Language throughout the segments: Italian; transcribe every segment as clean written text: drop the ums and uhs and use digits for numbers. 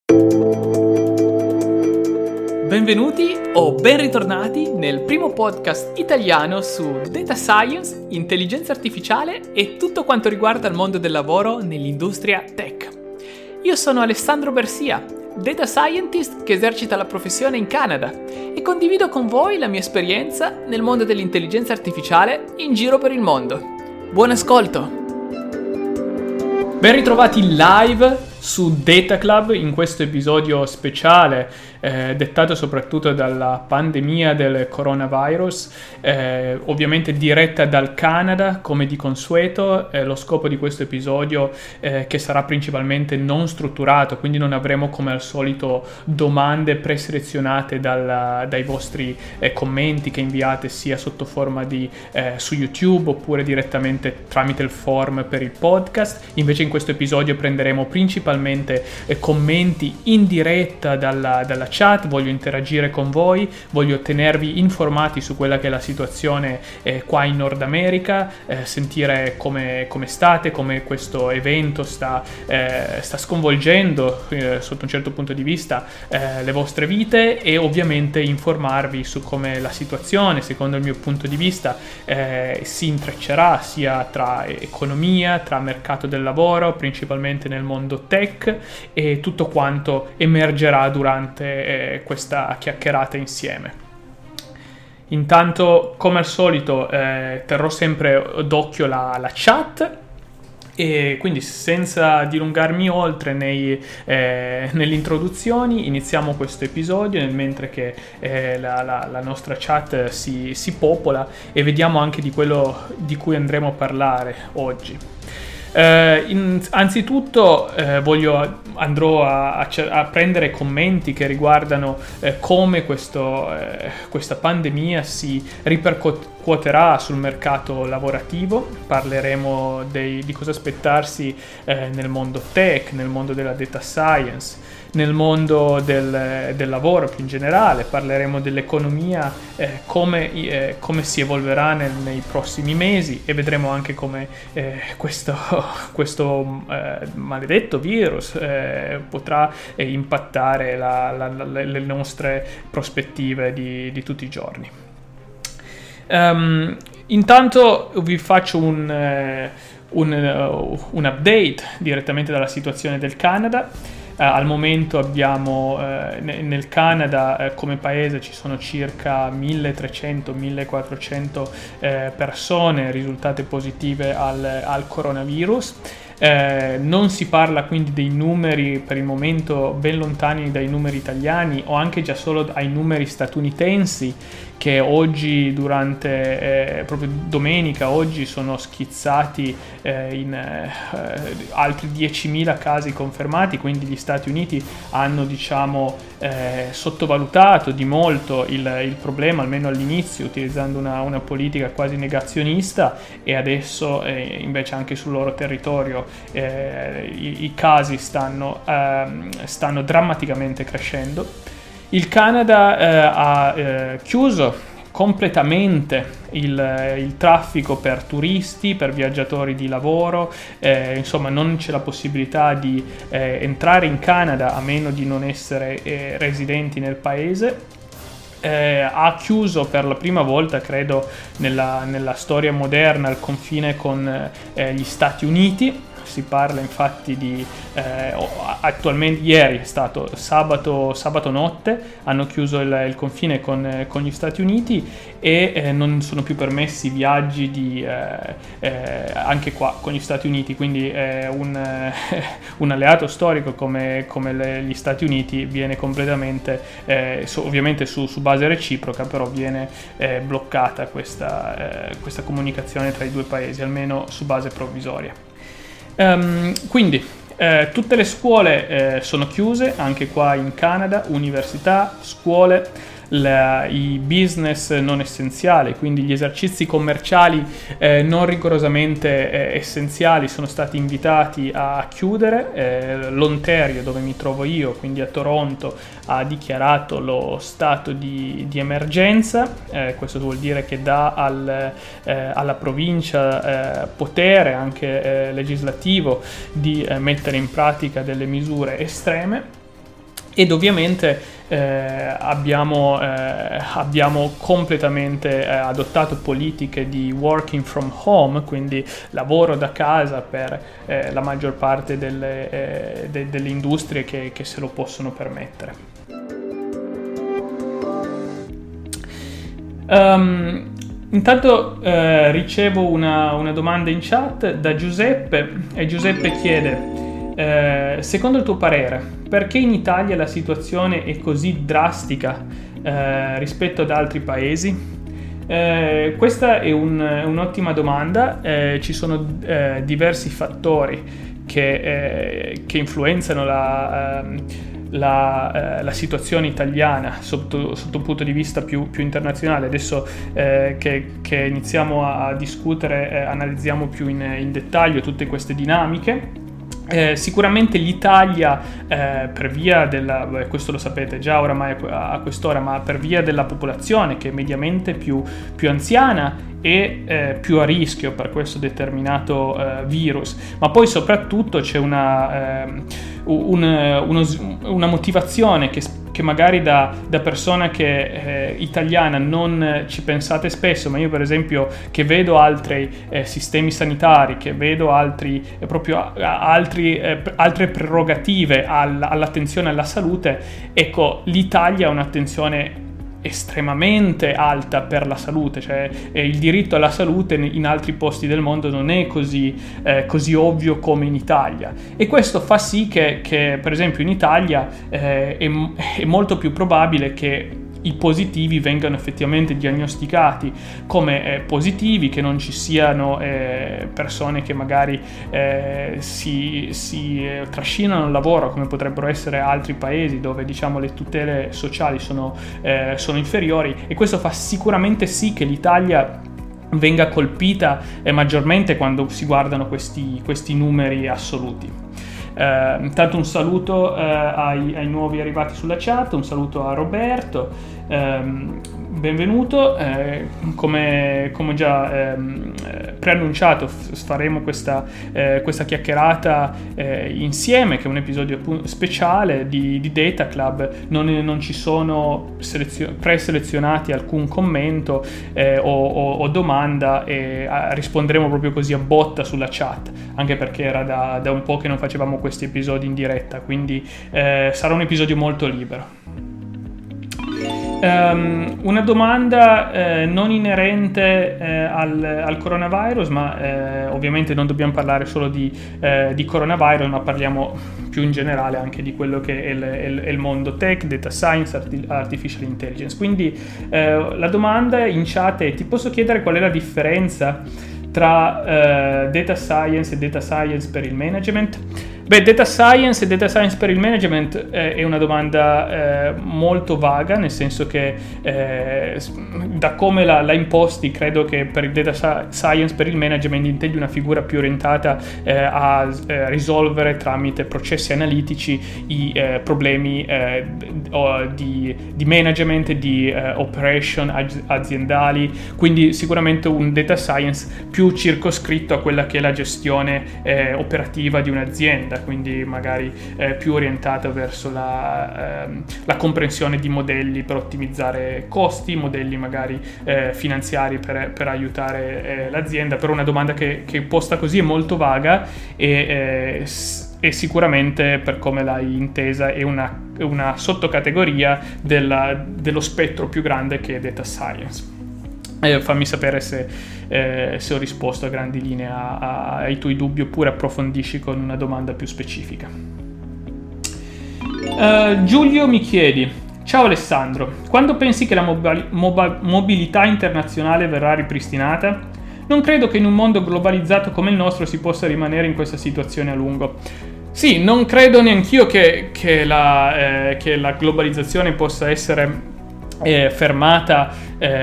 Benvenuti o ben ritornati nel primo podcast italiano su Data Science, intelligenza artificiale e tutto quanto riguarda il mondo del lavoro nell'industria tech. Io sono Alessandro Bersia, Data Scientist che esercita la professione in Canada e condivido con voi la mia esperienza nel mondo dell'intelligenza artificiale in giro per il mondo. Buon ascolto! Ben ritrovati live su Data Club in questo episodio speciale dettato soprattutto dalla pandemia del coronavirus, ovviamente diretta dal Canada come di consueto. Lo scopo di questo episodio che sarà principalmente non strutturato, quindi non avremo come al solito domande preselezionate dai vostri commenti che inviate sia sotto forma di su YouTube oppure direttamente tramite il form per il podcast. Invece in questo episodio prenderemo principalmente commenti in diretta dalla chat. Voglio interagire con voi, voglio tenervi informati su quella che è la situazione qua in Nord America, sentire come state, come questo evento sta sconvolgendo sotto un certo punto di vista le vostre vite, e ovviamente informarvi su come la situazione, secondo il mio punto di vista, si intreccerà sia tra economia, tra mercato del lavoro, principalmente nel mondo tech, e tutto quanto emergerà durante questa chiacchierata insieme. Intanto, come al solito, terrò sempre d'occhio la chat, e quindi senza dilungarmi oltre nelle introduzioni iniziamo questo episodio, nel mentre che la nostra chat si popola, e vediamo anche di quello di cui andremo a parlare oggi. Anzitutto andrò a prendere commenti che riguardano come questa pandemia si ripercuoterà sul mercato lavorativo. Parleremo di cosa aspettarsi nel mondo tech, nel mondo della data science, nel mondo del lavoro più in generale. Parleremo dell'economia, come si evolverà nei prossimi mesi, e vedremo anche come questo maledetto virus potrà impattare le nostre prospettive di tutti i giorni. Intanto vi faccio un update direttamente dalla situazione del Canada. Al momento abbiamo nel Canada come paese ci sono circa 1300-1400 persone risultate positive al coronavirus. Non si parla quindi dei numeri per il momento ben lontani dai numeri italiani, o anche già solo ai numeri statunitensi, che oggi proprio domenica oggi sono schizzati in altri 10.000 casi confermati. Quindi gli Stati Uniti hanno sottovalutato di molto il problema, almeno all'inizio, utilizzando una politica quasi negazionista, e adesso invece anche sul loro territorio i casi stanno drammaticamente crescendo. Il Canada ha chiuso completamente il traffico per turisti, per viaggiatori di lavoro, insomma non c'è la possibilità di entrare in Canada a meno di non essere residenti nel paese. Ha chiuso per la prima volta, credo, nella storia moderna, il confine con gli Stati Uniti. Si parla infatti attualmente, ieri è stato sabato notte, hanno chiuso il confine con gli Stati Uniti, e non sono più permessi viaggi anche qua con gli Stati Uniti. Quindi un alleato storico come gli Stati Uniti viene completamente, ovviamente su base reciproca, però viene bloccata questa comunicazione tra i due paesi, almeno su base provvisoria. Quindi tutte le scuole sono chiuse anche qua in Canada, università, scuole. I business non essenziali, quindi gli esercizi commerciali non rigorosamente essenziali, sono stati invitati a chiudere. L'Ontario, dove mi trovo io, quindi a Toronto, ha dichiarato lo stato di emergenza. Questo vuol dire che dà alla provincia potere anche legislativo di mettere in pratica delle misure estreme. ed ovviamente abbiamo completamente adottato politiche di working from home, quindi lavoro da casa per la maggior parte delle industrie che se lo possono permettere. Intanto ricevo una domanda in chat da Giuseppe, e Giuseppe chiede: secondo il tuo parere, perché in Italia la situazione è così drastica rispetto ad altri paesi? Questa è un'ottima domanda. Ci sono diversi fattori che influenzano la situazione italiana sotto un punto di vista più internazionale. Adesso che iniziamo a discutere, analizziamo più in dettaglio tutte queste dinamiche. Sicuramente l'Italia, per via questo lo sapete già oramai a quest'ora, ma per via della popolazione che è mediamente più anziana e più a rischio per questo determinato virus, ma poi soprattutto c'è una motivazione che magari da persona che italiana non ci pensate spesso, ma io per esempio che vedo altri sistemi sanitari, che vedo altre prerogative all'attenzione alla salute, ecco, l'Italia ha un'attenzione estremamente alta per la salute, cioè il diritto alla salute in altri posti del mondo non è così ovvio come in Italia, e questo fa sì che per esempio in Italia è molto più probabile che i positivi vengano effettivamente diagnosticati come positivi, che non ci siano persone che magari si trascinano al lavoro, come potrebbero essere altri paesi dove, diciamo, le tutele sociali sono inferiori, e questo fa sicuramente sì che l'Italia venga colpita maggiormente quando si guardano questi numeri assoluti. Intanto un saluto ai nuovi arrivati sulla chat, un saluto a Roberto, benvenuto. Come già preannunciato, faremo questa chiacchierata insieme, che è un episodio speciale di Data Club. Non ci sono preselezionati alcun commento o domanda, e risponderemo proprio così a botta sulla chat, anche perché era da un po' che non facevamo questi episodi in diretta, quindi sarà un episodio molto libero. Una domanda non inerente al coronavirus, ma ovviamente non dobbiamo parlare solo di coronavirus, ma parliamo più in generale anche di quello che è il mondo tech, data science, artificial intelligence. Quindi la domanda in chat è: ti posso chiedere qual è la differenza tra data science e data science per il management? Beh, data science e data science per il management è una domanda molto vaga, nel senso che da come la imposti, credo che per il data science per il management intendi una figura più orientata a risolvere tramite processi analitici i problemi di management e di operation aziendali, quindi sicuramente un data science più circoscritto a quella che è la gestione operativa di un'azienda, quindi magari più orientata verso la comprensione di modelli per ottimizzare costi, modelli magari finanziari per aiutare l'azienda. Però una domanda che posta così è molto vaga e sicuramente, per come l'hai intesa, è una sottocategoria dello spettro più grande che è data science. Fammi sapere se ho risposto a grandi linee ai tuoi dubbi, oppure approfondisci con una domanda più specifica. Giulio mi chiedi: ciao Alessandro, quando pensi che la mobilità internazionale verrà ripristinata? Non credo che in un mondo globalizzato come il nostro si possa rimanere in questa situazione a lungo. Sì, non credo neanch'io che la globalizzazione possa essere fermata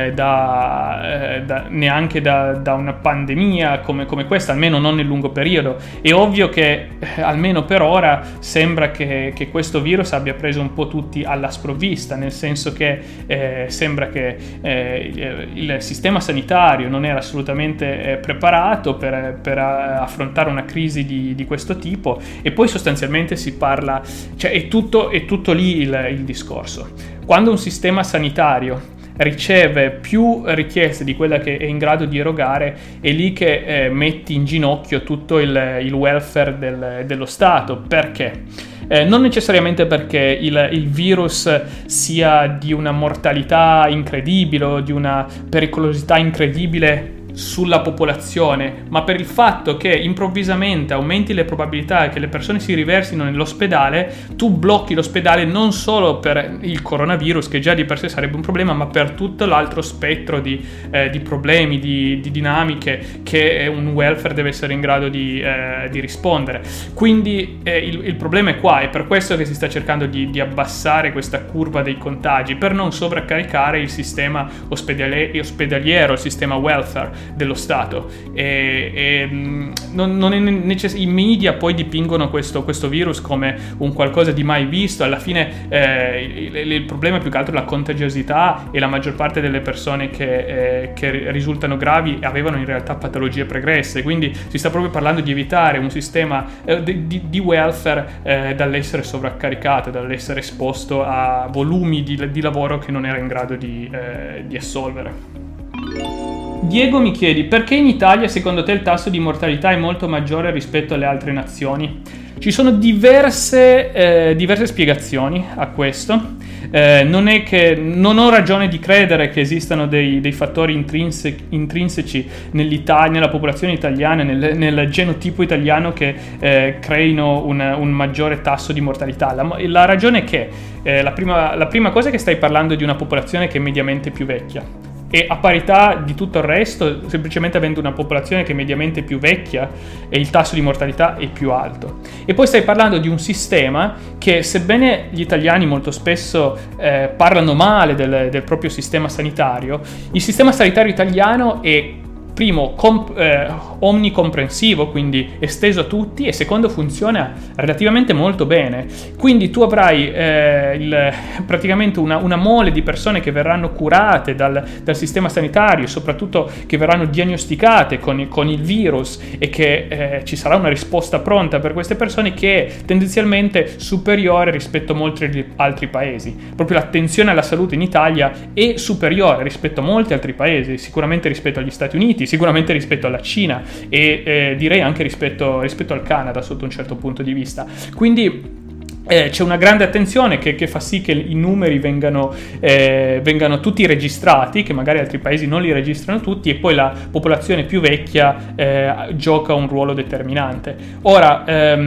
neanche da una pandemia come questa, almeno non nel lungo periodo. È ovvio che almeno per ora sembra che questo virus abbia preso un po' tutti alla sprovvista, nel senso che sembra che il sistema sanitario non era assolutamente preparato per affrontare una crisi di questo tipo, e poi sostanzialmente si parla, cioè è tutto lì il discorso. Quando un sistema sanitario riceve più richieste di quella che è in grado di erogare, è lì che metti in ginocchio tutto il welfare dello Stato. Perché? Non necessariamente perché il virus sia di una mortalità incredibile o di una pericolosità incredibile sulla popolazione, ma per il fatto che improvvisamente aumenti le probabilità che le persone si riversino nell'ospedale. Tu blocchi l'ospedale non solo per il coronavirus, che già di per sé sarebbe un problema, ma per tutto l'altro spettro di problemi, di dinamiche che un welfare deve essere in grado di rispondere. Quindi il problema è qua, è per questo che si sta cercando di abbassare questa curva dei contagi, per non sovraccaricare il sistema ospedaliero, il sistema welfare dello Stato. Non è i media poi dipingono questo virus come un qualcosa di mai visto. Alla fine il problema è più che altro la contagiosità, e la maggior parte delle persone che risultano gravi avevano in realtà patologie pregresse, quindi si sta proprio parlando di evitare un sistema di welfare dall'essere sovraccaricato, dall'essere esposto a volumi di lavoro che non era in grado di assolvere. Diego mi chiedi: perché in Italia secondo te il tasso di mortalità è molto maggiore rispetto alle altre nazioni? Ci sono diverse spiegazioni a questo. Non ho ragione di credere che esistano dei fattori intrinseci nella popolazione italiana, nel genotipo italiano, che creino un maggiore tasso di mortalità. La ragione è che la prima cosa è che stai parlando di una popolazione che è mediamente più vecchia. E a parità di tutto il resto, semplicemente avendo una popolazione che è mediamente più vecchia, e il tasso di mortalità è più alto. E poi stai parlando di un sistema che, sebbene gli italiani molto spesso parlano male del proprio sistema sanitario, il sistema sanitario italiano è, primo, omnicomprensivo, quindi esteso a tutti, e secondo, funziona relativamente molto bene. Quindi tu avrai praticamente una mole di persone che verranno curate dal sistema sanitario, soprattutto che verranno diagnosticate con il virus, e che ci sarà una risposta pronta per queste persone che è tendenzialmente superiore rispetto a molti altri paesi. Proprio l'attenzione alla salute in Italia è superiore rispetto a molti altri paesi, sicuramente rispetto agli Stati Uniti, sicuramente rispetto alla Cina, e direi anche rispetto al Canada sotto un certo punto di vista. Quindi c'è una grande attenzione che fa sì che i numeri vengano tutti registrati, che magari altri paesi non li registrano tutti, e poi la popolazione più vecchia gioca un ruolo determinante. Ora,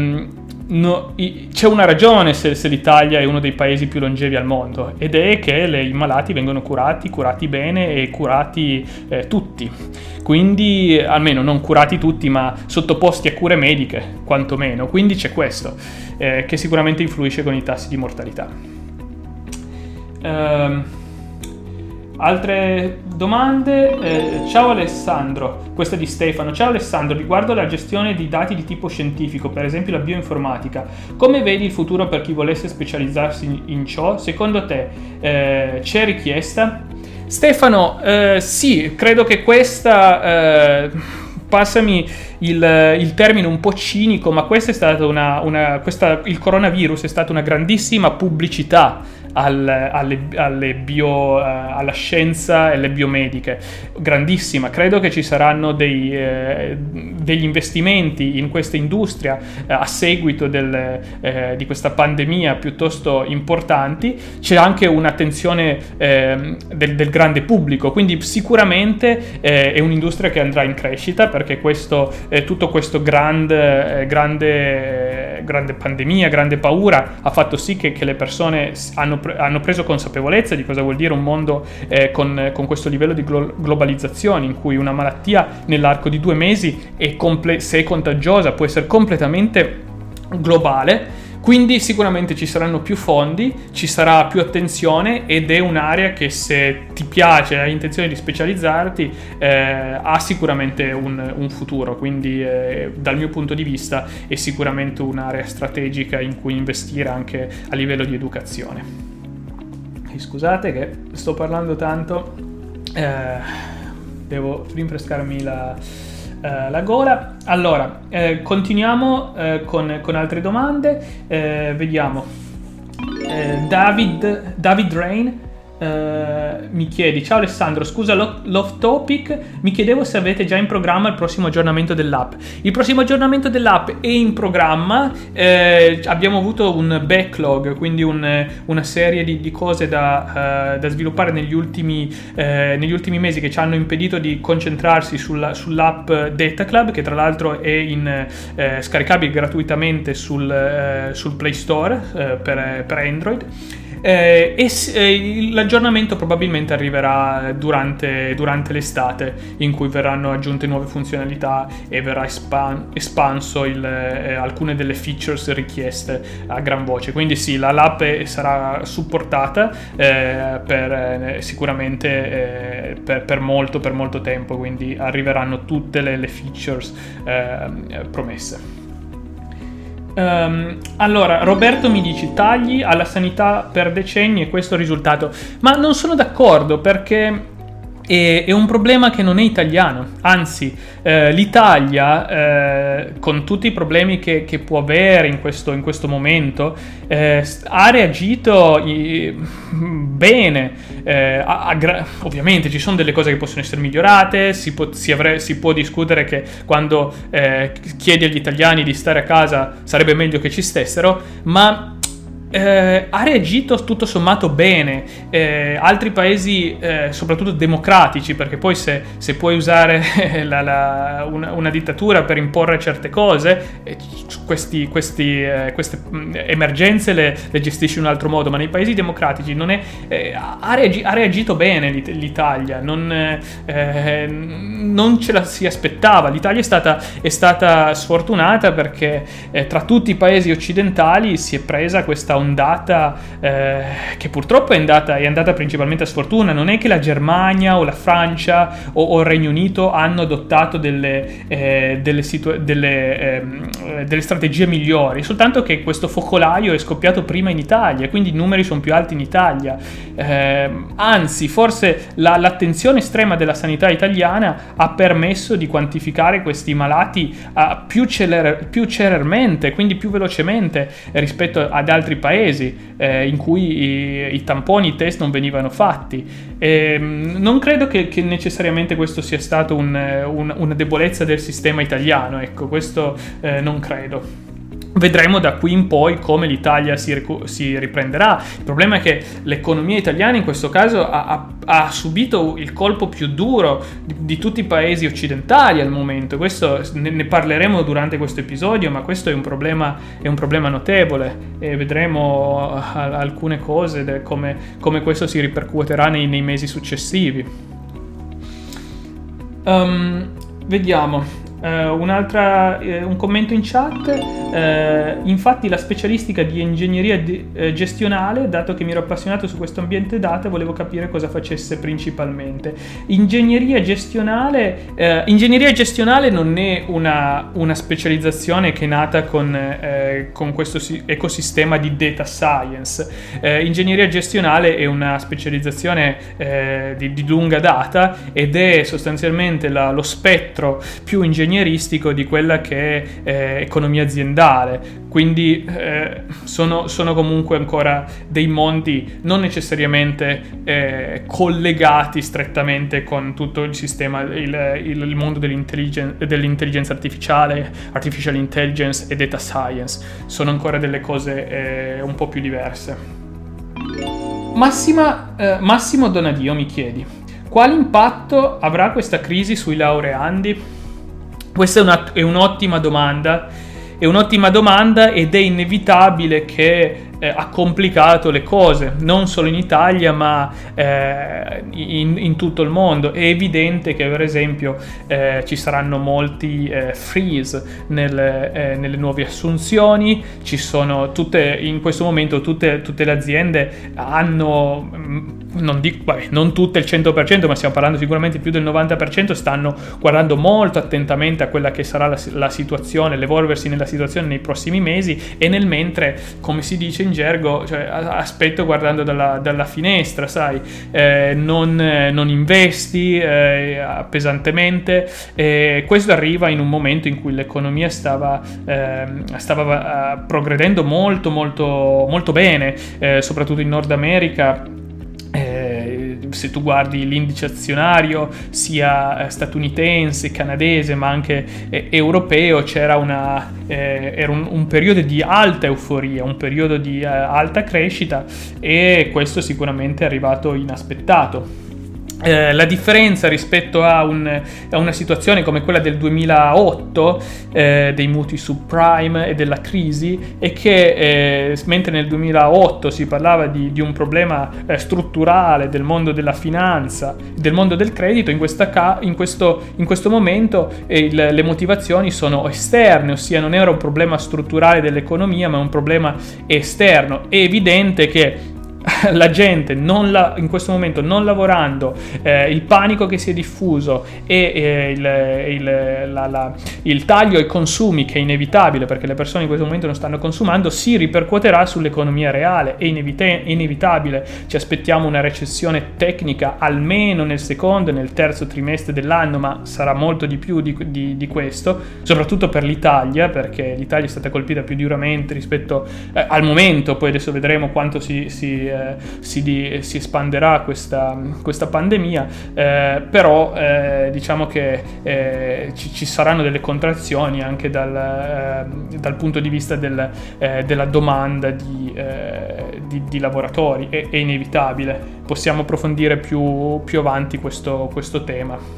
c'è una ragione se l'Italia è uno dei paesi più longevi al mondo, ed è che i malati vengono curati bene, e curati tutti. Quindi, almeno non curati tutti, ma sottoposti a cure mediche, quantomeno. Quindi c'è questo, che sicuramente influisce con i tassi di mortalità. Altre domande? Ciao Alessandro, questa è di Stefano. Ciao Alessandro, riguardo la gestione di dati di tipo scientifico, per esempio la bioinformatica, come vedi il futuro per chi volesse specializzarsi in ciò? Secondo te c'è richiesta? Stefano, sì, credo che questa... passami il termine un po' cinico, ma questa è stata il coronavirus è stata una grandissima pubblicità alla scienza e alle biomediche, grandissima. Credo che ci saranno degli investimenti in questa industria a seguito di questa pandemia piuttosto importanti. C'è anche un'attenzione del grande pubblico, quindi sicuramente è un'industria che andrà in crescita, perché tutto questo grande pandemia, grande paura ha fatto sì che le persone hanno preso consapevolezza di cosa vuol dire un mondo con questo livello di globalizzazione, in cui una malattia nell'arco di 2 mesi se è contagiosa può essere completamente globale. Quindi sicuramente ci saranno più fondi, ci sarà più attenzione, ed è un'area che, se ti piace, hai intenzione di specializzarti, ha sicuramente un futuro. Quindi dal mio punto di vista è sicuramente un'area strategica in cui investire anche a livello di educazione. Scusate che sto parlando tanto, devo rinfrescarmi la gola. Allora, continuiamo con altre domande. Vediamo. David Rain mi chiedi: ciao Alessandro, scusa l'off topic, mi chiedevo se avete già in programma il prossimo aggiornamento dell'app. Il prossimo aggiornamento dell'app è in programma. Abbiamo avuto un backlog, quindi una serie di cose da sviluppare negli ultimi mesi, che ci hanno impedito di concentrarsi sull'app Data Club, che tra l'altro è scaricabile gratuitamente sul Play Store per Android. L'aggiornamento probabilmente arriverà durante l'estate, in cui verranno aggiunte nuove funzionalità e verrà espanso alcune delle features richieste a gran voce. Quindi sì, l'app sarà supportata sicuramente per molto tempo, quindi arriveranno tutte le features promesse. Allora, Roberto mi dice: tagli alla sanità per decenni e questo è il risultato. Ma non sono d'accordo, perché è un problema che non è italiano. Anzi, l'Italia, con tutti i problemi che può avere in questo momento, ha reagito bene. Ovviamente ci sono delle cose che possono essere migliorate. Si può discutere che quando chiedi agli italiani di stare a casa sarebbe meglio che ci stessero, ma ha reagito tutto sommato bene. Altri paesi, soprattutto democratici, perché poi se puoi usare una dittatura per imporre certe cose, queste emergenze le gestisci in un altro modo, ma nei paesi democratici ha reagito bene l'Italia, non ce la si aspettava. L'Italia è stata sfortunata, perché tra tutti i paesi occidentali si è presa questa ondata che purtroppo è andata principalmente a sfortuna. Non è che la Germania o la Francia o il Regno Unito hanno adottato delle strategie migliori, soltanto che questo focolaio è scoppiato prima in Italia, quindi i numeri sono più alti in Italia. Anzi, forse l'attenzione estrema della sanità italiana ha permesso di quantificare questi malati più celermente, quindi più velocemente rispetto ad altri paesi in cui i tamponi, i test non venivano fatti. Non credo che necessariamente questo sia stato una debolezza del sistema italiano, ecco, questo non credo. Vedremo da qui in poi come l'Italia si riprenderà. Il problema è che l'economia italiana in questo caso ha subito il colpo più duro di tutti i paesi occidentali al momento. Questo ne parleremo durante questo episodio, ma questo è un problema notevole, e vedremo alcune cose come questo si ripercuoterà nei mesi successivi. Vediamo. Un commento in chat. Infatti la specialistica di ingegneria gestionale, dato che mi ero appassionato su questo ambiente data, volevo capire cosa facesse principalmente. Ingegneria gestionale non è una specializzazione che è nata con questo ecosistema di data science. Ingegneria gestionale è una specializzazione di lunga data, ed è sostanzialmente lo spettro più ingegneristico di quella che è economia aziendale. Quindi sono comunque ancora dei mondi non necessariamente collegati strettamente con tutto il sistema, il mondo dell'intelligenza artificiale, artificial intelligence e data science. Sono ancora delle cose un po' più diverse. Massimo Donadio mi chiedi: quale impatto avrà questa crisi sui laureandi? Questa è un'ottima domanda. Ed è inevitabile che ha complicato le cose, non solo in Italia ma in tutto il mondo. È evidente che per esempio ci saranno molti freeze nelle nuove assunzioni, ci sono in questo momento tutte le aziende hanno, non tutte il 100%, ma stiamo parlando sicuramente più del 90%, stanno guardando molto attentamente a quella che sarà la situazione, l'evolversi nella situazione nei prossimi mesi, e nel mentre, come si dice in gergo, cioè, aspetto guardando dalla finestra, sai, non investi pesantemente. Questo arriva in un momento in cui l'economia stava progredendo molto molto molto bene, soprattutto in Nord America. Se tu guardi l'indice azionario sia statunitense, canadese, ma anche europeo, c'era era un periodo di alta euforia, un periodo di alta crescita, e questo sicuramente è arrivato inaspettato. La differenza rispetto a una situazione come quella del 2008, dei mutui subprime e della crisi, è che mentre nel 2008 si parlava di un problema strutturale del mondo della finanza, del mondo del credito, in questo momento le motivazioni sono esterne, ossia non era un problema strutturale dell'economia ma un problema esterno. È evidente che la gente in questo momento non lavorando, il panico che si è diffuso e il taglio ai consumi, che è inevitabile perché le persone in questo momento non stanno consumando, si ripercuoterà sull'economia reale. È inevitabile, ci aspettiamo una recessione tecnica almeno nel secondo e nel terzo trimestre dell'anno, ma sarà molto di più di questo, soprattutto per l'Italia, perché l'Italia è stata colpita più duramente rispetto al momento. Poi adesso vedremo quanto si espanderà questa pandemia, però diciamo che ci saranno delle contrazioni anche dal punto di vista della domanda di lavoratori. È inevitabile. Possiamo approfondire più avanti questo tema.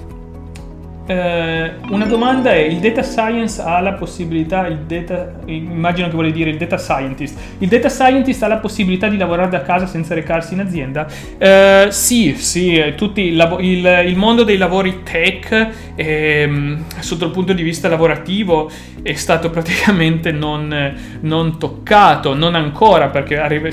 Una domanda è: il data science ha la possibilità, immagino che vuole dire il data scientist ha la possibilità di lavorare da casa senza recarsi in azienda? Sì, il mondo dei lavori tech sotto il punto di vista lavorativo è stato praticamente non toccato, non ancora, perché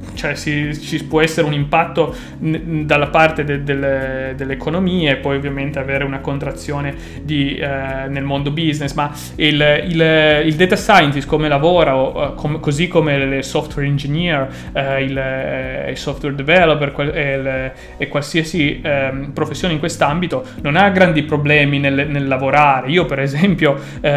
ci può essere un impatto dalla parte dell'economia e poi ovviamente avere una contrazione nel mondo business, ma il data scientist come lavora, così come il software engineer, il software developer e qualsiasi professione in quest'ambito, non ha grandi problemi nel lavorare. Io per esempio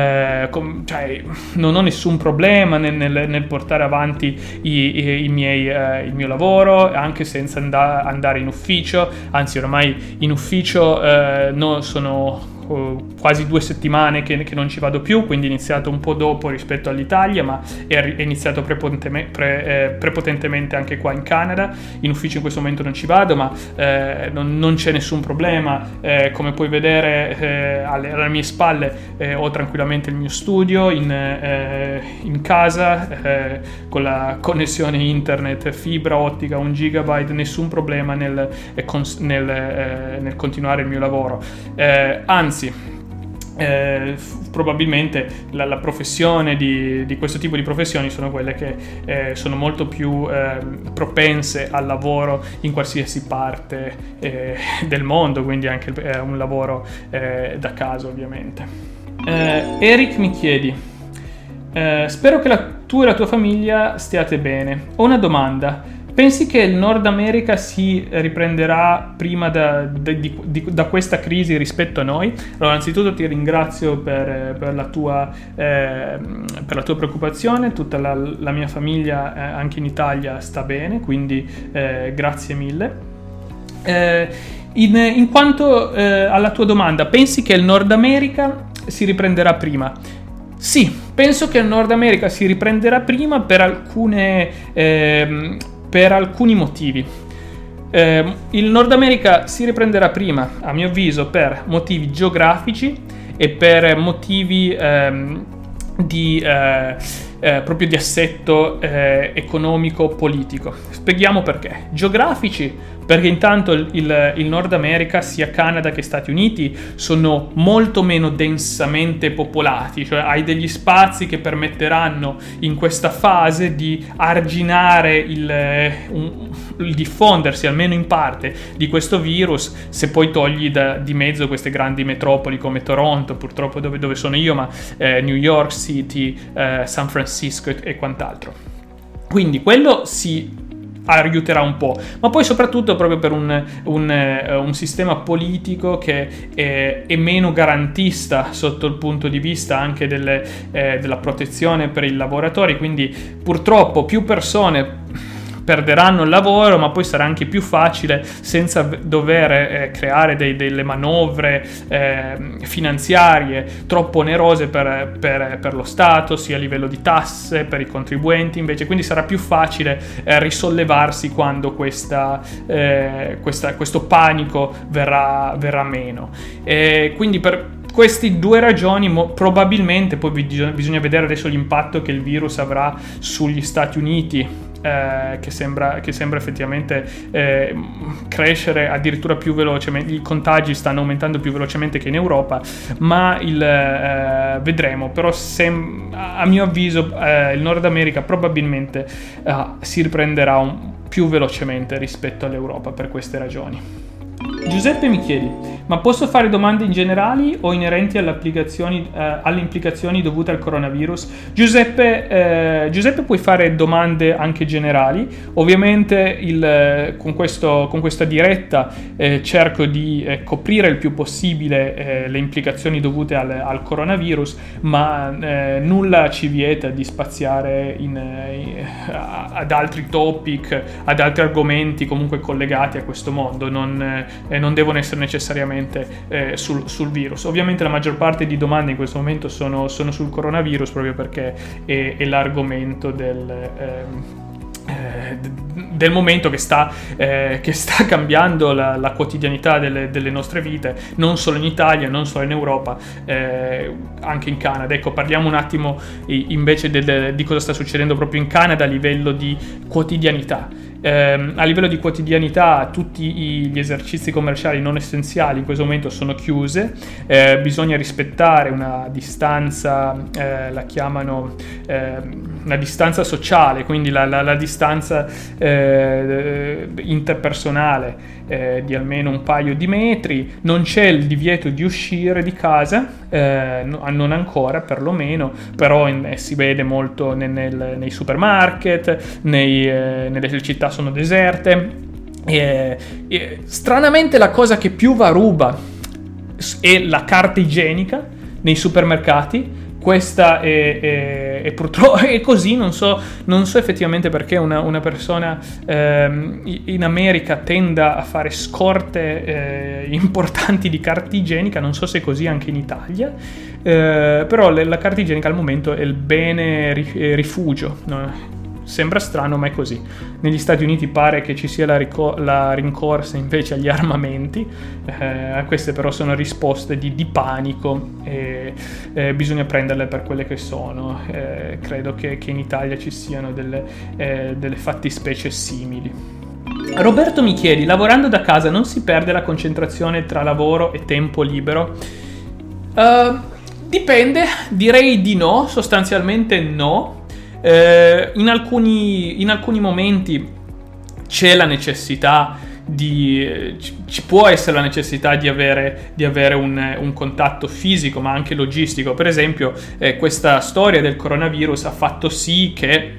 non ho nessun problema nel portare avanti il mio lavoro anche senza andare in ufficio, anzi ormai in ufficio sono quasi 2 settimane che non ci vado più, quindi è iniziato un po' dopo rispetto all'Italia, ma è iniziato prepotentemente anche qua in Canada. In ufficio in questo momento non ci vado, ma non c'è nessun problema. Come puoi vedere alle mie spalle ho tranquillamente il mio studio in casa, con la connessione internet, fibra ottica 1 gigabyte, nessun problema nel continuare il mio lavoro. Anzi, probabilmente la professione di questo tipo di professioni sono quelle che sono molto più propense al lavoro in qualsiasi parte del mondo, quindi anche un lavoro da casa ovviamente. Eric mi chiedi: spero che tu e la tua famiglia stiate bene. Ho una domanda. Pensi che il Nord America si riprenderà prima da questa crisi rispetto a noi? Allora, anzitutto ti ringrazio per la tua preoccupazione. Tutta la mia famiglia anche in Italia sta bene, quindi grazie mille. In quanto alla tua domanda, pensi che il Nord America si riprenderà prima? Sì, penso che il Nord America si riprenderà prima per alcuni motivi. Il Nord America si riprenderà prima, a mio avviso, per motivi geografici e per motivi proprio di assetto economico-politico. Spieghiamo perché. Geografici, perché intanto il Nord America, sia Canada che Stati Uniti, sono molto meno densamente popolati, cioè hai degli spazi che permetteranno in questa fase di arginare il diffondersi, almeno in parte, di questo virus, se poi togli di mezzo queste grandi metropoli come Toronto, purtroppo dove sono io, ma New York City, San Francisco e quant'altro. Quindi quello si aiuterà un po', ma poi soprattutto proprio per un sistema politico che è meno garantista sotto il punto di vista anche della protezione per i lavoratori, quindi purtroppo più persone perderanno il lavoro, ma poi sarà anche più facile, senza dover creare delle manovre finanziarie troppo onerose per lo Stato, sia a livello di tasse per i contribuenti, invece, quindi sarà più facile risollevarsi quando questo panico verrà meno. Quindi per queste due ragioni probabilmente, poi bisogna vedere adesso l'impatto che il virus avrà sugli Stati Uniti, che sembra effettivamente crescere addirittura più velocemente. I contagi stanno aumentando più velocemente che in Europa, ma vedremo. Però a mio avviso il Nord America probabilmente si riprenderà più velocemente rispetto all'Europa per queste ragioni. Giuseppe mi chiedi: ma posso fare domande in generali o inerenti alle implicazioni dovute al coronavirus? Giuseppe, puoi fare domande anche generali. Ovviamente con questa diretta cerco di coprire il più possibile le implicazioni dovute al coronavirus, ma nulla ci vieta di spaziare ad altri topic, ad altri argomenti comunque collegati a questo mondo. Non devono essere necessariamente sul virus. Ovviamente la maggior parte di domande in questo momento sono sul coronavirus, proprio perché è l'argomento del momento che sta cambiando la quotidianità delle nostre vite, non solo in Italia, non solo in Europa, anche in Canada. Ecco, parliamo un attimo invece di cosa sta succedendo proprio in Canada a livello di quotidianità. A livello di quotidianità tutti gli esercizi commerciali non essenziali in questo momento sono chiuse, bisogna rispettare una distanza, la chiamano una distanza sociale, quindi la distanza interpersonale di almeno un paio di metri. Non c'è il divieto di uscire di casa, non ancora perlomeno, però si vede molto nei supermarket, nelle città sono deserte. Stranamente la cosa che più va a ruba è la carta igienica nei supermercati. Questa è purtroppo è così, non so effettivamente perché una persona in America tenda a fare scorte importanti di carta igienica. Non so se è così anche in Italia, però la carta igienica al momento è il bene rifugio, no? Sembra strano, ma è così. Negli Stati Uniti pare che ci sia la rincorsa invece agli armamenti. Queste però sono risposte di panico, e bisogna prenderle per quelle che sono. Credo che in Italia ci siano delle fattispecie simili. Roberto mi chiedi: lavorando da casa non si perde la concentrazione tra lavoro e tempo libero? Dipende, direi di no, sostanzialmente no. In alcuni momenti c'è la necessità ci può essere la necessità di avere un contatto fisico, ma anche logistico. Per esempio, questa storia del coronavirus ha fatto sì che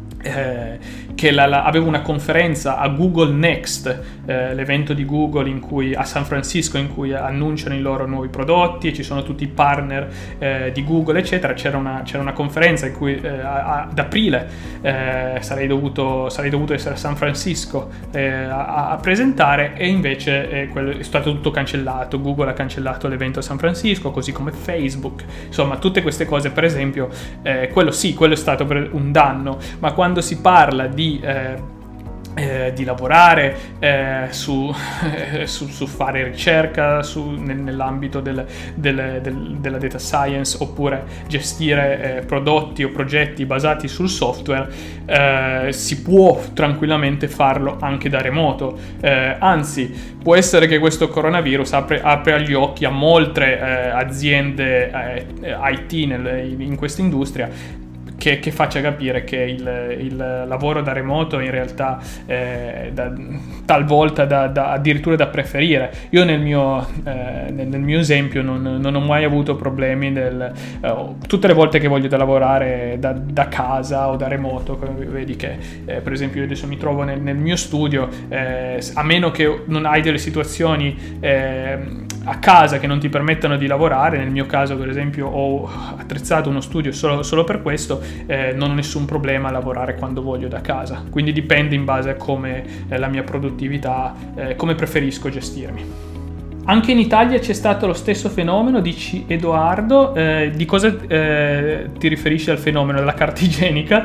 avevo una conferenza a Google Next, l'evento di Google a San Francisco, in cui annunciano i loro nuovi prodotti e ci sono tutti i partner di Google, eccetera. C'era una conferenza in cui ad aprile sarei dovuto essere a San Francisco a presentare, e invece è stato tutto cancellato. Google ha cancellato l'evento a San Francisco, così come Facebook. Insomma, tutte queste cose, per esempio, quello è stato un danno. Ma quando si parla di di lavorare su fare ricerca nell'ambito della data science, oppure gestire prodotti o progetti basati sul software, si può tranquillamente farlo anche da remoto. Anzi, può essere che questo coronavirus apre gli occhi a molte aziende IT in questa industria, che faccia capire che il lavoro da remoto in realtà talvolta addirittura da preferire. Io nel mio esempio non ho mai avuto problemi tutte le volte che voglio lavorare da casa o da remoto, come vedi che per esempio io adesso mi trovo nel mio studio, a meno che non hai delle situazioni a casa che non ti permettano di lavorare. Nel mio caso, per esempio, ho attrezzato uno studio solo per questo. Non ho nessun problema a lavorare quando voglio da casa, quindi dipende in base a come la mia produttività, come preferisco gestirmi. Anche in Italia c'è stato lo stesso fenomeno, dici Edoardo. Di cosa ti riferisci al fenomeno della carta igienica?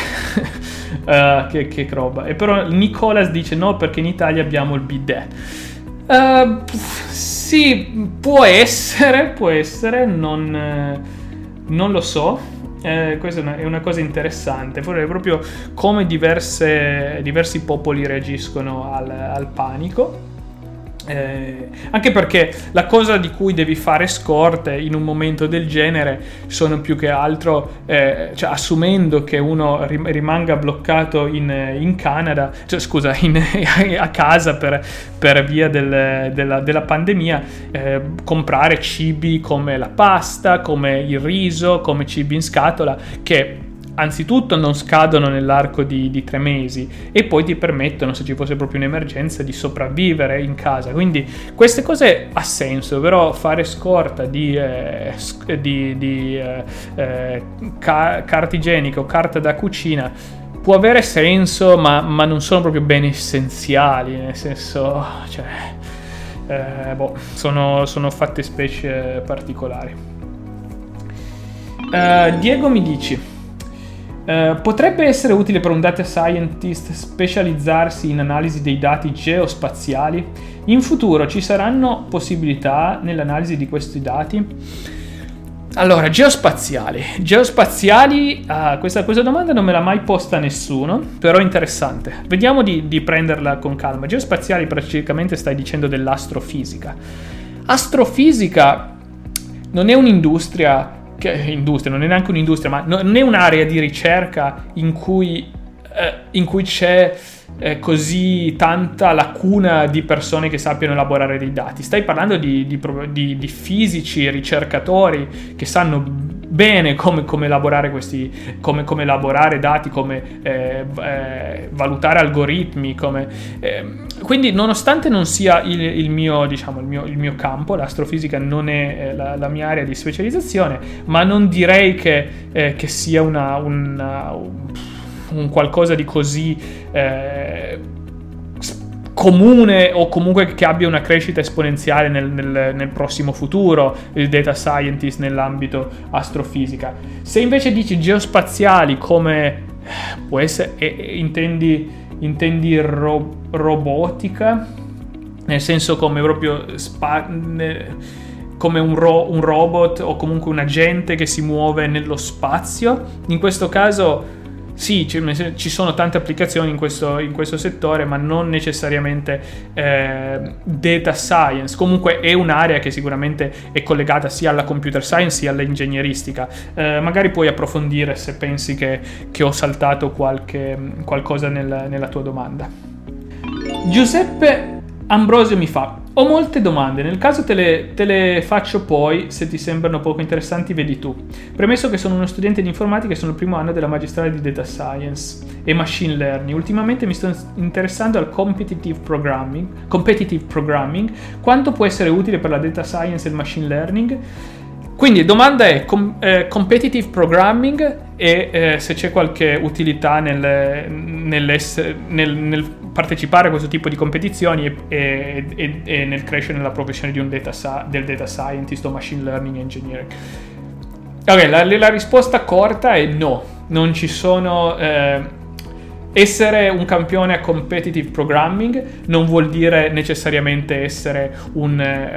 Che roba. E però Nicolas dice no, perché in Italia abbiamo il bidet. Sì, può essere, non lo so. Questa è una cosa interessante, proprio come diversi popoli reagiscono al panico. Anche perché la cosa di cui devi fare scorte in un momento del genere sono più che altro, cioè assumendo che uno rimanga bloccato in Canada, cioè scusa, a casa per via della pandemia, comprare cibi come la pasta, come il riso, come cibi in scatola, che anzitutto non scadono nell'arco di 3 mesi e poi ti permettono, se ci fosse proprio un'emergenza, di sopravvivere in casa. Quindi queste cose ha senso, però fare scorta di carta igienica o carta da cucina può avere senso, ma non sono proprio beni essenziali, nel senso, cioè, sono fatte specie particolari. Diego mi dici: potrebbe essere utile per un data scientist specializzarsi in analisi dei dati geospaziali? In futuro ci saranno possibilità nell'analisi di questi dati? Allora, geospaziali, questa domanda non me l'ha mai posta nessuno, però è interessante. Vediamo di prenderla con calma. Geospaziali praticamente stai dicendo dell'astrofisica. Astrofisica non è un'industria, non è neanche un'industria, ma non è un'area di ricerca in cui c'è così tanta lacuna di persone che sappiano elaborare dei dati. Stai parlando di fisici, ricercatori che sanno bene come elaborare come elaborare dati, come valutare algoritmi, quindi nonostante non sia il mio campo, l'astrofisica non è la mia area di specializzazione, ma non direi che sia un qualcosa di così comune, o comunque che abbia una crescita esponenziale nel prossimo futuro, il data scientist nell'ambito astrofisica. Se invece dici geospaziali, come può essere, intendi robotica, nel senso come proprio come un robot o comunque un agente che si muove nello spazio, in questo caso sì, ci sono tante applicazioni in questo settore, ma non necessariamente data science. Comunque è un'area che sicuramente è collegata sia alla computer science sia all'ingegneristica. Magari puoi approfondire se pensi che ho saltato qualcosa nella tua domanda. Giuseppe Ambrosio mi fa: ho molte domande, nel caso te le faccio poi, se ti sembrano poco interessanti vedi tu. Premesso che sono uno studente di informatica e sono il primo anno della magistrale di data science e machine learning, ultimamente mi sto interessando al competitive programming, quanto può essere utile per la data science e il machine learning? Quindi la domanda è competitive programming e se c'è qualche utilità nel partecipare a questo tipo di competizioni e nel crescere nella professione del data scientist o machine learning engineering. Ok, la risposta corta è no, non ci sono essere un campione a competitive programming non vuol dire necessariamente essere un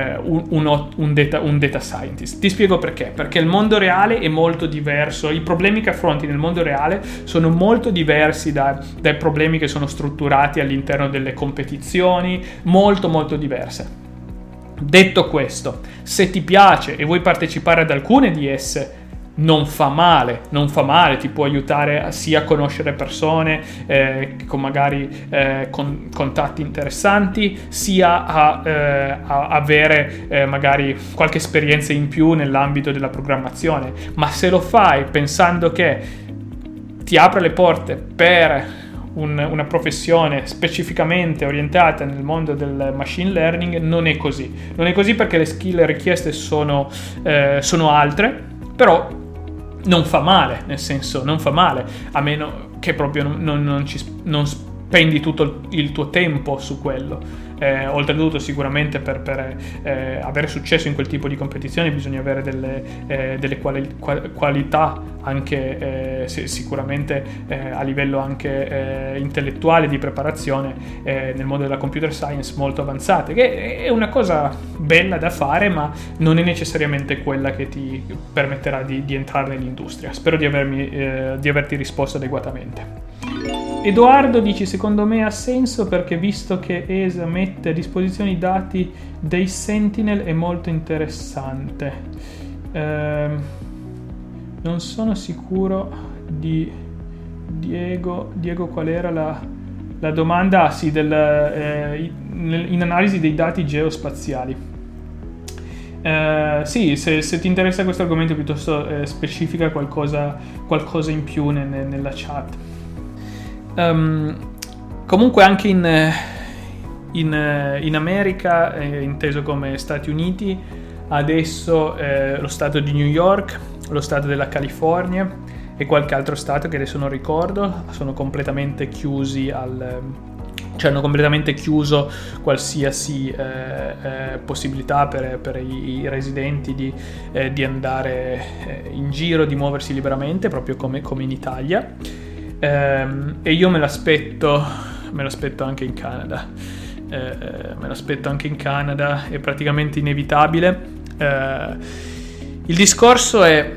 data scientist. Ti spiego perché. Perché il mondo reale è molto diverso, i problemi che affronti nel mondo reale sono molto diversi dai problemi che sono strutturati all'interno delle competizioni, molto molto diverse. Detto questo, se ti piace e vuoi partecipare ad alcune di esse, non fa male, ti può aiutare sia a conoscere persone con magari contatti interessanti, sia a avere magari qualche esperienza in più nell'ambito della programmazione. Ma se lo fai pensando che ti apre le porte per una professione specificamente orientata nel mondo del machine learning, non è così. Non è così, perché le skill richieste sono altre, però non fa male, nel senso, non fa male, a meno che proprio non spendi tutto il tuo tempo su quello. Oltretutto, sicuramente per avere successo in quel tipo di competizioni bisogna avere delle qualità anche sicuramente a livello anche intellettuale, di preparazione nel mondo della computer science molto avanzate, che è una cosa bella da fare, ma non è necessariamente quella che ti permetterà di entrare nell'industria. Spero di averti risposto adeguatamente. Edoardo dice: secondo me ha senso, perché visto che ESA mette a disposizione i dati dei Sentinel è molto interessante. Non sono sicuro di Diego qual era la domanda. Ah sì, in analisi dei dati geospaziali. Sì, se ti interessa questo argomento, piuttosto specifica qualcosa in più nella chat. Comunque anche in America, inteso come Stati Uniti, adesso lo stato di New York, lo stato della California e qualche altro stato che adesso non ricordo, sono completamente chiusi hanno completamente chiuso qualsiasi possibilità per i residenti di andare in giro, di muoversi liberamente, proprio come in Italia. E io me l'aspetto anche in Canada. È praticamente inevitabile. Il discorso è: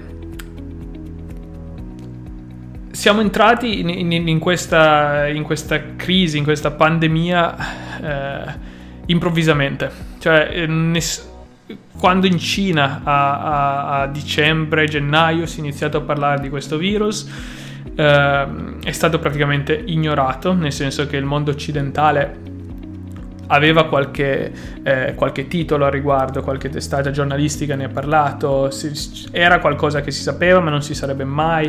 siamo entrati in questa crisi, in questa pandemia improvvisamente. Cioè, quando in Cina a dicembre, gennaio si è iniziato a parlare di questo virus, è stato praticamente ignorato, nel senso che il mondo occidentale aveva qualche titolo a riguardo, qualche testata giornalistica ne ha parlato, era qualcosa che si sapeva, ma non ci si sarebbe mai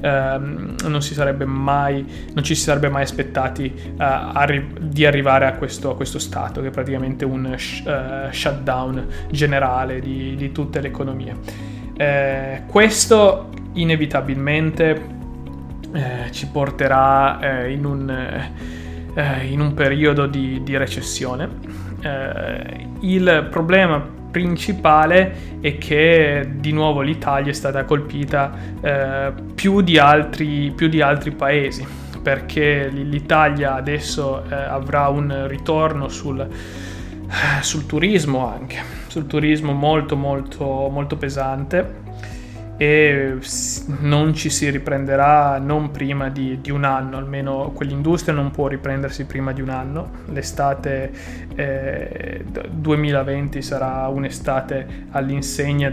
aspettati di arrivare a questo stato, che è praticamente un shutdown generale di tutte le economie. Questo inevitabilmente ci porterà in un periodo di recessione. Il problema principale è che di nuovo l'Italia è stata colpita più di altri paesi, perché l'Italia adesso avrà un ritorno sul turismo, anche sul turismo molto molto molto pesante, e non ci si riprenderà non prima di un anno, almeno quell'industria non può riprendersi prima di un anno. L'estate 2020 sarà un'estate all'insegna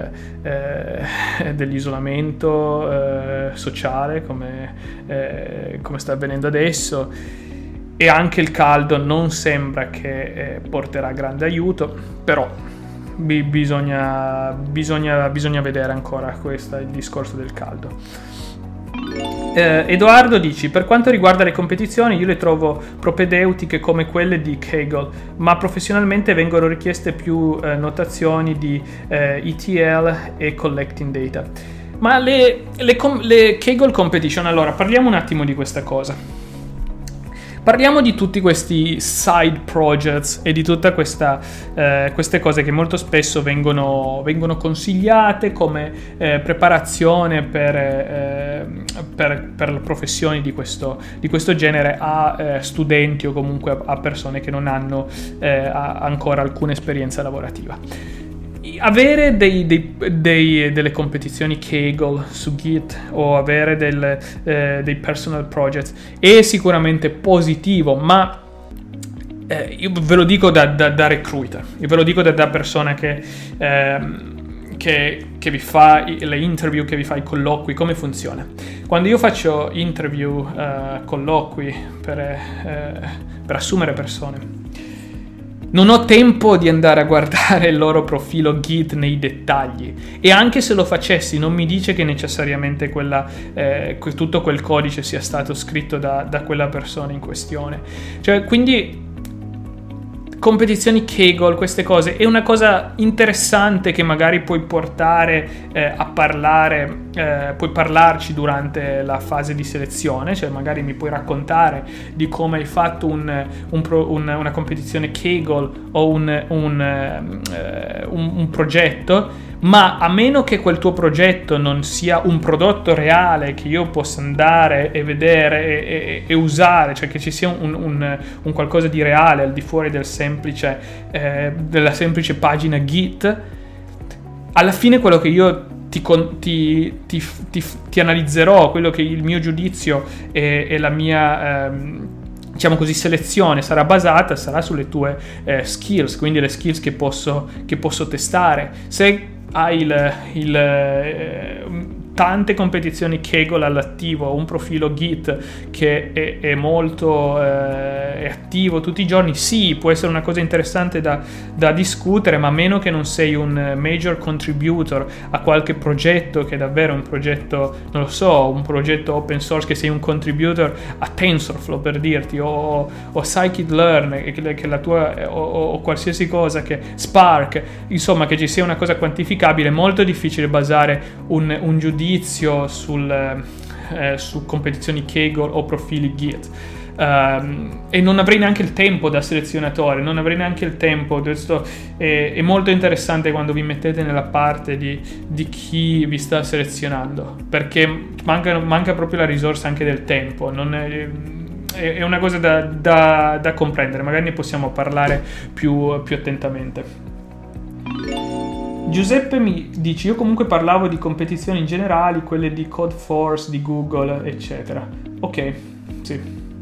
dell'isolamento sociale, come sta avvenendo adesso, e anche il caldo non sembra che porterà grande aiuto, però bisogna vedere ancora il discorso del caldo. Edoardo dici: per quanto riguarda le competizioni, io le trovo propedeutiche come quelle di Kaggle, ma professionalmente vengono richieste più notazioni di ETL e collecting data. Ma le Kaggle competition, allora parliamo un attimo di questa cosa. Parliamo di tutti questi side projects e di tutta queste cose che molto spesso vengono consigliate come preparazione per professioni di questo genere a studenti o comunque a persone che non hanno ancora alcuna esperienza lavorativa. Avere delle competizioni Kaggle su Git o avere dei personal projects è sicuramente positivo, ma io ve lo dico da recruiter, io ve lo dico da persona che vi fa le interview, che vi fa i colloqui. Come funziona? Quando io faccio interview, colloqui per assumere persone, non ho tempo di andare a guardare il loro profilo Git nei dettagli, e anche se lo facessi non mi dice che necessariamente tutto quel codice sia stato scritto da quella persona in questione. Cioè, quindi competizioni Kaggle, queste cose, è una cosa interessante che magari puoi portare a parlare, puoi parlarci durante la fase di selezione, cioè magari mi puoi raccontare di come hai fatto una competizione Kaggle o un progetto, ma a meno che quel tuo progetto non sia un prodotto reale che io possa andare e vedere e usare, cioè che ci sia un qualcosa di reale al di fuori della semplice pagina Git, alla fine quello che io ti analizzerò, quello che il mio giudizio e la mia diciamo così selezione sarà sulle tue skills, quindi le skills che posso testare. Se hai tante competizioni Kaggle all'attivo, un profilo Git che è molto è attivo tutti i giorni, sì, può essere una cosa interessante da discutere, ma a meno che non sei un major contributor a qualche progetto che è davvero un progetto, non lo so, un progetto open source, che sei un contributor a TensorFlow per dirti, o Scikit-learn, che la tua o qualsiasi cosa, che Spark, insomma, che ci sia una cosa quantificabile. È molto difficile basare un giudizio su competizioni Kaggle o profili Git, e non avrei neanche il tempo da selezionatore, non avrei neanche il tempo. Questo è molto interessante quando vi mettete nella parte di chi vi sta selezionando, perché manca proprio la risorsa anche del tempo. Non è una cosa da comprendere, magari ne possiamo parlare più attentamente. Giuseppe mi dice: io comunque parlavo di competizioni in generali, quelle di Codeforce, di Google, eccetera. Ok, sì.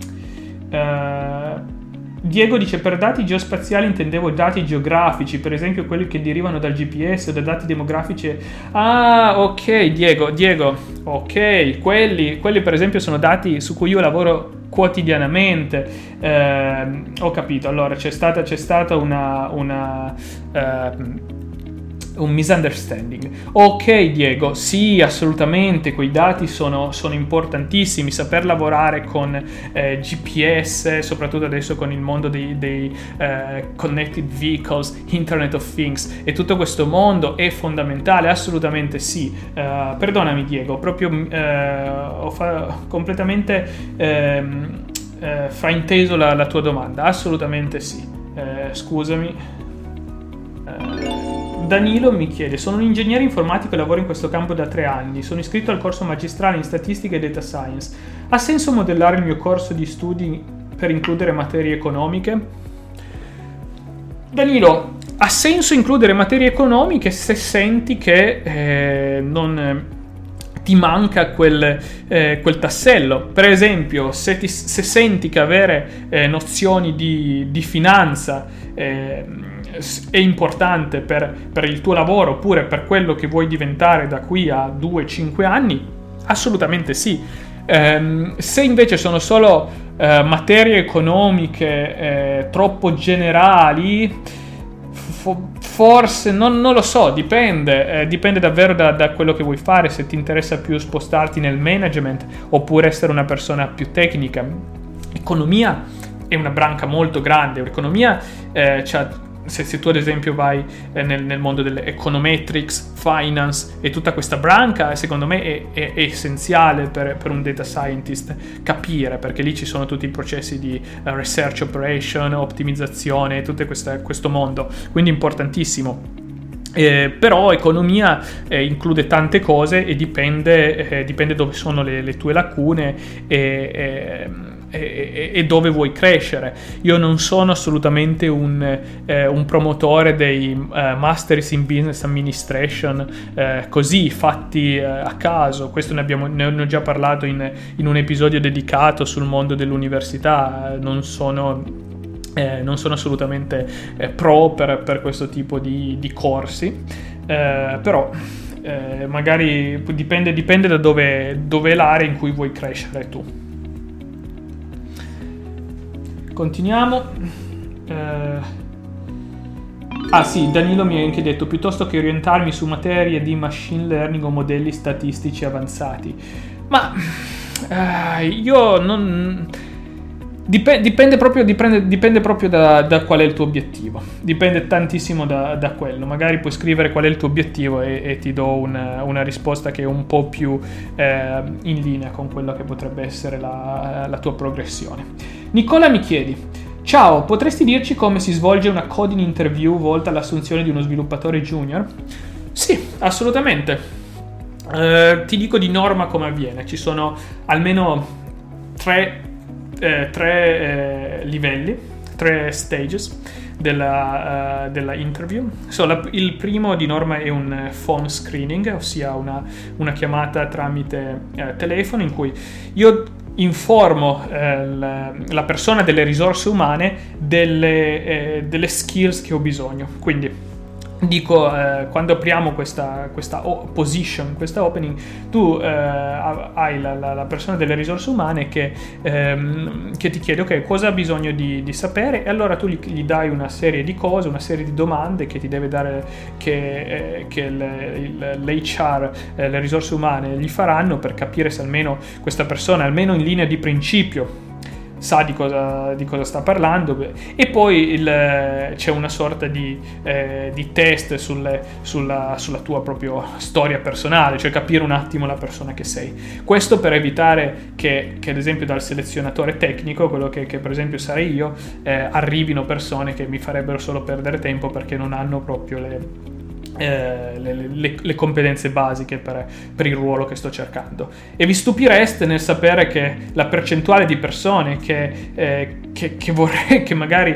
Diego dice: per dati geospaziali intendevo dati geografici, per esempio quelli che derivano dal GPS o da dati demografici. Ah, ok, Diego, ok, quelli per esempio sono dati su cui io lavoro quotidianamente. Ho capito. Allora c'è stata un misunderstanding. Ok, Diego, sì, assolutamente, quei dati sono importantissimi. Saper lavorare con GPS, soprattutto adesso con il mondo dei connected vehicles, Internet of Things e tutto questo mondo è fondamentale, assolutamente sì. Perdonami, Diego, proprio ho completamente frainteso la tua domanda. Assolutamente sì. Scusami. Danilo mi chiede: sono un ingegnere informatico e lavoro in questo campo da 3 anni. Sono iscritto al corso magistrale in statistica e data science. Ha senso modellare il mio corso di studi per includere materie economiche? Danilo, ha senso includere materie economiche se senti che non ti manca quel tassello. Per esempio, se senti che avere nozioni di finanza è importante per il tuo lavoro, oppure per quello che vuoi diventare da qui a 2-5 anni, assolutamente sì. Se invece sono solo materie economiche troppo generali, forse non lo so, dipende davvero da quello che vuoi fare, se ti interessa più spostarti nel management oppure essere una persona più tecnica. Economia è una branca molto grande. L'economia c'ha se tu ad esempio vai nel mondo delle econometrics, finance e tutta questa branca, secondo me è essenziale per un data scientist capire, perché lì ci sono tutti i processi di research operation, ottimizzazione, tutto questo mondo, quindi importantissimo. Però economia include tante cose e dipende dove sono le tue lacune e dove vuoi crescere. Io non sono assolutamente un promotore dei Masters in Business Administration così fatti a caso. Questo ne ho già parlato in un episodio dedicato sul mondo dell'università. Non sono assolutamente pro per questo tipo di corsi, però magari dipende da dove è l'area in cui vuoi crescere tu. Continuiamo. Sì, Danilo mi ha anche detto piuttosto che orientarmi su materie di machine learning o modelli statistici avanzati, ma io non... Dipende proprio da qual è il tuo obiettivo, dipende tantissimo da quello. Magari puoi scrivere qual è il tuo obiettivo e ti do una risposta che è un po' più in linea con quello che potrebbe essere la tua progressione. Nicola mi chiedi: ciao, potresti dirci come si svolge una coding interview volta all'assunzione di uno sviluppatore junior? Sì, assolutamente. Ti dico di norma come avviene. Ci sono almeno tre livelli, 3 stages della interview. Il primo di norma è un phone screening, ossia una chiamata tramite telefono in cui io informo la persona delle risorse umane delle skills che ho bisogno. Quindi dico, quando apriamo questa position, questa opening, tu hai la persona delle risorse umane che ti chiede ok, cosa ha bisogno di sapere, e allora tu gli dai una serie di cose, una serie di domande che ti deve dare, che l'HR, le risorse umane gli faranno, per capire se almeno questa persona, almeno in linea di principio, sa di cosa sta parlando. E poi c'è una sorta di test sulla tua propria storia personale, cioè capire un attimo la persona che sei. Questo per evitare che ad esempio dal selezionatore tecnico, quello che per esempio sarei io, arrivino persone che mi farebbero solo perdere tempo perché non hanno proprio le competenze basiche per il ruolo che sto cercando. E vi stupireste nel sapere che la percentuale di persone che magari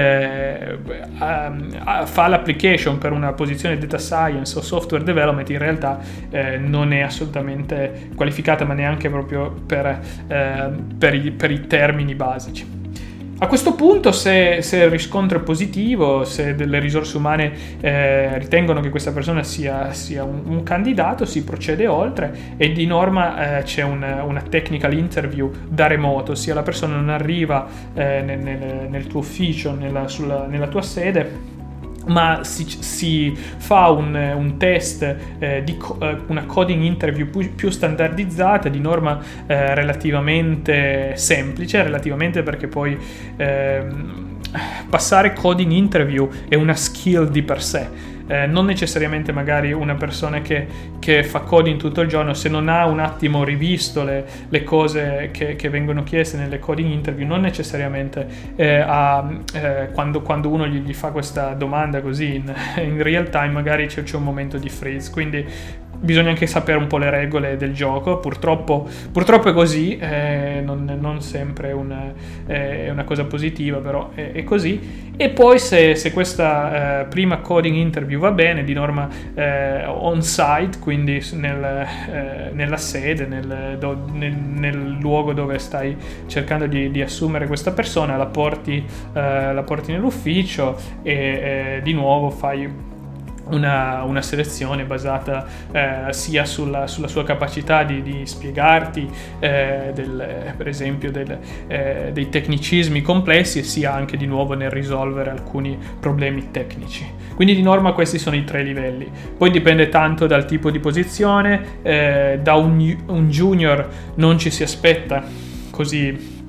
fa l'application per una posizione data science o software development in realtà non è assolutamente qualificata, ma neanche proprio per i termini basici. A questo punto, se il riscontro è positivo, se delle risorse umane ritengono che questa persona sia un candidato, si procede oltre, e di norma c'è una technical interview da remoto, ossia la persona non arriva nel tuo ufficio, nella tua sede, ma si fa un test, una coding interview più standardizzata, di norma relativamente semplice, perché poi passare coding interview è una skill di per sé. Non necessariamente magari una persona che fa coding tutto il giorno, se non ha un attimo rivisto le cose che vengono chieste nelle coding interview, non necessariamente quando uno gli fa questa domanda così in real time, magari c'è un momento di freeze. Quindi bisogna anche sapere un po' le regole del gioco. Purtroppo è così, non sempre è una cosa positiva, però è così. E poi se questa prima coding interview va bene, di norma on site, quindi nella sede, nel luogo dove stai cercando di assumere questa persona, la porti nell'ufficio e di nuovo fai una selezione basata sia sulla sua capacità di spiegarti per esempio dei tecnicismi complessi, e sia anche di nuovo nel risolvere alcuni problemi tecnici. Quindi di norma questi sono i 3 livelli. Poi dipende tanto dal tipo di posizione. Da un junior non ci si aspetta così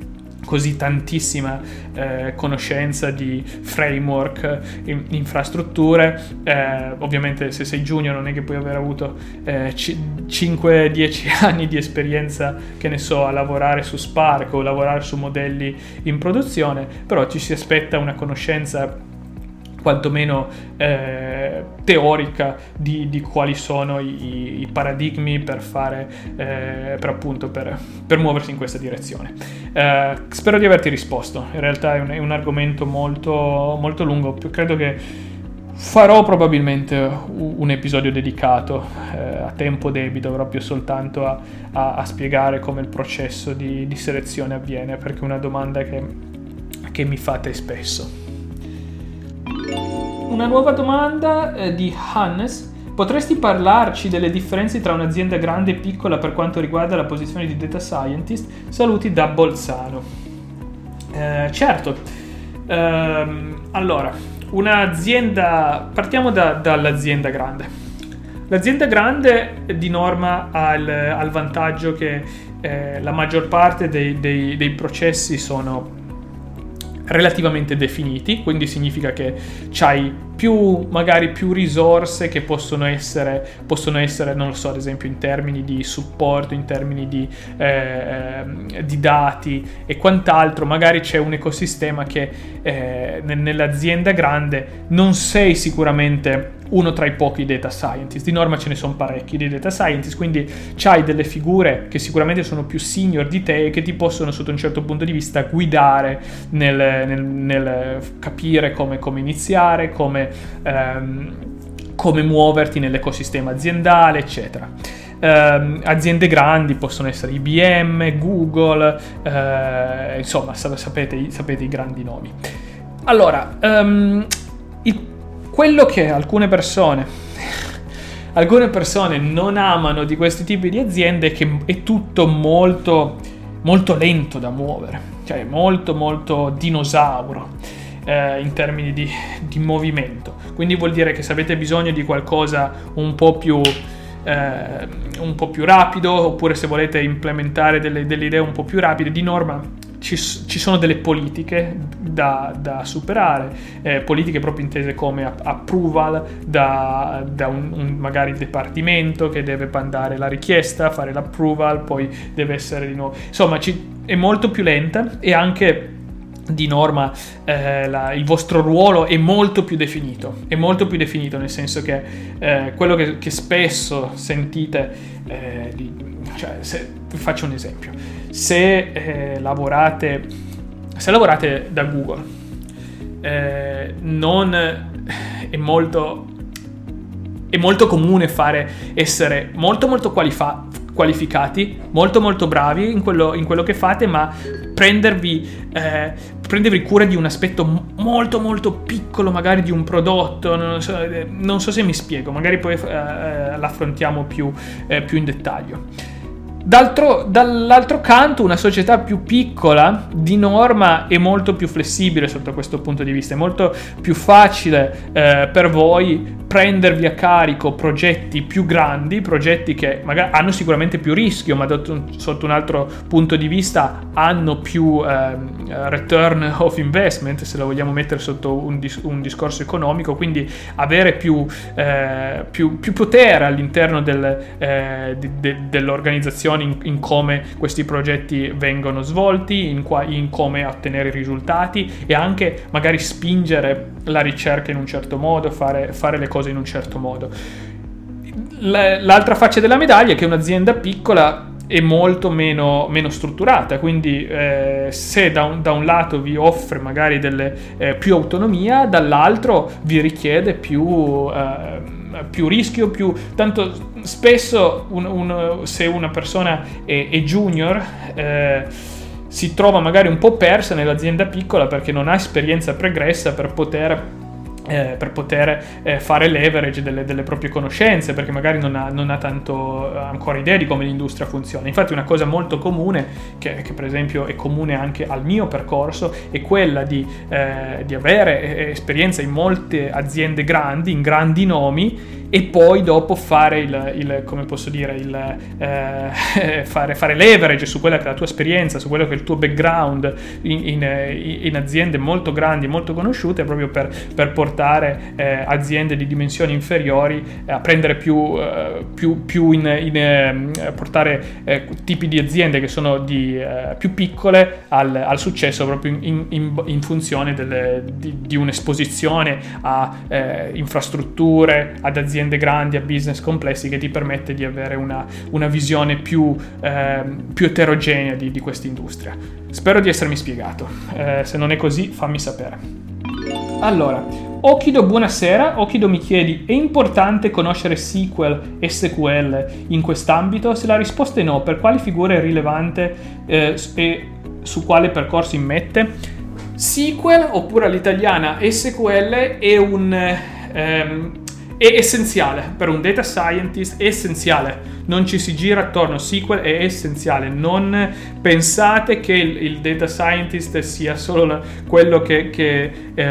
così tantissima conoscenza di framework, infrastrutture. Ovviamente se sei junior non è che puoi aver avuto 5-10 anni di esperienza, che ne so, a lavorare su Spark o lavorare su modelli in produzione, però ci si aspetta una conoscenza quantomeno teorica di quali sono i paradigmi per fare per muoversi in questa direzione. Spero di averti risposto. In realtà è un argomento molto, molto lungo. Credo che farò probabilmente un episodio dedicato a tempo debito proprio soltanto a spiegare come il processo di selezione avviene, perché è una domanda che mi fate spesso. Una nuova domanda di Hannes. Potresti parlarci delle differenze tra un'azienda grande e piccola per quanto riguarda la posizione di data scientist? Saluti da Bolzano. Certo. Allora, un'azienda, partiamo dall'azienda grande. L'azienda grande di norma ha il vantaggio che la maggior parte dei processi sono relativamente definiti, quindi significa che c'hai magari più risorse che possono essere, non lo so, ad esempio in termini di supporto, in termini di dati e quant'altro. Magari c'è un ecosistema che nell'azienda grande non sei sicuramente uno tra i pochi data scientist. Di norma ce ne sono parecchi di data scientist, quindi c'hai delle figure che sicuramente sono più senior di te e che ti possono sotto un certo punto di vista guidare nel capire come iniziare, come muoverti nell'ecosistema aziendale, eccetera. Aziende grandi possono essere IBM, Google, insomma sapete i grandi nomi. Allora, quello che alcune persone non amano di questi tipi di aziende è che è tutto molto, molto lento da muovere, cioè molto molto dinosauro in termini di movimento. Quindi vuol dire che se avete bisogno di qualcosa un po' più rapido, oppure se volete implementare delle idee un po' più rapide, di norma ci sono delle politiche da superare, politiche proprio intese come approval da un magari dipartimento che deve mandare la richiesta, fare l'approval, poi deve essere di nuovo, insomma è molto più lenta, e anche di norma il vostro ruolo è molto più definito, nel senso che quello che spesso sentite, cioè, vi faccio un esempio: se lavorate da Google, non è molto comune essere molto molto qualificati, molto molto bravi in quello che fate, ma prendervi cura di un aspetto molto molto piccolo, magari di un prodotto. Non so se mi spiego, magari poi l'affrontiamo più in dettaglio. Dall'altro canto, una società più piccola di norma è molto più flessibile sotto questo punto di vista, è molto più facile per voi prendervi a carico progetti più grandi, progetti che magari hanno sicuramente più rischio, ma sotto un altro punto di vista hanno più return of investment, se la vogliamo mettere sotto un discorso economico, quindi avere più potere all'interno dell'organizzazione in come questi progetti vengono svolti, in come ottenere i risultati, e anche magari spingere la ricerca in un certo modo, fare le cose in un certo modo. L'altra faccia della medaglia è che un'azienda piccola è molto meno strutturata, quindi se da un lato vi offre magari più autonomia, dall'altro vi richiede più rischio, tanto spesso se una persona è junior si trova magari un po' persa nell'azienda piccola perché non ha esperienza pregressa per poter fare leverage delle proprie conoscenze, perché magari non ha tanto ancora idea di come l'industria funziona. Infatti una cosa molto comune, che per esempio è comune anche al mio percorso, è quella di avere esperienza in molte aziende grandi, in grandi nomi, e poi dopo fare come posso dire, fare leverage su quella che è la tua esperienza, su quello che è il tuo background in aziende molto grandi, molto conosciute, proprio per portare aziende di dimensioni inferiori a prendere portare tipi di aziende che sono più piccole al successo, proprio in funzione di un'esposizione a infrastrutture, ad aziende grandi, a business complessi, che ti permette di avere una visione più eterogenea di questa industria. Spero di essermi spiegato, se non è così fammi sapere. Allora, Okido, buonasera. Okido mi chiedi: è importante conoscere SQL e SQL in quest'ambito? Se la risposta è no, per quali figure è rilevante e su quale percorso immette? SQL, oppure all'italiana SQL, è essenziale per un data scientist, è essenziale, non ci si gira attorno. SQL è essenziale, non pensate che il data scientist sia solo quello che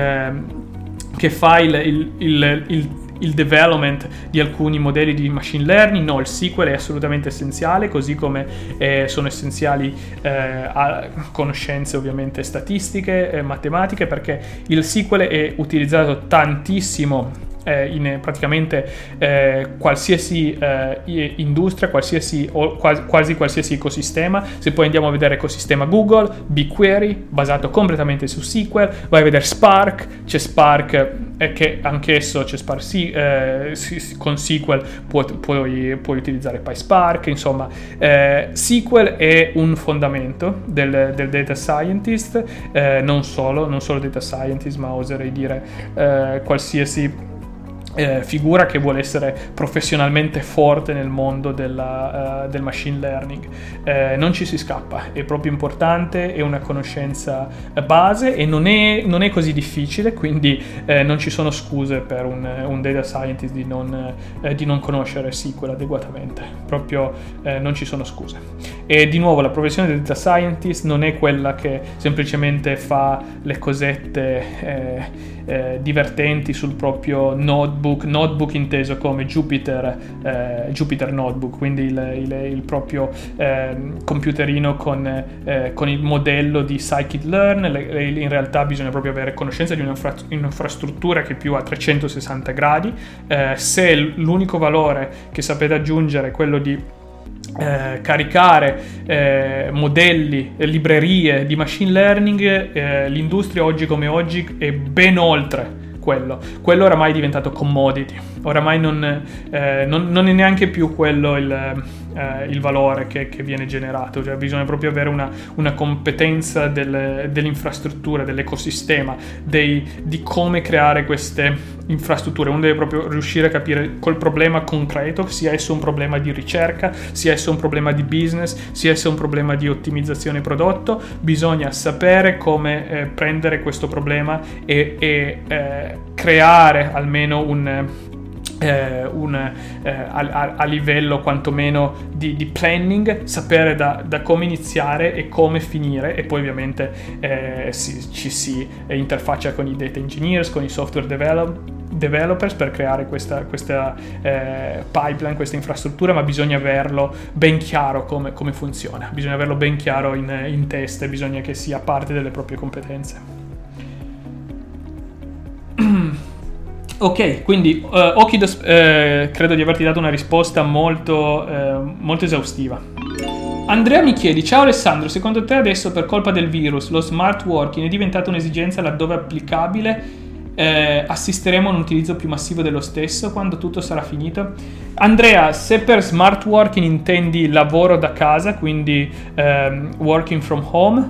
fa il development di alcuni modelli di machine learning. No, il SQL è assolutamente essenziale, così come sono essenziali conoscenze ovviamente statistiche, matematiche, perché il SQL è utilizzato tantissimo in praticamente qualsiasi industria, quasi qualsiasi ecosistema. Se poi andiamo a vedere ecosistema Google, BigQuery basato completamente su SQL, vai a vedere Spark, c'è Spark che anch'esso c'è Spark con SQL puoi utilizzare PySpark, insomma SQL è un fondamento del data scientist, non solo data scientist, ma oserei dire qualsiasi figura che vuole essere professionalmente forte nel mondo del machine learning. Non ci si scappa, è proprio importante, è una conoscenza base e non è così difficile, quindi non ci sono scuse per un data scientist di non conoscere SQL adeguatamente, proprio non ci sono scuse. E di nuovo la professione del data scientist non è quella che semplicemente fa le cosette divertenti sul proprio notebook inteso come Jupyter Notebook, quindi il proprio computerino con il modello di scikit-learn. In realtà bisogna proprio avere conoscenza di un'infrastruttura che è più a 360 gradi. Se l'unico valore che sapete aggiungere è quello di caricare modelli, librerie di machine learning, l'industria oggi come oggi è ben oltre quello oramai è diventato commodity, oramai non è neanche più quello il valore che viene generato, cioè bisogna proprio avere una competenza dell'infrastruttura, dell'ecosistema, di come creare queste infrastrutture. Uno deve proprio riuscire a capire col problema concreto, sia esso un problema di ricerca, sia esso un problema di business, sia esso un problema di ottimizzazione prodotto. Bisogna sapere come prendere questo problema e creare almeno a livello quantomeno di planning, sapere da come iniziare e come finire, e poi ovviamente ci si interfaccia con i data engineers, con i software developers per creare questa pipeline, questa infrastruttura, ma bisogna averlo ben chiaro come funziona, bisogna averlo ben chiaro in testa e bisogna che sia parte delle proprie competenze. Ok, quindi Okido, credo di averti dato una risposta molto esaustiva. Andrea mi chiedi: ciao Alessandro, secondo te adesso per colpa del virus lo smart working è diventata un'esigenza laddove applicabile? Assisteremo a un utilizzo più massivo dello stesso quando tutto sarà finito? Andrea, se per smart working intendi lavoro da casa, quindi working from home,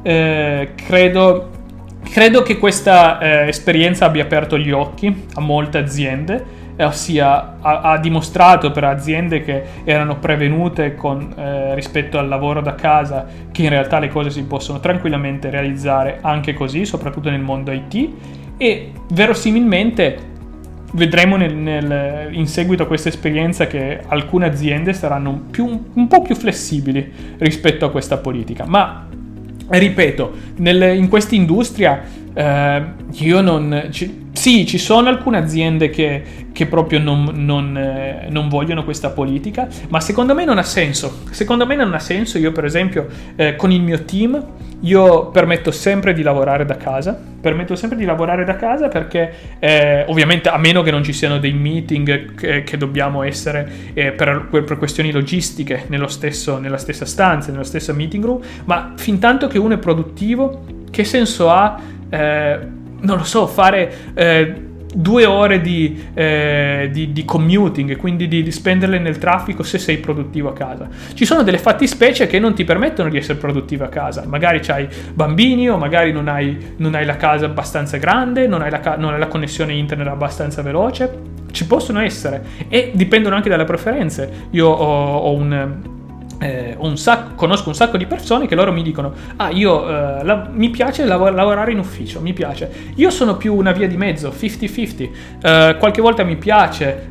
credo che questa esperienza abbia aperto gli occhi a molte aziende, ossia ha dimostrato per aziende che erano prevenute rispetto al lavoro da casa che in realtà le cose si possono tranquillamente realizzare anche così, soprattutto nel mondo IT, e verosimilmente vedremo in seguito a questa esperienza che alcune aziende saranno un po' più flessibili rispetto a questa politica. Ma ripeto, in questa industria io non... Sì, ci sono alcune aziende che proprio non vogliono questa politica, ma secondo me non ha senso. Secondo me non ha senso. Io per esempio con il mio team io permetto sempre di lavorare da casa. Perché ovviamente, a meno che non ci siano dei meeting che dobbiamo essere per questioni logistiche nella stessa stanza, nella stessa meeting room, ma fin tanto che uno è produttivo, che senso ha non lo so, fare 2 ore di commuting, quindi di spenderle nel traffico se sei produttivo a casa. Ci sono delle fattispecie che non ti permettono di essere produttivo a casa. Magari c'hai bambini, o magari non hai la casa abbastanza grande, non hai la connessione internet abbastanza veloce. Ci possono essere, e dipendono anche dalle preferenze. Io conosco un sacco di persone che loro mi dicono: mi piace lavorare in ufficio, mi piace. Io sono più una via di mezzo, 50-50. Qualche volta mi piace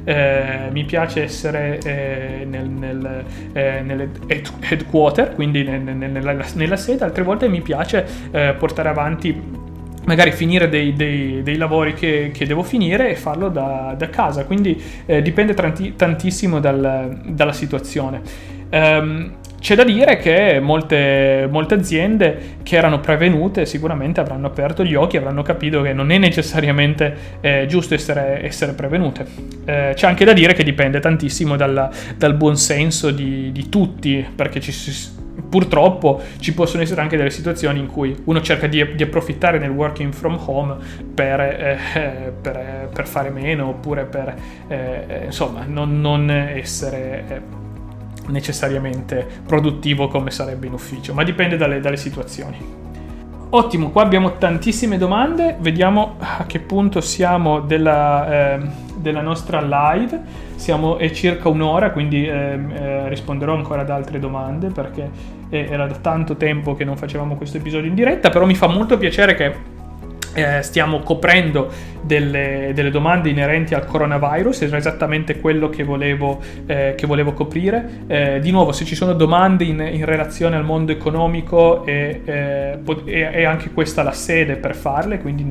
essere nelle headquarter, quindi nella sede. Altre volte mi piace portare avanti, magari finire dei lavori che devo finire e farlo da casa. Quindi dipende tantissimo dalla situazione. C'è da dire che molte aziende che erano prevenute sicuramente avranno aperto gli occhi, avranno capito che non è necessariamente giusto essere prevenute. C'è anche da dire che dipende tantissimo dal buon senso di tutti, perché purtroppo ci possono essere anche delle situazioni in cui uno cerca di approfittare nel working from home per fare meno, oppure per insomma non essere necessariamente produttivo come sarebbe in ufficio, ma dipende dalle situazioni. Ottimo, qua abbiamo tantissime domande, vediamo a che punto siamo della nostra live. È circa un'ora, quindi risponderò ancora ad altre domande, perché era da tanto tempo che non facevamo questo episodio in diretta, però mi fa molto piacere che stiamo coprendo delle domande inerenti al coronavirus. Era esattamente quello che volevo coprire. Di nuovo, se ci sono domande in relazione al mondo economico, è anche questa la sede per farle, quindi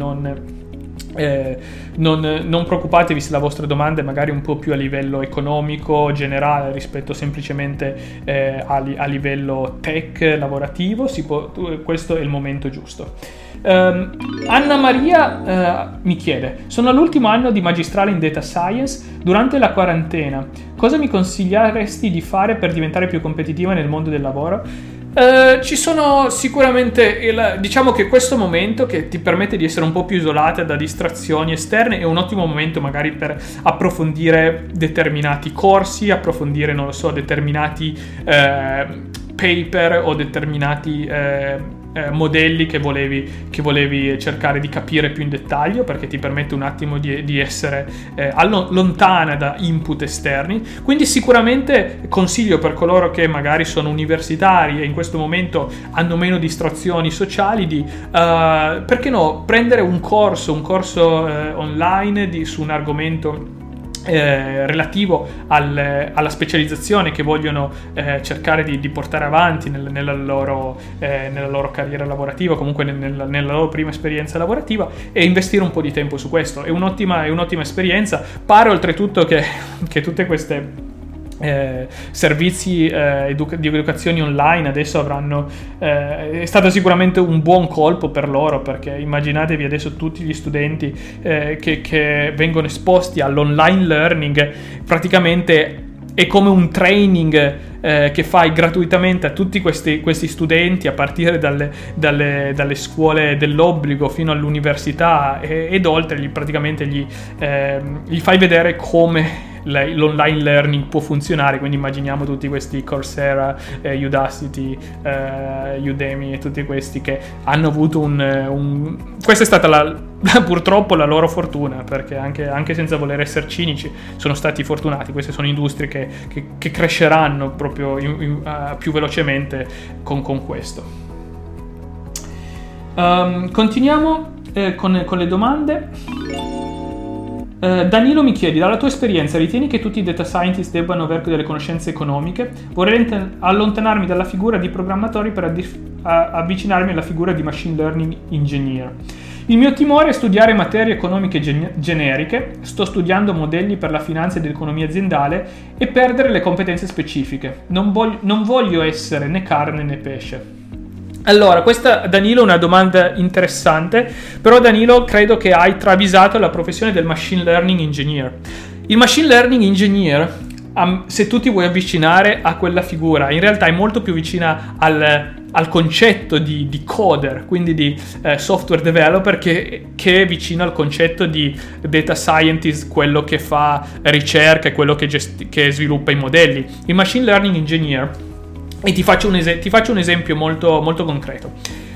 non preoccupatevi se la vostra domanda è magari un po' più a livello economico generale rispetto semplicemente a livello tech lavorativo. Questo è il momento giusto. Anna Maria mi chiede: sono all'ultimo anno di magistrale in data science. Durante la quarantena cosa mi consiglieresti di fare per diventare più competitiva nel mondo del lavoro? Ci sono sicuramente diciamo che questo momento, che ti permette di essere un po' più isolata da distrazioni esterne, è un ottimo momento magari per approfondire determinati corsi, approfondire, non lo so, determinati paper o determinati modelli che volevi cercare di capire più in dettaglio, perché ti permette un attimo di essere lontana da input esterni. Quindi sicuramente consiglio, per coloro che magari sono universitari e in questo momento hanno meno distrazioni sociali, di perché no, prendere un corso online su un argomento relativo alla specializzazione che vogliono cercare di portare avanti nella loro carriera lavorativa, comunque nella loro prima esperienza lavorativa, e investire un po' di tempo su questo. È un'ottima esperienza. Pare oltretutto che tutte queste servizi di educazione online adesso avranno è stato sicuramente un buon colpo per loro, perché immaginatevi adesso tutti gli studenti che vengono esposti all'online learning. Praticamente è come un training che fai gratuitamente a tutti questi studenti, a partire dalle scuole dell'obbligo fino all'università ed oltre. Praticamente gli fai vedere come l'online learning può funzionare. Quindi immaginiamo tutti questi Coursera, Udacity, Udemy e tutti questi che hanno avuto questa è stata purtroppo la loro fortuna, perché anche senza voler essere cinici sono stati fortunati. Queste sono industrie che cresceranno proprio più velocemente con questo. Continuiamo con le domande. Danilo mi chiede: dalla tua esperienza ritieni che tutti i data scientist debbano avere delle conoscenze economiche? Vorrei allontanarmi dalla figura di programmatori per avvicinarmi alla figura di machine learning engineer. Il mio timore è studiare materie economiche generiche, sto studiando modelli per la finanza ed l'economia aziendale e perdere le competenze specifiche. Non voglio essere né carne né pesce. Allora, questa, Danilo, è una domanda interessante, però Danilo credo che hai travisato la professione del machine learning engineer. Il machine learning engineer, se tu ti vuoi avvicinare a quella figura, in realtà è molto più vicina al concetto di coder, quindi di software developer, che è vicino al concetto di data scientist, quello che fa ricerca e quello che sviluppa i modelli. Il machine learning engineer, e ti faccio un esempio molto, molto concreto.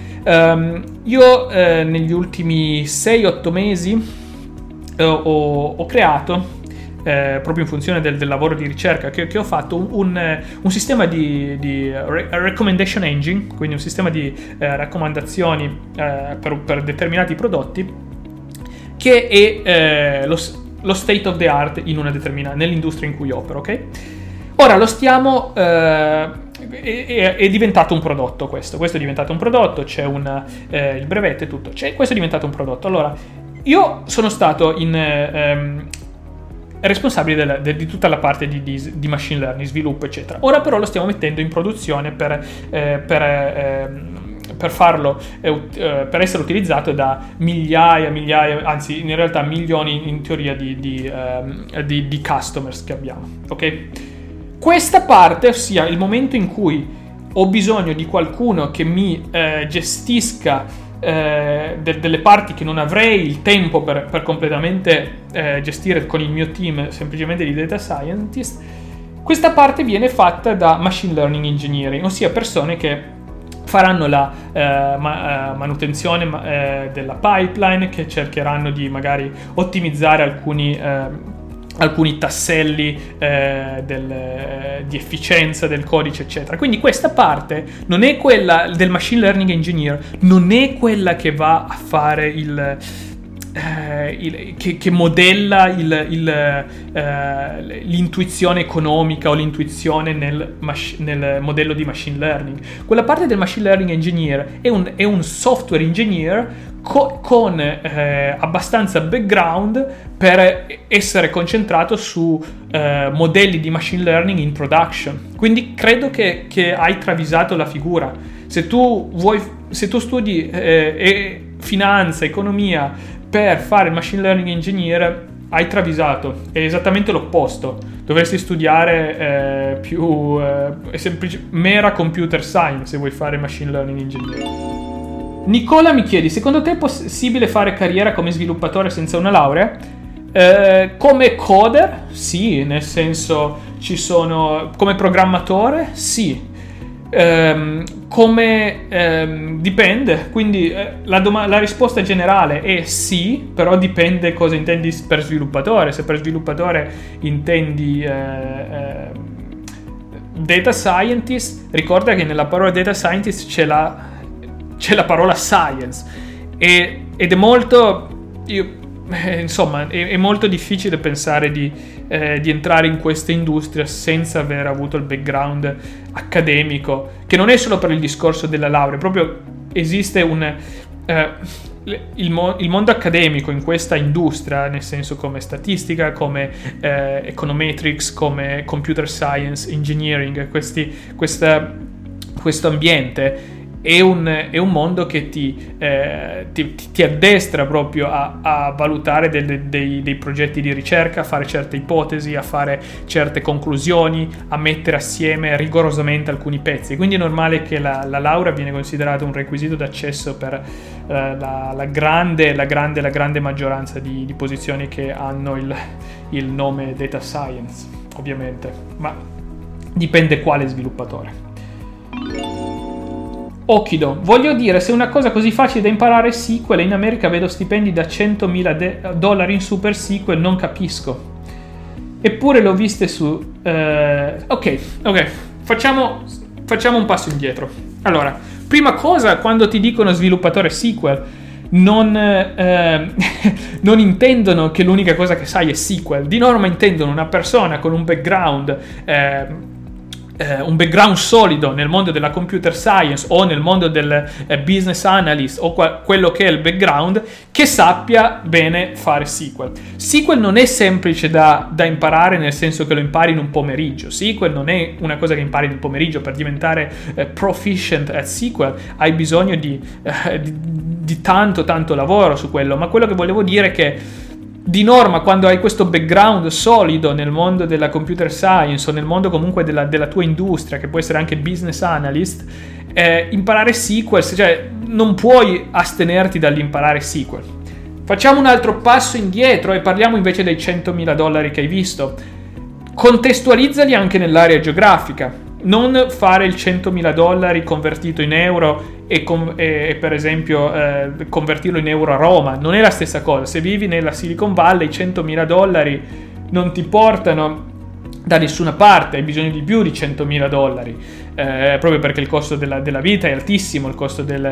Io negli ultimi 6-8 mesi ho creato, proprio in funzione del lavoro di ricerca che ho fatto, un sistema di recommendation engine, quindi un sistema di raccomandazioni per determinati prodotti, che è lo state of the art nell'industria in cui opero, ok? Ora lo stiamo... è diventato un prodotto questo è diventato un prodotto, c'è il brevetto e tutto, questo è diventato un prodotto. Allora, io sono stato responsabile di tutta la parte di machine learning, sviluppo eccetera. Ora però lo stiamo mettendo in produzione per farlo, per essere utilizzato da migliaia, anzi in realtà milioni in teoria di customers che abbiamo, ok? Questa parte, ossia il momento in cui ho bisogno di qualcuno che mi gestisca delle parti che non avrei il tempo per completamente gestire con il mio team semplicemente di data scientist, questa parte viene fatta da machine learning engineering, ossia persone che faranno la manutenzione della pipeline, che cercheranno di magari ottimizzare alcuni tasselli di efficienza del codice eccetera. Quindi questa parte non è quella del machine learning engineer, non è quella che va a fare che modella l'intuizione economica o l'intuizione nel modello di machine learning. Quella parte del machine learning engineer è un software engineer con abbastanza background per essere concentrato su modelli di machine learning in production. Quindi credo che hai travisato la figura. Se tu studi finanza, economia per fare il machine learning engineer, hai travisato. È esattamente l'opposto. Dovresti studiare mera computer science se vuoi fare machine learning engineer. Nicola mi chiedi: secondo te è possibile fare carriera come sviluppatore senza una laurea? Come coder? Sì, nel senso come programmatore? Sì. Dipende, quindi la risposta generale è sì, però dipende cosa intendi per sviluppatore. Se per sviluppatore intendi data scientist, ricorda che nella parola data scientist c'è la parola science ed è molto è molto difficile pensare di entrare in questa industria senza aver avuto il background accademico, che non è solo per il discorso della laurea, proprio esiste il mondo accademico in questa industria, nel senso come statistica, come econometrics, come computer science, engineering, questo ambiente è un mondo che ti addestra proprio a valutare dei progetti di ricerca, a fare certe ipotesi, a fare certe conclusioni, a mettere assieme rigorosamente alcuni pezzi. Quindi è normale che la laurea viene considerata un requisito d'accesso per la grande maggioranza di posizioni che hanno il nome data science, ovviamente, ma dipende quale sviluppatore. Okido, voglio dire, se una cosa così facile da imparare è SQL, in America vedo stipendi da $100.000 in Super SQL, non capisco. Eppure l'ho viste su... Ok, facciamo un passo indietro. Allora, prima cosa, quando ti dicono sviluppatore SQL, non intendono che l'unica cosa che sai è SQL. Di norma intendono una persona con un background un background solido nel mondo della computer science o nel mondo del business analyst o quello che è il background, che sappia bene fare SQL. SQL non è semplice da imparare, nel senso che lo impari in un pomeriggio. SQL non è una cosa che impari nel pomeriggio. Per diventare proficient at SQL hai bisogno di tanto lavoro su quello. Ma quello che volevo dire è che di norma, quando hai questo background solido nel mondo della computer science o nel mondo comunque della tua industria, che può essere anche business analyst, imparare SQL, cioè non puoi astenerti dall'imparare SQL. Facciamo un altro passo indietro e parliamo invece dei $100.000 che hai visto. Contestualizzali anche nell'area geografica. Non fare il $100.000 convertito in euro e per esempio convertirlo in euro a Roma. Non è la stessa cosa. Se vivi nella Silicon Valley, $100.000 non ti portano da nessuna parte, hai bisogno di più di $100.000, proprio perché il costo della vita è altissimo, il costo del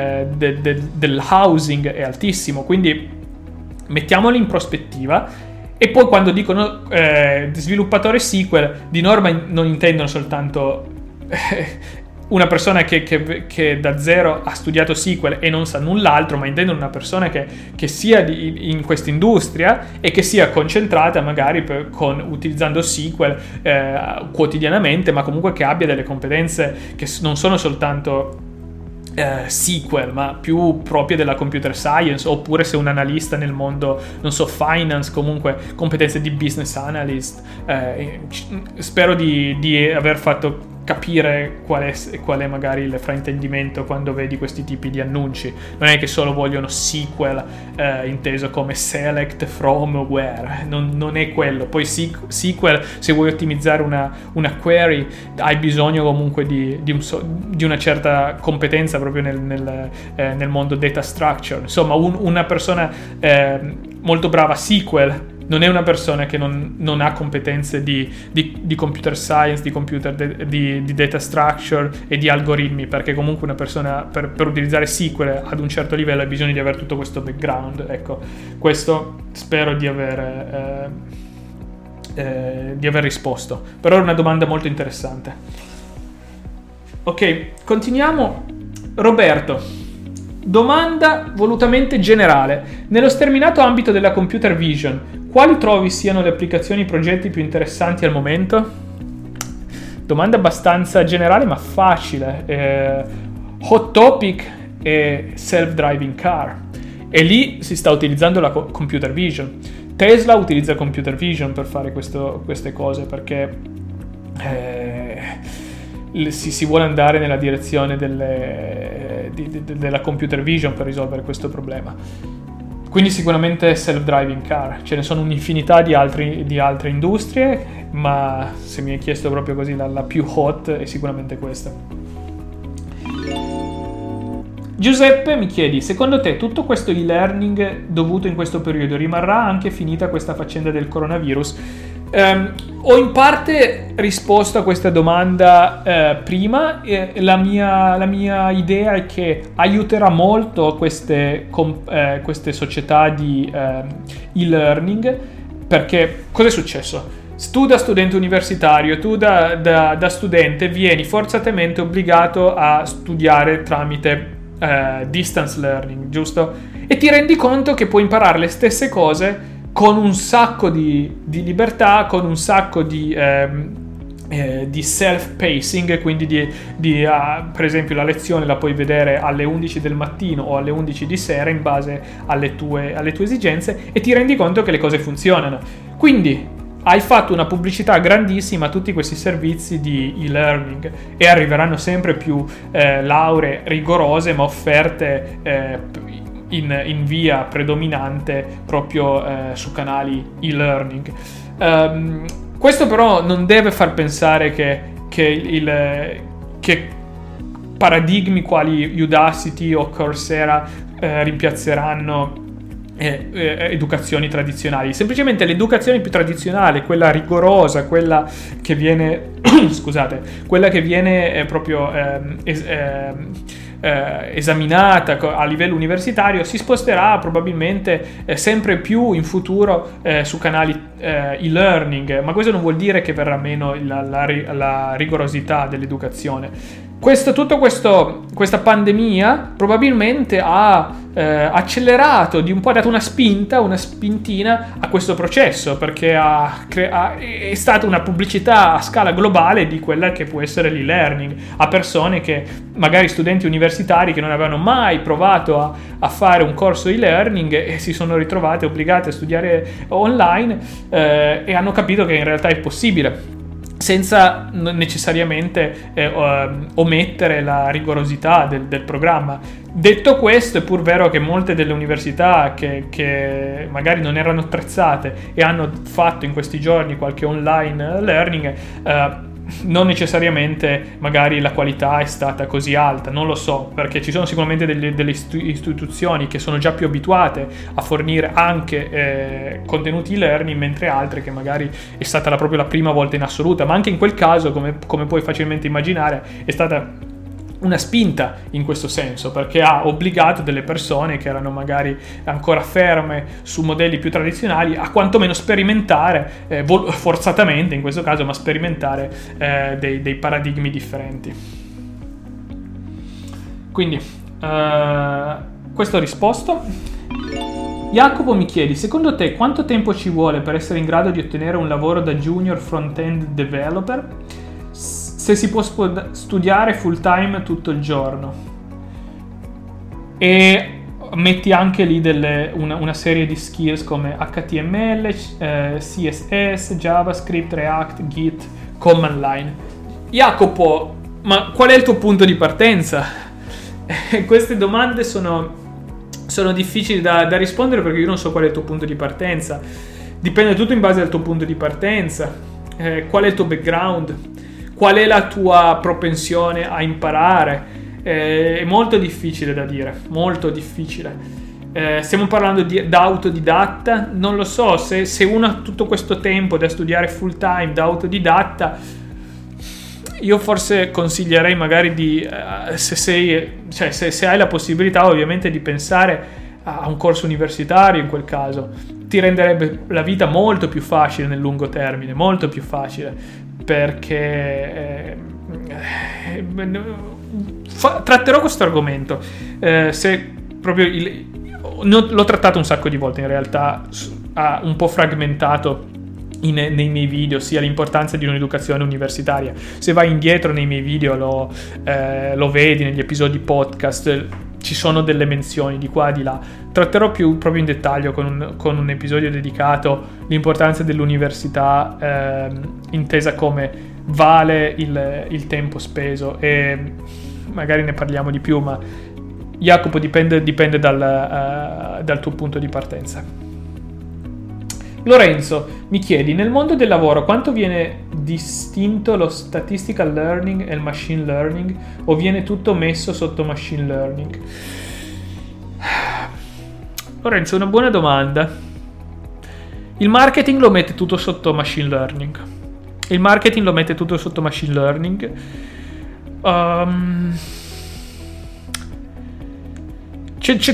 housing è altissimo. Quindi mettiamoli in prospettiva. E poi quando dicono sviluppatore SQL, di norma non intendono soltanto una persona che da zero ha studiato SQL e non sa null'altro, ma intendono una persona che sia in questa industria e che sia concentrata magari utilizzando SQL quotidianamente, ma comunque che abbia delle competenze che non sono soltanto SQL, ma più proprie della computer science, oppure se un analista nel mondo, non so, finance, comunque competenze di business analyst. Spero di aver fatto capire qual è magari il fraintendimento quando vedi questi tipi di annunci. Non è che solo vogliono SQL inteso come select from where, non è quello. Poi SQL, se vuoi ottimizzare una query, hai bisogno comunque di una certa competenza proprio nel mondo data structure. Insomma, una persona molto brava a SQL non è una persona che non ha competenze di computer science, di data structure e di algoritmi, perché comunque una persona per utilizzare SQL ad un certo livello ha bisogno di avere tutto questo background. Ecco, questo spero di aver risposto. Però è una domanda molto interessante. Ok, continuiamo. Roberto. Domanda volutamente generale. Nello sterminato ambito della computer vision, quali trovi siano le applicazioni e i progetti più interessanti al momento? Domanda abbastanza generale ma facile. Hot topic è self-driving car. E lì si sta utilizzando la computer vision. Tesla utilizza computer vision per fare queste cose, perché si vuole andare nella direzione della computer vision per risolvere questo problema. Quindi sicuramente self-driving car. Ce ne sono un'infinità di altre industrie, ma se mi hai chiesto proprio così la più hot è sicuramente questa. Giuseppe mi chiedi, secondo te tutto questo e-learning dovuto in questo periodo rimarrà anche finita questa faccenda del coronavirus? Ho in parte risposto a questa domanda prima. La mia idea è che aiuterà molto queste società di e-learning, perché cosa è successo? Tu da studente universitario, tu da studente vieni forzatamente obbligato a studiare tramite distance learning, giusto? E ti rendi conto che puoi imparare le stesse cose con un sacco di libertà, con un sacco di self-pacing, quindi per esempio la lezione la puoi vedere alle 11 del mattino o alle 11 di sera in base alle tue esigenze, e ti rendi conto che le cose funzionano. Quindi hai fatto una pubblicità grandissima a tutti questi servizi di e-learning, e arriveranno sempre più lauree rigorose ma offerte in via predominante proprio su canali e-learning. Questo però non deve far pensare che paradigmi quali Udacity o Coursera rimpiazzeranno educazioni tradizionali. Semplicemente l'educazione più tradizionale, quella rigorosa, quella che viene scusate, quella che viene proprio esaminata a livello universitario, si sposterà probabilmente sempre più in futuro su canali e-learning, ma questo non vuol dire che verrà meno la rigorosità dell'educazione. Questa pandemia probabilmente ha accelerato di un po', ha dato una spintina a questo processo, perché è stata una pubblicità a scala globale di quella che può essere l'e-learning a persone che, magari studenti universitari che non avevano mai provato a fare un corso e-learning e si sono ritrovate obbligate a studiare online e hanno capito che in realtà è possibile, senza necessariamente omettere la rigorosità del programma. Detto questo, è pur vero che molte delle università che magari non erano attrezzate e hanno fatto in questi giorni qualche online learning, non necessariamente magari la qualità è stata così alta, non lo so, perché ci sono sicuramente delle istituzioni che sono già più abituate a fornire anche contenuti e-learning, mentre altre che magari è stata proprio la prima volta in assoluta, ma anche in quel caso, come puoi facilmente immaginare, è stata una spinta in questo senso, perché ha obbligato delle persone che erano magari ancora ferme su modelli più tradizionali a quantomeno sperimentare, forzatamente in questo caso, ma sperimentare dei paradigmi differenti. Quindi questo ho risposto. Jacopo mi chiedi: secondo te quanto tempo ci vuole per essere in grado di ottenere un lavoro da junior front-end developer? Se si può studiare full time tutto il giorno, e metti anche lì una serie di skills come HTML, CSS, JavaScript, React, Git, command line. Jacopo, ma qual è il tuo punto di partenza? Queste domande sono difficili da rispondere, perché io non so qual è il tuo punto di partenza. Dipende tutto in base al tuo punto di partenza, qual è il tuo background, qual è la tua propensione a imparare. È molto difficile da dire, molto difficile. Stiamo parlando da autodidatta, non lo so, se uno ha tutto questo tempo da studiare full time da autodidatta, io forse consiglierei magari se hai la possibilità ovviamente di pensare a un corso universitario. In quel caso ti renderebbe la vita molto più facile nel lungo termine, molto più facile, perché tratterò questo argomento, se proprio l'ho trattato un sacco di volte in realtà, un po' fragmentato nei miei video, sia l'importanza di un'educazione universitaria. Se vai indietro nei miei video lo vedi, negli episodi podcast ci sono delle menzioni di qua e di là. Tratterò più proprio in dettaglio con un episodio dedicato all'importanza dell'università, intesa come vale il tempo speso, e magari ne parliamo di più, ma Jacopo dipende dal tuo punto di partenza. Lorenzo mi chiedi: nel mondo del lavoro quanto viene distinto lo statistical learning e il machine learning, o viene tutto messo sotto machine learning? Lorenzo, una buona domanda. Il marketing lo mette tutto sotto machine learning. C'è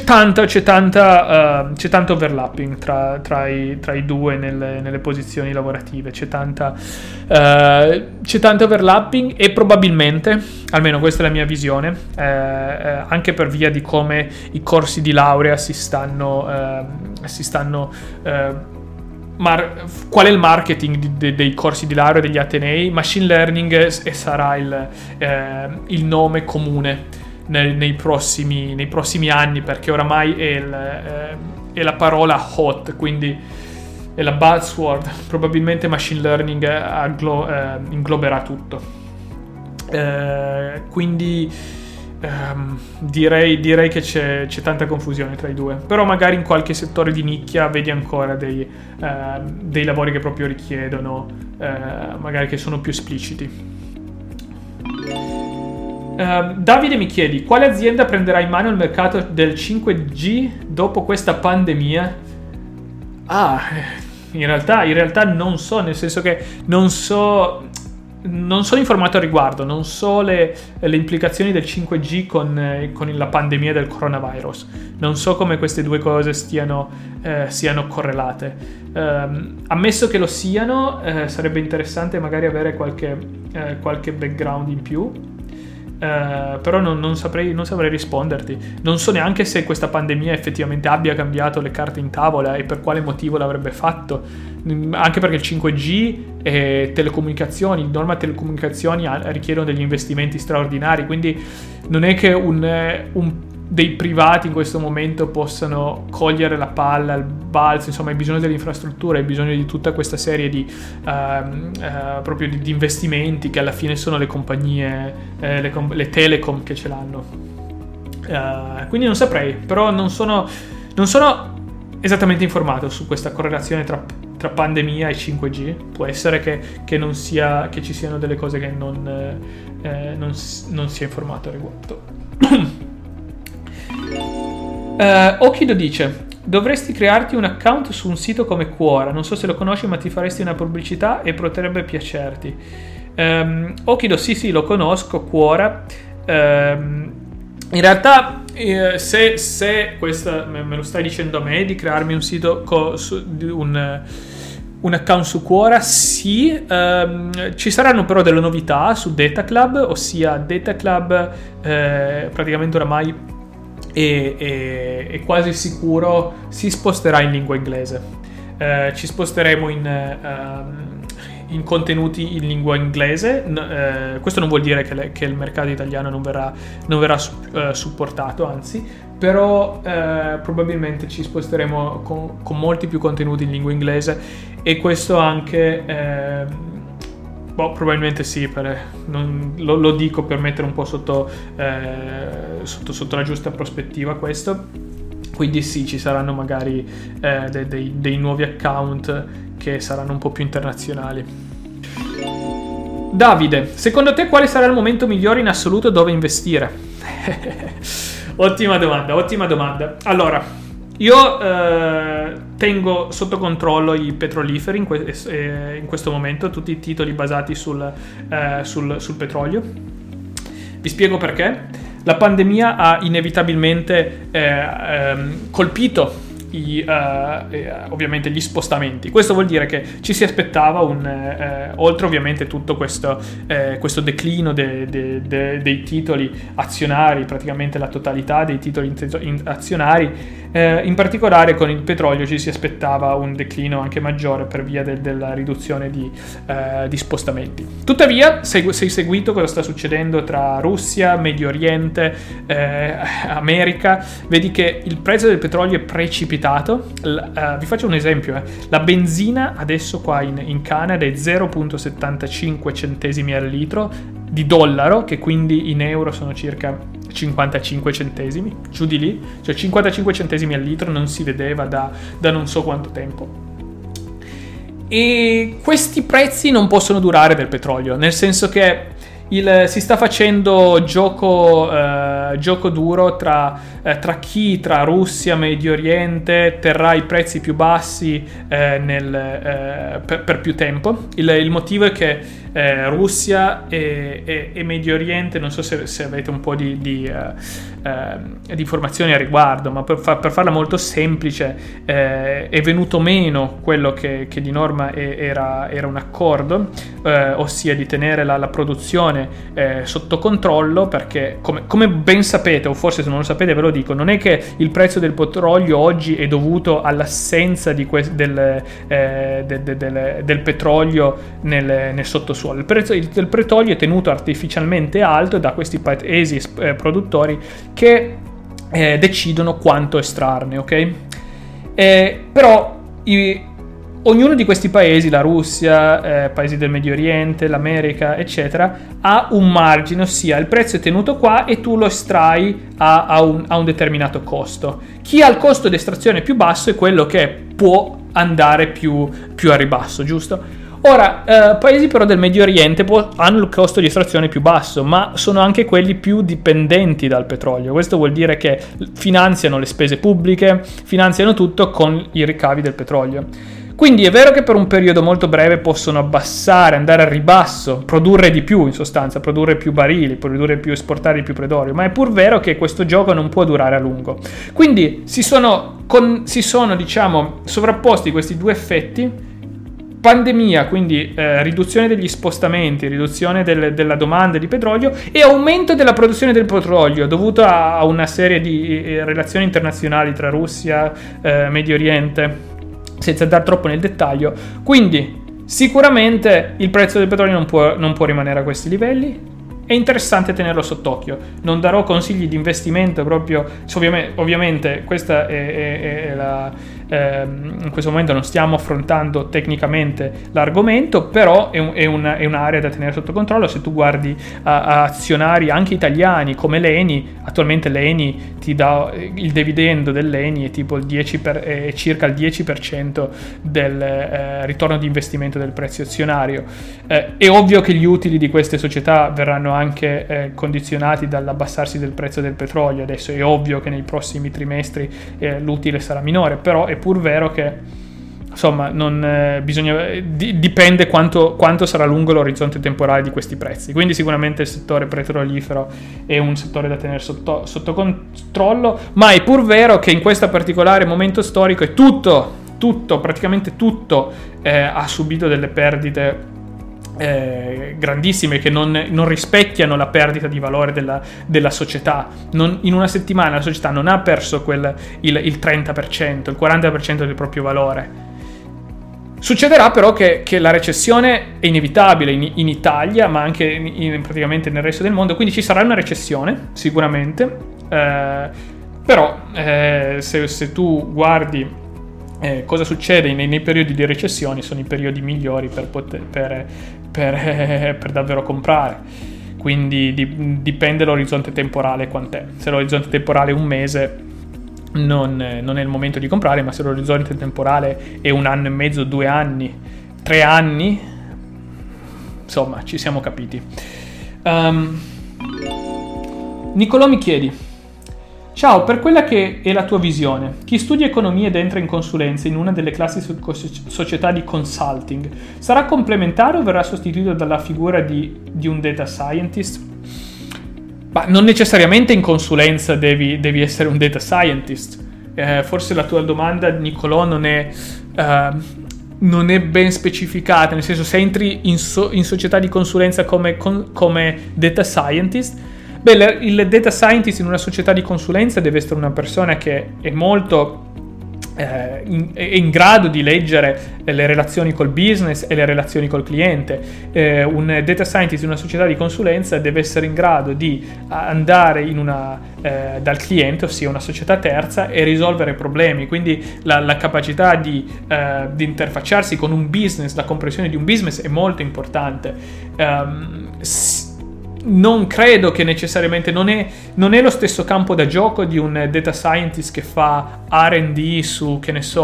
tanto overlapping tra i due nelle posizioni lavorative, c'è tanto overlapping, e probabilmente, almeno questa è la mia visione, anche per via di come i corsi di laurea si stanno qual è il marketing dei corsi di laurea degli atenei, machine learning sarà il nome comune nei prossimi anni, perché oramai è la parola hot, quindi è la buzzword. Probabilmente machine learning ingloberà tutto, quindi direi che c'è tanta confusione tra i due, però magari in qualche settore di nicchia vedi ancora dei lavori che proprio richiedono, magari che sono più espliciti. Davide mi chiedi: quale azienda prenderà in mano il mercato del 5G dopo questa pandemia? In realtà non so, nel senso che non so non sono informato al riguardo, non so le implicazioni del 5G con la pandemia del coronavirus, non so come queste due cose siano correlate. Ammesso che lo siano, sarebbe interessante magari avere qualche background in più. Però non saprei risponderti. Non so neanche se questa pandemia effettivamente abbia cambiato le carte in tavola e per quale motivo l'avrebbe fatto, anche perché il 5G e telecomunicazioni, norma telecomunicazioni richiedono degli investimenti straordinari, quindi non è che dei privati in questo momento possano cogliere la palla al balzo. Insomma, hai bisogno delle infrastrutture, hai bisogno di tutta questa serie di proprio di investimenti che alla fine sono le compagnie, le telecom che ce l'hanno. Quindi non saprei, però non sono esattamente informato su questa correlazione tra pandemia e 5G. Può essere che non sia, che ci siano delle cose che non sia informato a riguardo. Okido dice: dovresti crearti un account su un sito come Quora, non so se lo conosci, ma ti faresti una pubblicità e potrebbe piacerti. Okido, sì, lo conosco, Quora. In realtà se questa me lo stai dicendo a me di crearmi un sito un account su Quora, sì. Ci saranno però delle novità su Data Club, ossia Data Club praticamente oramai è quasi sicuro si sposterà in lingua inglese. Ci sposteremo in contenuti in lingua inglese. Questo non vuol dire che il mercato italiano non verrà supportato, anzi, però probabilmente ci sposteremo con molti più contenuti in lingua inglese, e questo anche probabilmente sì, lo dico per mettere un po' sotto la giusta prospettiva questo. Quindi sì, ci saranno magari dei nuovi account che saranno un po' più internazionali. Davide, secondo te quale sarà il momento migliore in assoluto dove investire? Ottima domanda. Allora, io tengo sotto controllo i petroliferi in questo momento, tutti i titoli basati sul petrolio. Vi spiego perché. La pandemia ha inevitabilmente colpito ovviamente gli spostamenti. Questo vuol dire che ci si aspettava oltre ovviamente tutto questo declino dei titoli azionari, praticamente la totalità dei titoli azionari. In particolare con il petrolio ci si aspettava un declino anche maggiore per via della riduzione di spostamenti. Tuttavia, se hai seguito cosa sta succedendo tra Russia, Medio Oriente, America, vedi che il prezzo del petrolio è precipitato. Vi faccio un esempio. La benzina adesso qua in Canada è 0,75 centesimi al litro di dollaro, che quindi in euro sono circa 55 centesimi, giù di lì, cioè 55 centesimi al litro non si vedeva da non so quanto tempo. E questi prezzi non possono durare del petrolio, nel senso che si sta facendo gioco duro tra Russia, Medio Oriente terrà i prezzi più bassi per più tempo. Il motivo è che Russia e Medio Oriente, non so se avete un po' di informazioni a riguardo, ma per farla molto semplice, è venuto meno quello che di norma era un accordo, ossia di tenere la produzione sotto controllo, perché come ben sapete, o forse se non lo sapete ve lo dico, non è che il prezzo del petrolio oggi è dovuto all'assenza del petrolio nel sottosuolo. Il prezzo del petrolio è tenuto artificialmente alto da questi paesi produttori che decidono quanto estrarne, ok? Però ognuno di questi paesi, la Russia, paesi del Medio Oriente, l'America, eccetera, ha un margine, ossia il prezzo è tenuto qua e tu lo estrai a un determinato costo. Chi ha il costo di estrazione più basso è quello che può andare più a ribasso, giusto? Ora, paesi però del Medio Oriente hanno il costo di estrazione più basso, ma sono anche quelli più dipendenti dal petrolio. Questo vuol dire che finanziano le spese pubbliche, finanziano tutto con i ricavi del petrolio. Quindi è vero che per un periodo molto breve possono abbassare, andare al ribasso, produrre di più in sostanza, produrre più barili, produrre più, esportare più petrolio, ma è pur vero che questo gioco non può durare a lungo. Quindi si sono diciamo, sovrapposti questi due effetti: pandemia, quindi riduzione degli spostamenti, riduzione della domanda di petrolio e aumento della produzione del petrolio dovuto a una serie di relazioni internazionali tra Russia, Medio Oriente, senza andare troppo nel dettaglio. Quindi sicuramente il prezzo del petrolio non può rimanere a questi livelli. È interessante tenerlo sott'occhio. Non darò consigli di investimento proprio, ovviamente questa è in questo momento non stiamo affrontando tecnicamente l'argomento, però è un'area da tenere sotto controllo. Se tu guardi a azionari anche italiani come l'Eni, attualmente l'Eni ti dà il dividendo dell'Eni è tipo circa il 10% del ritorno di investimento del prezzo azionario. È ovvio che gli utili di queste società verranno anche condizionati dall'abbassarsi del prezzo del petrolio. Adesso è ovvio che nei prossimi trimestri l'utile sarà minore, però è pur vero che insomma dipende quanto sarà lungo l'orizzonte temporale di questi prezzi. Quindi sicuramente il settore petrolifero è un settore da tenere sotto controllo, ma è pur vero che in questo particolare momento storico è praticamente tutto ha subito delle perdite grandissime che non rispecchiano la perdita di valore della società. In una settimana la società non ha perso il 30%, il 40% del proprio valore. Succederà però che la recessione è inevitabile in Italia, ma anche praticamente nel resto del mondo, quindi ci sarà una recessione sicuramente, però se tu guardi cosa succede nei periodi di recessione, sono i periodi migliori per davvero comprare. Quindi dipende l'orizzonte temporale quant'è. Se l'orizzonte temporale è un mese non è il momento di comprare, ma se l'orizzonte temporale è 1 anno e mezzo, 2 anni, 3 anni, insomma ci siamo capiti. Nicolò mi chiedi: ciao, per quella che è la tua visione, chi studia economia ed entra in consulenza in una delle classi società di consulting sarà complementare o verrà sostituito dalla figura di un data scientist? Ma non necessariamente in consulenza devi essere un data scientist. Forse la tua domanda, Nicolò, non è ben specificata, nel senso, se entri in società di consulenza come data scientist. Beh, il data scientist in una società di consulenza deve essere una persona che è molto in grado di leggere le relazioni col business e le relazioni col cliente. Un data scientist in una società di consulenza deve essere in grado di andare dal cliente, ossia una società terza, e risolvere problemi. Quindi la capacità di interfacciarsi con un business, la comprensione di un business è molto importante. Non credo che necessariamente non è lo stesso campo da gioco di un data scientist che fa R&D su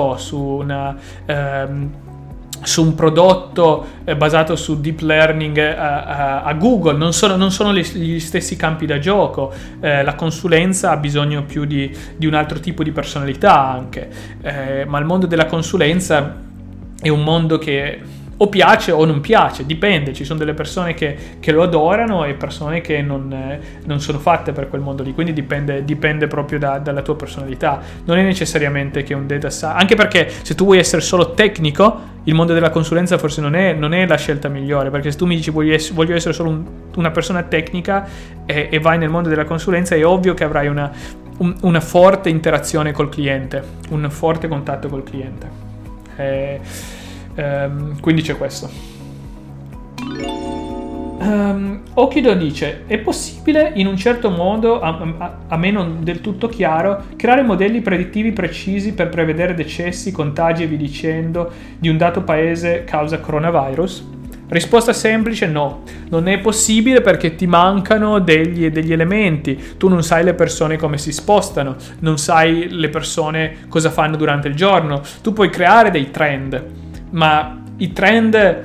un prodotto basato su deep learning a Google. Non sono gli stessi campi da gioco. La consulenza ha bisogno più di un altro tipo di personalità anche, ma il mondo della consulenza è un mondo che o piace o non piace, dipende. Ci sono delle persone che lo adorano e persone che non sono fatte per quel mondo lì, quindi dipende proprio dalla tua personalità. Non è necessariamente che un data science, anche perché se tu vuoi essere solo tecnico, il mondo della consulenza forse non è la scelta migliore, perché se tu mi dici voglio essere solo una persona tecnica e vai nel mondo della consulenza, è ovvio che avrai una forte interazione col cliente, un forte contatto col cliente. Quindi c'è questo. Okido dice: è possibile in un certo modo, a me non del tutto chiaro, creare modelli predittivi precisi per prevedere decessi, contagi e via dicendo di un dato paese causa coronavirus? Risposta semplice: no, non è possibile, perché ti mancano degli elementi. Tu non sai le persone come si spostano, non sai le persone cosa fanno durante il giorno. Tu puoi creare dei trend, ma i trend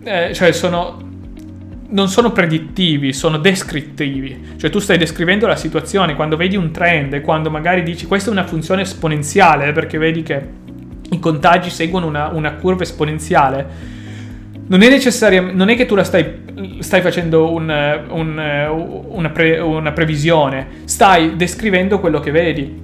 non sono predittivi, sono descrittivi. Cioè tu stai descrivendo la situazione. Quando vedi un trend e quando magari dici questa è una funzione esponenziale, perché vedi che i contagi seguono una curva esponenziale, non è che tu stai facendo una previsione, stai descrivendo quello che vedi.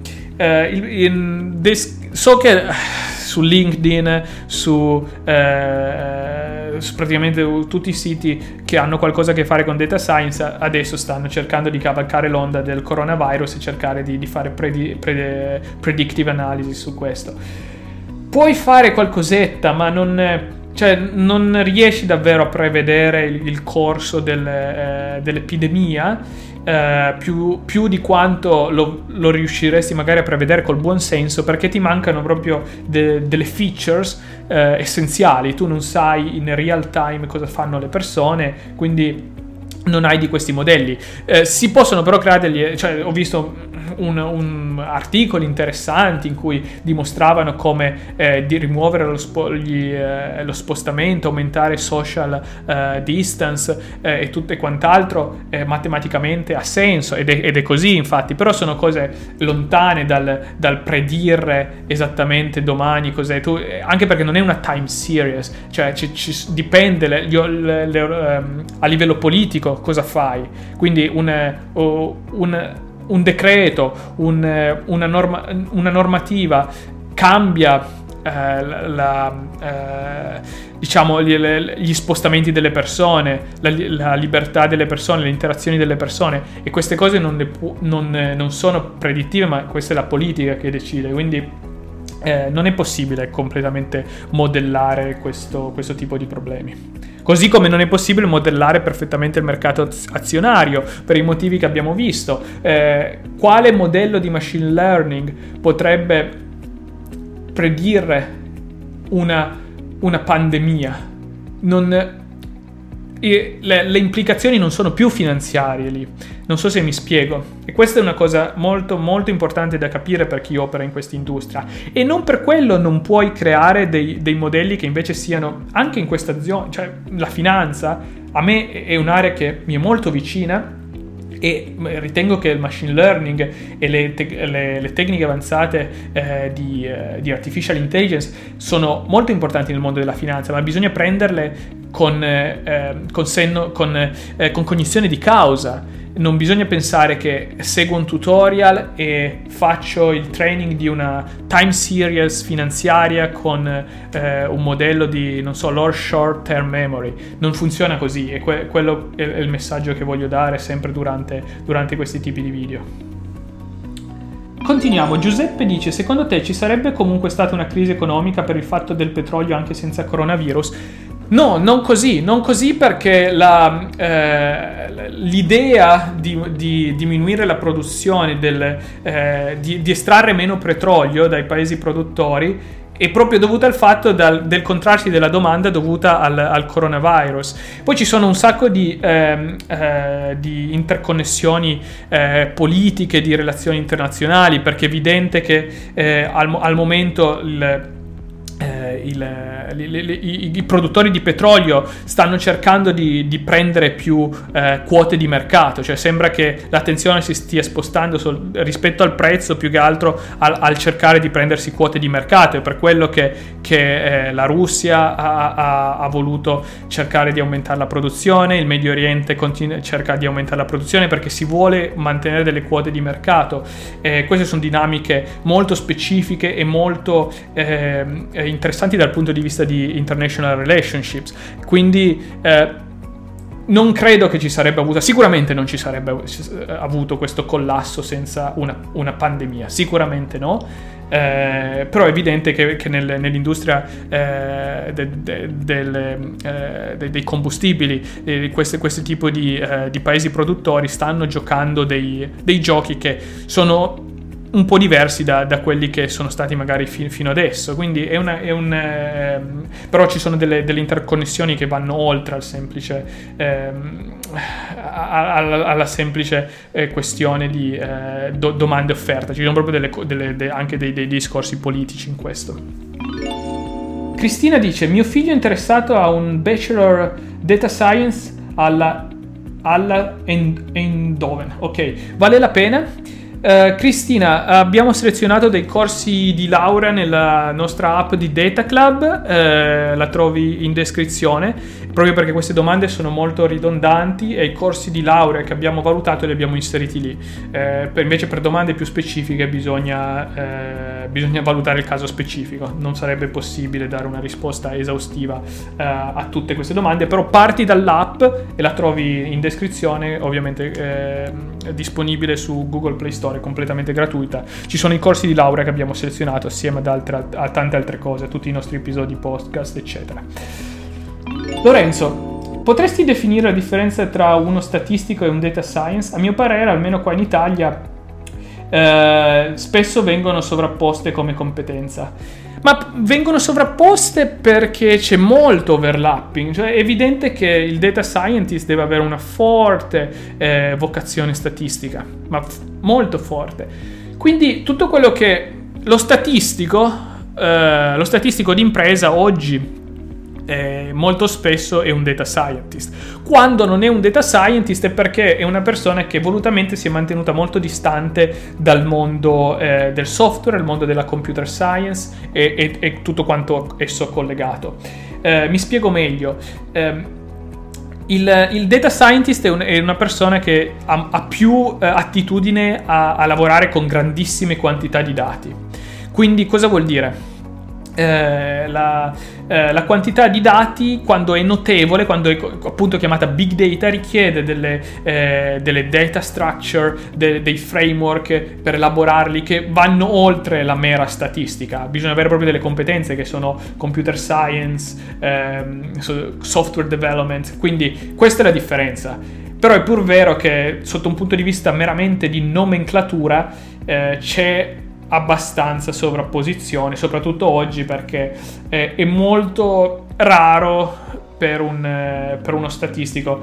So che su LinkedIn, su praticamente tutti i siti che hanno qualcosa a che fare con data science adesso stanno cercando di cavalcare l'onda del coronavirus e cercare di fare predictive analysis su questo. Puoi fare qualcosetta, ma non riesci davvero a prevedere il corso dell'epidemia più di quanto lo riusciresti magari a prevedere col buon senso, perché ti mancano proprio delle features essenziali. Tu non sai in real time cosa fanno le persone, quindi non hai di questi modelli. Si possono però creare ho visto articoli interessanti in cui dimostravano come di rimuovere lo spostamento, aumentare social distance e tutto e quant'altro matematicamente ha senso ed è così, infatti, però sono cose lontane dal predire esattamente domani cos'è, anche perché non è una time series, cioè dipende a livello politico cosa fai, quindi un decreto, una normativa cambia gli spostamenti delle persone, la libertà delle persone, le interazioni delle persone, e queste cose non sono predittive, ma questa è la politica che decide, quindi non è possibile completamente modellare questo tipo di problemi. Così come non è possibile modellare perfettamente il mercato azionario per i motivi che abbiamo visto. Quale modello di machine learning potrebbe predire una pandemia? Le implicazioni non sono più finanziarie lì, non so se mi spiego, e questa è una cosa molto molto importante da capire per chi opera in questa industria, e non per quello non puoi creare dei modelli che invece siano anche in questa zona, cioè la finanza a me è un'area che mi è molto vicina e ritengo che il machine learning e le tecniche avanzate di artificial intelligence sono molto importanti nel mondo della finanza, ma bisogna prenderle con cognizione di causa. Non bisogna pensare che seguo un tutorial e faccio il training di una time series finanziaria con un modello di, non so, short term memory. Non funziona così, e quello è il messaggio che voglio dare sempre durante questi tipi di video. Continuiamo. Giuseppe dice: secondo te ci sarebbe comunque stata una crisi economica per il fatto del petrolio anche senza coronavirus? No, non così perché l'idea di diminuire la produzione, di estrarre meno petrolio dai paesi produttori è proprio dovuta al fatto del contrarsi della domanda dovuta al coronavirus. Poi ci sono un sacco di interconnessioni politiche, di relazioni internazionali, perché è evidente che al momento i produttori di petrolio stanno cercando di prendere più quote di mercato, cioè sembra che l'attenzione si stia spostando rispetto al prezzo più che altro al cercare di prendersi quote di mercato. È per quello che la Russia ha voluto cercare di aumentare la produzione, il Medio Oriente cerca di aumentare la produzione perché si vuole mantenere delle quote di mercato. Queste sono dinamiche molto specifiche e molto interessanti dal punto di vista di international relationships, quindi non credo che sicuramente non ci sarebbe avuto questo collasso senza una pandemia, sicuramente no, però è evidente che nell'industria dei combustibili, questo tipo di paesi produttori stanno giocando dei giochi che sono un po' diversi da quelli che sono stati magari fino adesso, quindi però ci sono delle interconnessioni che vanno oltre al semplice alla semplice questione di domanda e offerta. Ci sono proprio anche dei discorsi politici in questo. Cristina dice: mio figlio è interessato a un Bachelor Data Science alla Eindhoven. Ok, vale la pena? Cristina, abbiamo selezionato dei corsi di laurea nella nostra app di Data Club, la trovi in descrizione, proprio perché queste domande sono molto ridondanti e i corsi di laurea che abbiamo valutato li abbiamo inseriti lì. Invece per domande più specifiche bisogna valutare il caso specifico, non sarebbe possibile dare una risposta esaustiva a tutte queste domande, però parti dall'app e la trovi in descrizione, ovviamente disponibile su Google Play Store, è completamente gratuita. Ci sono i corsi di laurea che abbiamo selezionato assieme a tante altre cose, a tutti i nostri episodi podcast, eccetera. Lorenzo, potresti definire la differenza tra uno statistico e un data science? A mio parere, almeno qua in Italia, spesso vengono sovrapposte come competenza. Ma vengono sovrapposte perché c'è molto overlapping, cioè è evidente che il data scientist deve avere una forte vocazione statistica, ma molto forte. Quindi tutto quello che lo statistico d'impresa oggi molto spesso è un data scientist. Quando non è un data scientist è perché è una persona che volutamente si è mantenuta molto distante dal mondo del software, il mondo della computer science e tutto quanto esso collegato. Mi spiego meglio. Il data scientist è una persona che ha più attitudine a lavorare con grandissime quantità di dati. Quindi cosa vuol dire? La quantità di dati, quando è notevole, quando è appunto chiamata big data, richiede delle data structure, dei framework per elaborarli che vanno oltre la mera statistica. Bisogna avere proprio delle competenze che sono computer science, software development, quindi questa è la differenza. Però è pur vero che sotto un punto di vista meramente di nomenclatura c'è abbastanza sovrapposizione, soprattutto oggi, perché è molto raro per uno statistico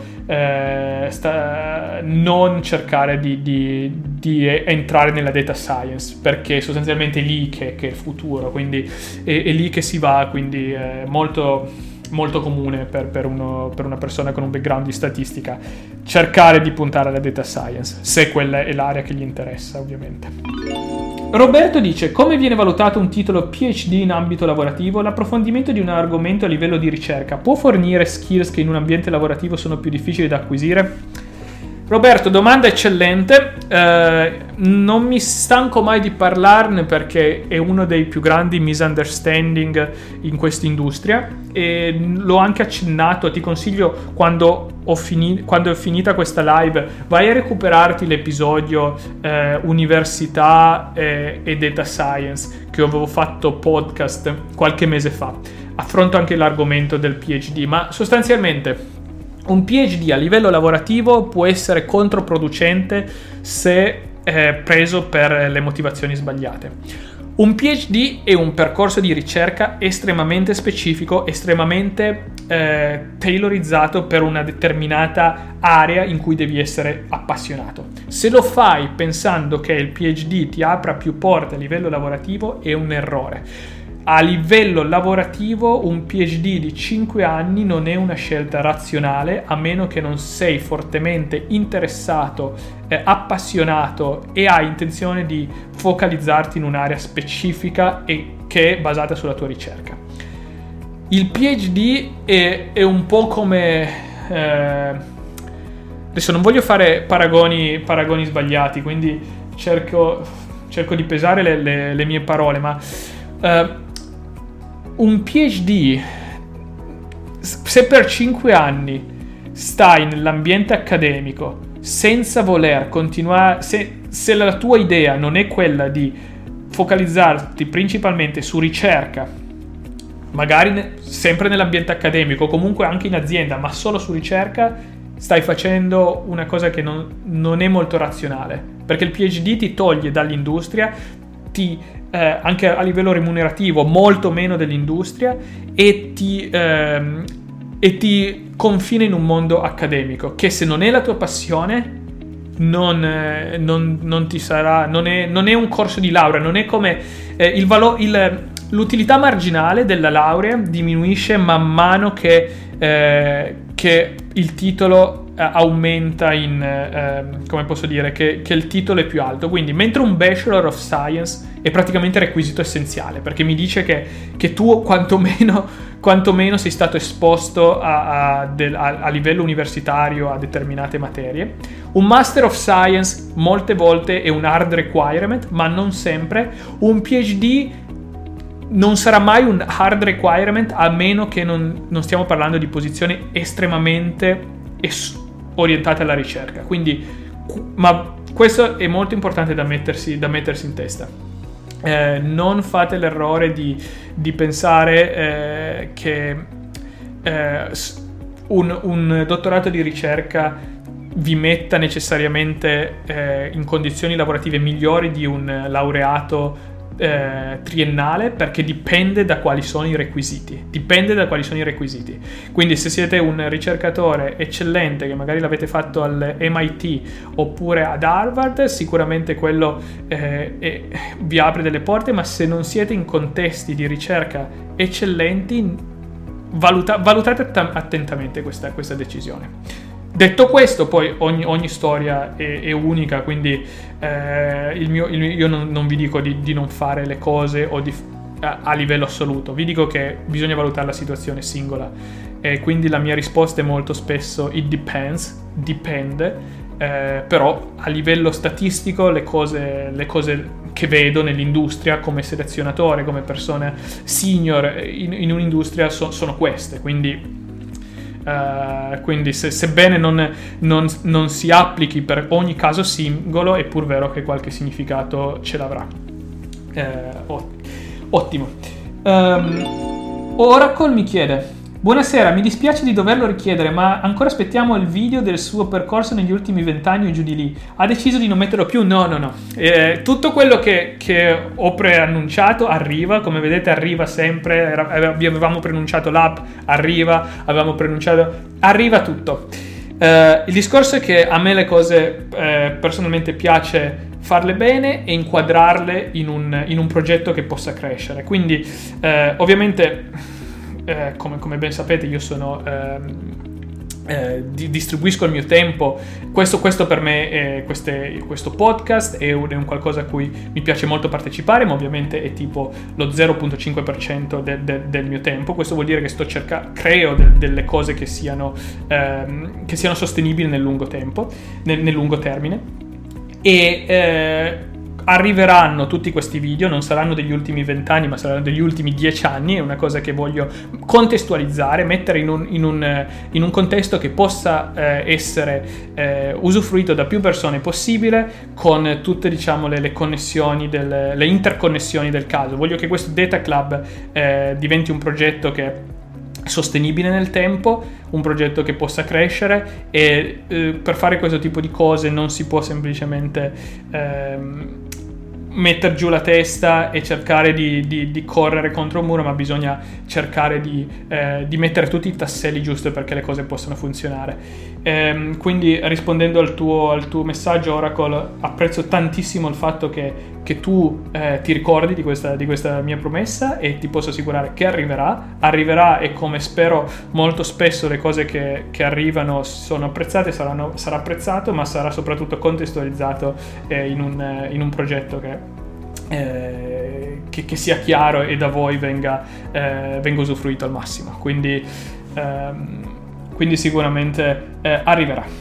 non cercare di entrare nella data science, perché sostanzialmente è lì che è il futuro, quindi è lì che si va, quindi è molto molto comune per una persona con un background di statistica cercare di puntare alla data science, se quella è l'area che gli interessa, ovviamente. Roberto dice: come viene valutato un titolo PhD in ambito lavorativo? L'approfondimento di un argomento a livello di ricerca può fornire skills che in un ambiente lavorativo sono più difficili da acquisire? Roberto, domanda eccellente, non mi stanco mai di parlarne perché è uno dei più grandi misunderstanding in questa industria e l'ho anche accennato. Ti consiglio, quando è finita questa live, vai a recuperarti l'episodio università e data science che avevo fatto podcast qualche mese fa. Affronto anche l'argomento del PhD, ma sostanzialmente un PhD a livello lavorativo può essere controproducente se preso per le motivazioni sbagliate. Un PhD è un percorso di ricerca estremamente specifico, estremamente tailorizzato per una determinata area in cui devi essere appassionato. Se lo fai pensando che il PhD ti apra più porte a livello lavorativo è un errore. A livello lavorativo un PhD di 5 anni non è una scelta razionale, a meno che non sei fortemente interessato, appassionato e hai intenzione di focalizzarti in un'area specifica e che è basata sulla tua ricerca. Il PhD è un po' come... adesso non voglio fare paragoni sbagliati, quindi cerco di pesare le mie parole, ma... un PhD, se per 5 anni stai nell'ambiente accademico senza voler continuare, se la tua idea non è quella di focalizzarti principalmente su ricerca, magari sempre nell'ambiente accademico, comunque anche in azienda, ma solo su ricerca, stai facendo una cosa che non è molto razionale, perché il PhD ti toglie dall'industria, anche a livello remunerativo molto meno dell'industria, e ti confina in un mondo accademico che, se non è la tua passione, non ti sarà, non è un corso di laurea, non è come l'utilità marginale della laurea diminuisce man mano che il titolo aumenta come posso dire, che il titolo è più alto. Quindi mentre un Bachelor of Science è praticamente requisito essenziale, perché mi dice che tu quantomeno sei stato esposto a livello universitario a determinate materie. Un Master of Science molte volte è un hard requirement, ma non sempre. Un PhD non sarà mai un hard requirement, a meno che non stiamo parlando di posizioni estremamente orientate alla ricerca. Quindi, ma questo è molto importante da mettersi in testa. Non fate l'errore di pensare che un dottorato di ricerca vi metta necessariamente in condizioni lavorative migliori di un laureato triennale, perché dipende da quali sono i requisiti. Quindi se siete un ricercatore eccellente, che magari l'avete fatto al MIT oppure ad Harvard, sicuramente quello vi apre delle porte, ma se non siete in contesti di ricerca eccellenti, valutate attentamente questa decisione. Detto questo, poi ogni storia è unica, quindi io non vi dico di non fare le cose o a livello assoluto, vi dico che bisogna valutare la situazione singola, e quindi la mia risposta è molto spesso it depends, dipende, però a livello statistico le cose che vedo nell'industria come selezionatore, come persona senior in un'industria sono queste, quindi sebbene non si applichi per ogni caso singolo, è pur vero che qualche significato ce l'avrà. Ottimo. Oracle mi chiede: buonasera, mi dispiace di doverlo richiedere, ma ancora aspettiamo il video del suo percorso negli ultimi 20 anni o giù di lì. Ha deciso di non metterlo più? No. Tutto quello che ho preannunciato arriva, come vedete arriva sempre. Avevamo preannunciato l'app, arriva tutto. Il discorso è che a me le cose personalmente piace farle bene e inquadrarle in un progetto che possa crescere. Quindi ovviamente come ben sapete io sono distribuisco il mio tempo. Questo per me questo podcast è un qualcosa a cui mi piace molto partecipare, ma ovviamente è tipo lo 0,5% del mio tempo. Questo vuol dire che creo delle cose che siano sostenibili nel lungo tempo, nel lungo termine, e arriveranno tutti questi video, non saranno degli ultimi 20 anni, ma saranno degli ultimi 10 anni. È una cosa che voglio contestualizzare, mettere in un contesto che possa essere usufruito da più persone possibile, con tutte, diciamo, le connessioni, le interconnessioni del caso. Voglio che questo Data Club diventi un progetto che è sostenibile nel tempo, un progetto che possa crescere, e per fare questo tipo di cose non si può semplicemente mettere giù la testa e cercare di correre contro un muro, ma bisogna cercare di mettere tutti i tasselli giusti perché le cose possano funzionare. Quindi, rispondendo al tuo messaggio, Oracle, apprezzo tantissimo il fatto che tu ti ricordi di questa mia promessa, e ti posso assicurare che arriverà, e come spero molto spesso le cose che arrivano sono apprezzate, sarà apprezzato, ma sarà soprattutto contestualizzato in un progetto che sia chiaro e da voi venga usufruito al massimo. Quindi sicuramente arriverà.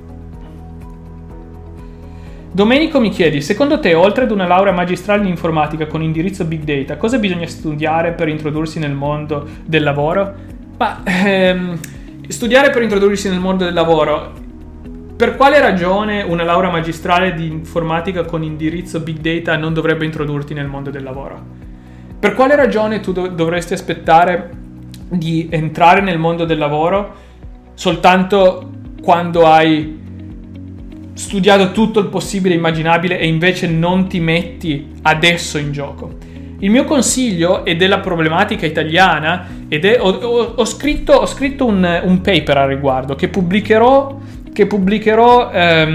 Domenico mi chiedi: secondo te, oltre ad una laurea magistrale in informatica con indirizzo Big Data, cosa bisogna studiare per introdursi nel mondo del lavoro? Studiare per introdursi nel mondo del lavoro, per quale ragione una laurea magistrale di informatica con indirizzo Big Data non dovrebbe introdurti nel mondo del lavoro? Per quale ragione tu dovresti aspettare di entrare nel mondo del lavoro soltanto quando hai studiato tutto il possibile e immaginabile e invece non ti metti adesso in gioco? Il mio consiglio è della problematica italiana, ed ho scritto un paper al riguardo che pubblicherò che pubblicherò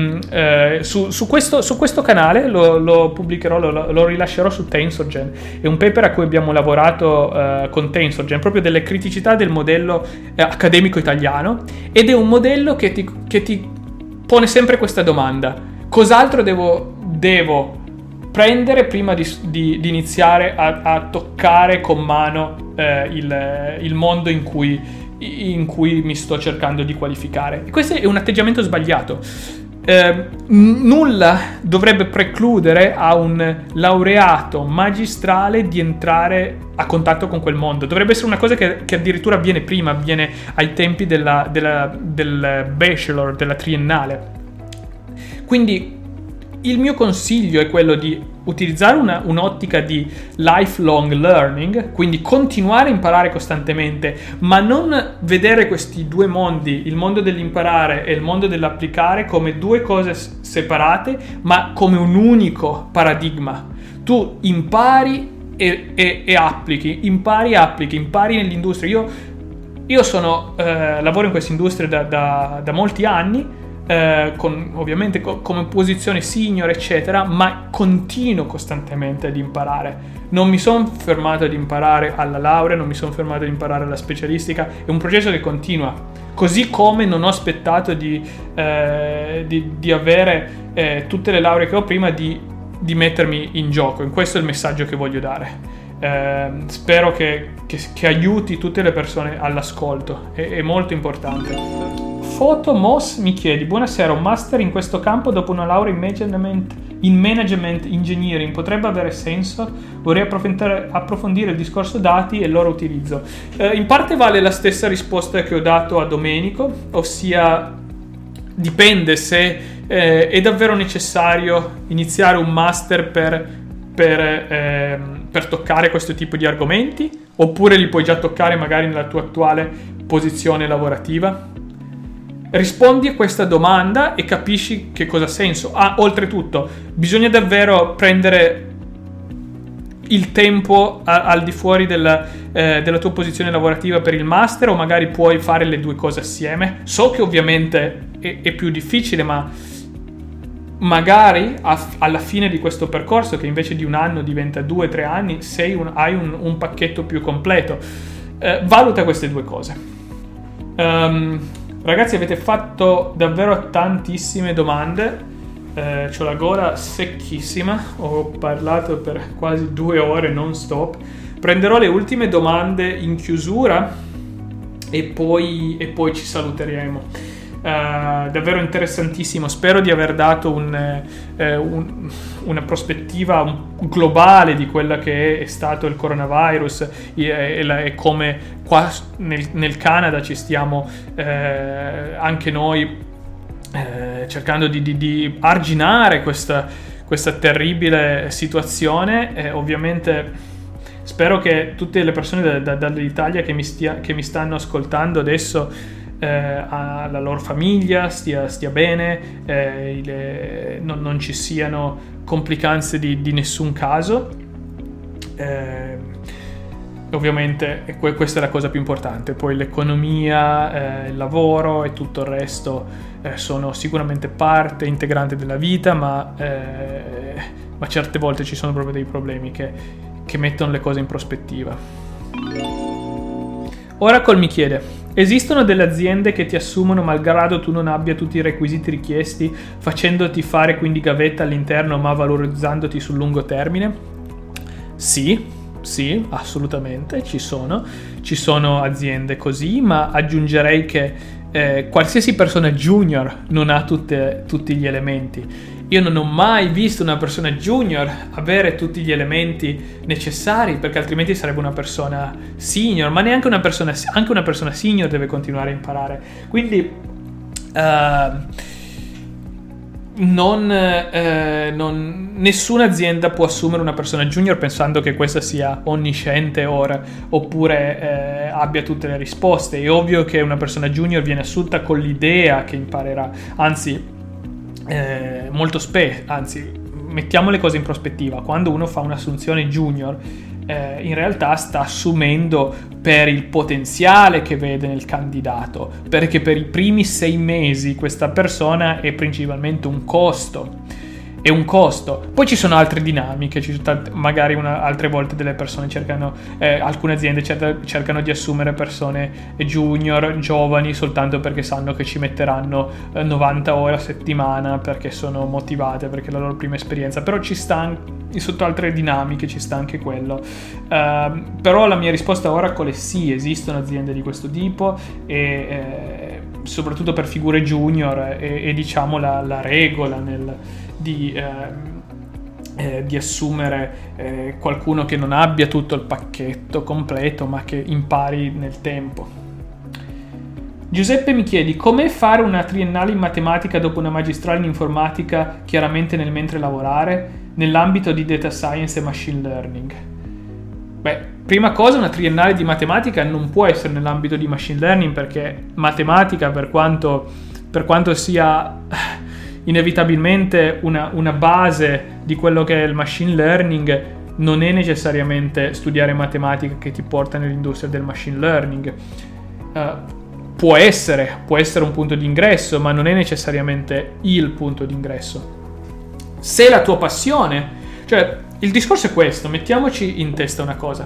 su questo canale, lo pubblicherò, lo rilascerò su TensorGen. È un paper a cui abbiamo lavorato con TensorGen, proprio delle criticità del modello accademico italiano, ed è un modello che ti pone sempre questa domanda: cos'altro devo prendere prima di iniziare a toccare con mano il mondo in cui mi sto cercando di qualificare? E questo è un atteggiamento sbagliato. Nulla dovrebbe precludere a un laureato magistrale di entrare a contatto con quel mondo. Dovrebbe essere una cosa che addirittura avviene prima, avviene ai tempi del bachelor, della triennale. Quindi il mio consiglio è quello di utilizzare un'ottica di lifelong learning, quindi continuare a imparare costantemente, ma non vedere questi due mondi, il mondo dell'imparare e il mondo dell'applicare, come due cose separate, ma come un unico paradigma. Tu impari e applichi, impari nell'industria. Io lavoro in questa industria da molti anni, ovviamente come posizione senior eccetera, ma continuo costantemente ad imparare. Non mi sono fermato ad imparare alla laurea, non mi sono fermato ad imparare alla specialistica, è un processo che continua, così come non ho aspettato di avere tutte le lauree che ho prima di mettermi in gioco. In questo è il messaggio che voglio dare. Spero che aiuti tutte le persone all'ascolto, è molto importante. Foto Moss mi chiedi: buonasera, un master in questo campo dopo una laurea in management engineering potrebbe avere senso? Vorrei approfondire il discorso dati e il loro utilizzo. In parte vale la stessa risposta che ho dato a Domenico, ossia dipende se è davvero necessario iniziare un master per toccare questo tipo di argomenti, oppure li puoi già toccare magari nella tua attuale posizione lavorativa. Rispondi a questa domanda e capisci che cosa ha senso. Oltretutto, bisogna davvero prendere il tempo al di fuori della tua posizione lavorativa per il master, o magari puoi fare le due cose assieme. So che ovviamente è più difficile, ma magari alla fine di questo percorso, che invece di un anno diventa 2 o 3 anni, hai un pacchetto più completo. Valuta queste due cose. Ragazzi, avete fatto davvero tantissime domande, c'ho la gola secchissima, ho parlato per quasi 2 ore non stop. Prenderò le ultime domande in chiusura e poi ci saluteremo. Davvero interessantissimo, spero di aver dato una prospettiva globale di quella che è stato il coronavirus e come qua nel Canada ci stiamo anche noi cercando di arginare questa terribile situazione. Ovviamente spero che tutte le persone dall'Italia che mi stanno ascoltando adesso, alla loro famiglia stia bene, non ci siano complicanze di nessun caso. Ovviamente questa è la cosa più importante. Poi l'economia, il lavoro e tutto il resto sono sicuramente parte integrante della vita, ma certe volte ci sono proprio dei problemi che mettono le cose in prospettiva. Oracle mi chiede: esistono delle aziende che ti assumono malgrado tu non abbia tutti i requisiti richiesti, facendoti fare quindi gavetta all'interno ma valorizzandoti sul lungo termine? Sì, assolutamente, ci sono aziende così, ma aggiungerei che qualsiasi persona junior non ha tutti gli elementi. Io non ho mai visto una persona junior avere tutti gli elementi necessari, perché altrimenti sarebbe una persona senior, ma neanche anche una persona senior deve continuare a imparare. Quindi nessuna azienda può assumere una persona junior pensando che questa sia onnisciente oppure abbia tutte le risposte. È ovvio che una persona junior viene assunta con l'idea che imparerà, anzi mettiamo le cose in prospettiva, quando uno fa un'assunzione junior, in realtà sta assumendo per il potenziale che vede nel candidato, perché per i primi 6 mesi questa persona è principalmente un costo. È un costo. Poi ci sono altre dinamiche, magari altre volte delle persone alcune aziende cercano di assumere persone junior, giovani, soltanto perché sanno che ci metteranno 90 ore a settimana, perché sono motivate, perché è la loro prima esperienza. Però ci sta, sotto altre dinamiche ci sta anche quello. Però la mia risposta a Oracle è sì, esistono aziende di questo tipo, e soprattutto per figure junior è diciamo la regola di assumere qualcuno che non abbia tutto il pacchetto completo, ma che impari nel tempo. Giuseppe mi chiedi: come fare una triennale in matematica dopo una magistrale in informatica, chiaramente nel mentre lavorare, nell'ambito di data science e machine learning? Beh, prima cosa, una triennale di matematica non può essere nell'ambito di machine learning, perché matematica, per quanto sia inevitabilmente una base di quello che è il machine learning, non è necessariamente studiare matematica che ti porta nell'industria del machine learning. Può essere un punto di ingresso, ma non è necessariamente il punto di ingresso. Se la tua passione, cioè il discorso è questo, mettiamoci in testa una cosa.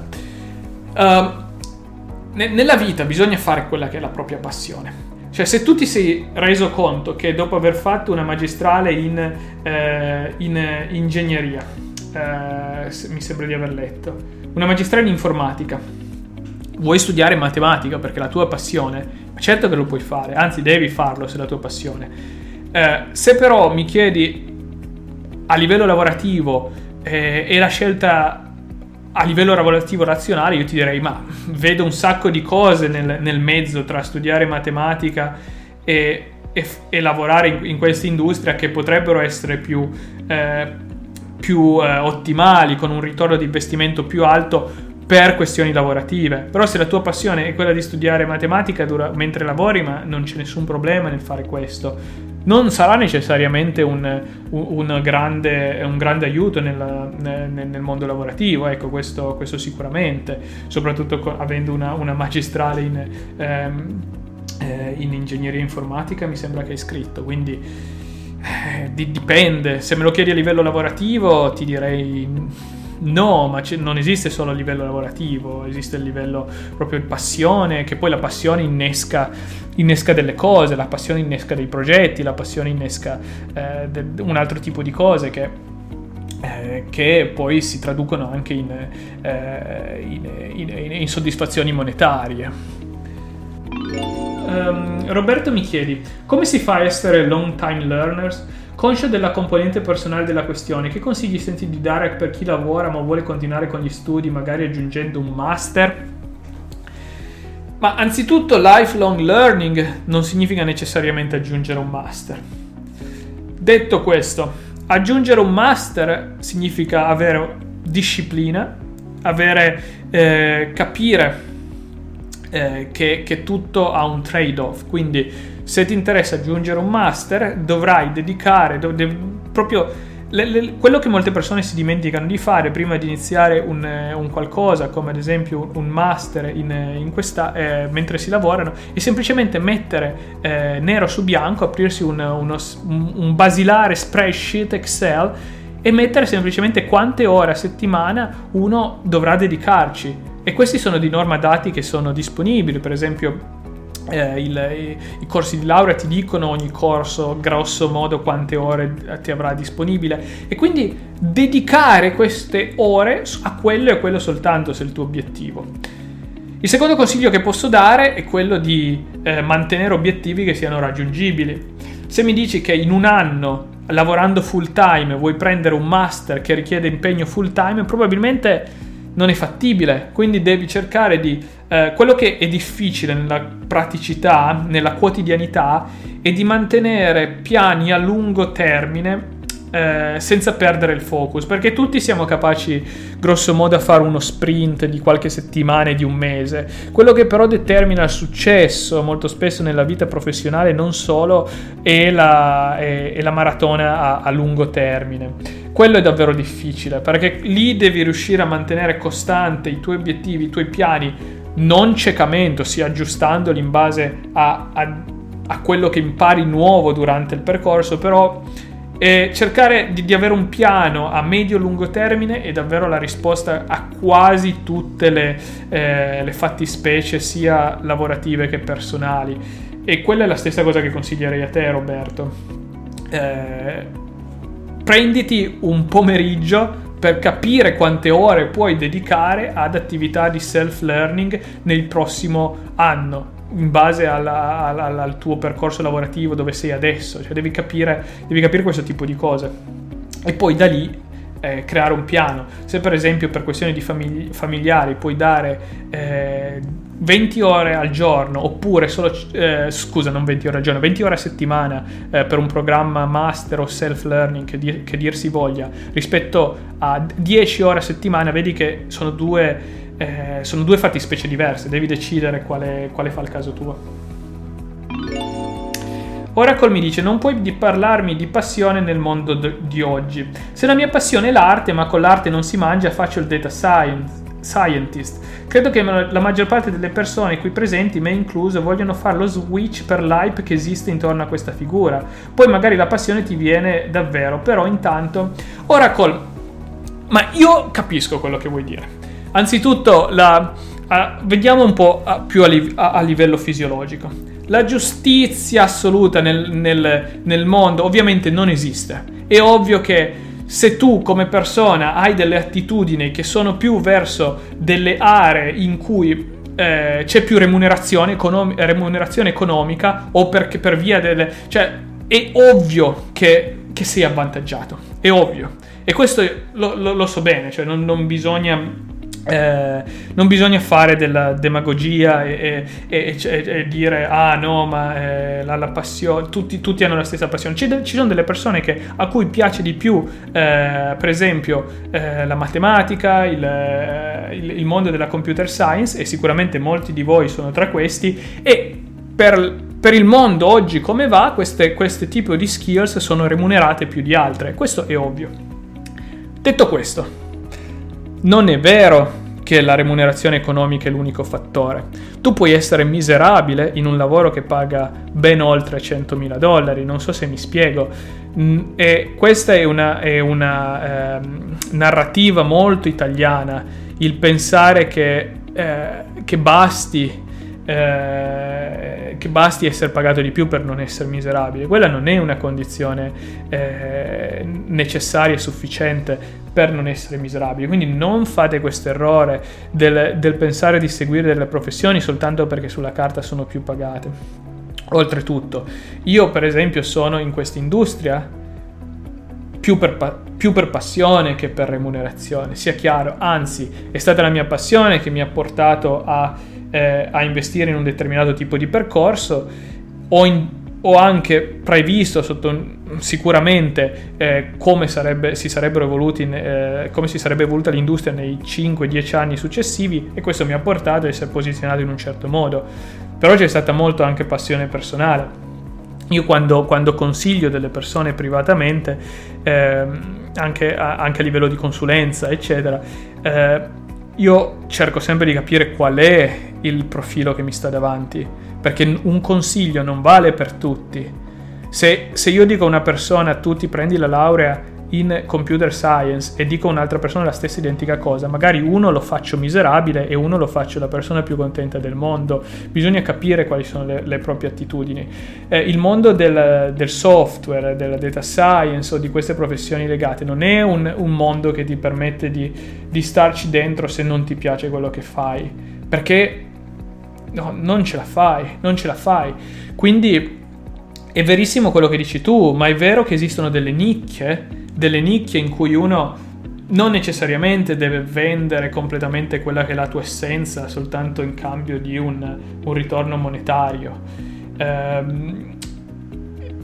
Nella vita bisogna fare quella che è la propria passione. Cioè, se tu ti sei reso conto che dopo aver fatto una magistrale in ingegneria, mi sembra di aver letto, una magistrale in informatica, vuoi studiare matematica perché è la tua passione, certo che lo puoi fare, anzi devi farlo se è la tua passione. Se però mi chiedi a livello lavorativo e la scelta a livello lavorativo razionale, io ti direi, ma vedo un sacco di cose nel mezzo tra studiare matematica e lavorare in questa industria che potrebbero essere più ottimali, con un ritorno di investimento più alto per questioni lavorative. Però se la tua passione è quella di studiare matematica mentre lavori, ma non c'è nessun problema nel fare questo. Non sarà necessariamente un grande aiuto nel mondo lavorativo, ecco, questo sicuramente, soprattutto avendo una magistrale in ingegneria informatica, mi sembra che hai scritto, quindi dipende. Se me lo chiedi a livello lavorativo ti direi no, ma non esiste solo a livello lavorativo, esiste il livello proprio di passione, che poi la passione innesca delle cose, la passione innesca dei progetti, la passione innesca un altro tipo di cose che poi si traducono anche in soddisfazioni monetarie. Roberto mi chiedi: come si fa a essere long time learners? Conscio della componente personale della questione, che consigli senti di dare per chi lavora ma vuole continuare con gli studi, magari aggiungendo un master? Ma anzitutto lifelong learning non significa necessariamente aggiungere un master. Detto questo, aggiungere un master significa avere disciplina, capire che tutto ha un trade-off. Quindi se ti interessa aggiungere un master, dovrai dedicare proprio quello che molte persone si dimenticano di fare prima di iniziare un qualcosa, come ad esempio un master mentre si lavorano, è semplicemente mettere nero su bianco, aprirsi un basilare spreadsheet Excel e mettere semplicemente quante ore a settimana uno dovrà dedicarci. E questi sono di norma dati che sono disponibili. Per esempio i corsi di laurea ti dicono ogni corso grosso modo quante ore ti avrà disponibile, e quindi dedicare queste ore a quello e quello soltanto, se è il tuo obiettivo. Il secondo consiglio che posso dare è quello di mantenere obiettivi che siano raggiungibili. Se mi dici che in un anno, lavorando full time, vuoi prendere un master che richiede impegno full time, probabilmente non è fattibile, quindi devi cercare di quello che è difficile nella praticità, nella quotidianità, è di mantenere piani a lungo termine senza perdere il focus, perché tutti siamo capaci grosso modo a fare uno sprint di qualche settimana e di un mese. Quello che però determina il successo molto spesso nella vita professionale non solo è la maratona a lungo termine. Quello è davvero difficile, perché lì devi riuscire a mantenere costante i tuoi obiettivi, i tuoi piani, non ciecamente, ossia aggiustandoli in base a quello che impari nuovo durante il percorso, però cercare di avere un piano a medio-lungo termine è davvero la risposta a quasi tutte le fattispecie, sia lavorative che personali. E quella è la stessa cosa che consiglierei a te, Roberto. Prenditi un pomeriggio per capire quante ore puoi dedicare ad attività di self-learning nel prossimo anno, in base al tuo percorso lavorativo, dove sei adesso. Cioè devi capire questo tipo di cose e poi da lì creare un piano. Se per esempio per questioni di familiari puoi dare 20 ore al giorno, oppure solo non 20 ore al giorno, 20 ore a settimana per un programma master o self-learning che dir si voglia, rispetto a 10 ore a settimana, vedi che sono due fattispecie diverse. Devi decidere quale fa il caso tuo. Oracle mi dice: non puoi parlarmi di passione nel mondo di oggi. Se la mia passione è l'arte, ma con l'arte non si mangia, faccio il data scientist. Credo che la maggior parte delle persone qui presenti, me incluso, vogliono fare lo switch per l'hype che esiste intorno a questa figura. Poi magari la passione ti viene davvero, però intanto... Oracle, ma io capisco quello che vuoi dire. Anzitutto, vediamo un po' più a livello fisiologico. La giustizia assoluta nel mondo ovviamente non esiste. È ovvio che se tu come persona hai delle attitudini che sono più verso delle aree in cui c'è più remunerazione economica, o perché per via delle... cioè è ovvio che sei avvantaggiato, è ovvio. E questo lo so bene, cioè non bisogna fare della demagogia e dire no, ma la passione, tutti hanno la stessa passione. Ci sono delle persone a cui piace di più per esempio la matematica, il mondo della computer science, e sicuramente molti di voi sono tra questi, e per il mondo oggi come va, queste tipo di skills sono remunerate più di altre. Questo è ovvio. Detto questo, non è vero che la remunerazione economica è l'unico fattore. Tu puoi essere miserabile in un lavoro che paga ben oltre $100.000, non so se mi spiego. E questa è una narrativa molto italiana, il pensare che basti essere pagato di più per non essere miserabile. Quella non è una condizione necessaria e sufficiente per non essere miserabili. Quindi non fate questo errore del pensare di seguire delle professioni soltanto perché sulla carta sono più pagate. Oltretutto, io per esempio sono in questa industria più per passione che per remunerazione, sia chiaro. Anzi, è stata la mia passione che mi ha portato a investire in un determinato tipo di percorso. Ho anche previsto sicuramente come si sarebbe evoluta l'industria nei 5-10 anni successivi, e questo mi ha portato a essere posizionato in un certo modo. Però c'è stata molto anche passione personale. Io quando consiglio delle persone privatamente, anche a livello di consulenza eccetera, io cerco sempre di capire qual è il profilo che mi sta davanti, perché un consiglio non vale per tutti. Se io dico a una persona: tu ti prendi la laurea in computer science, e dico a un'altra persona la stessa identica cosa, magari uno lo faccio miserabile e uno lo faccio la persona più contenta del mondo. Bisogna capire quali sono le proprie attitudini. Il mondo del software, della data science o di queste professioni legate non è un mondo che ti permette di starci dentro se non ti piace quello che fai, perché no, non ce la fai. Quindi è verissimo quello che dici tu, ma è vero che esistono delle nicchie in cui uno non necessariamente deve vendere completamente quella che è la tua essenza soltanto in cambio di un ritorno monetario.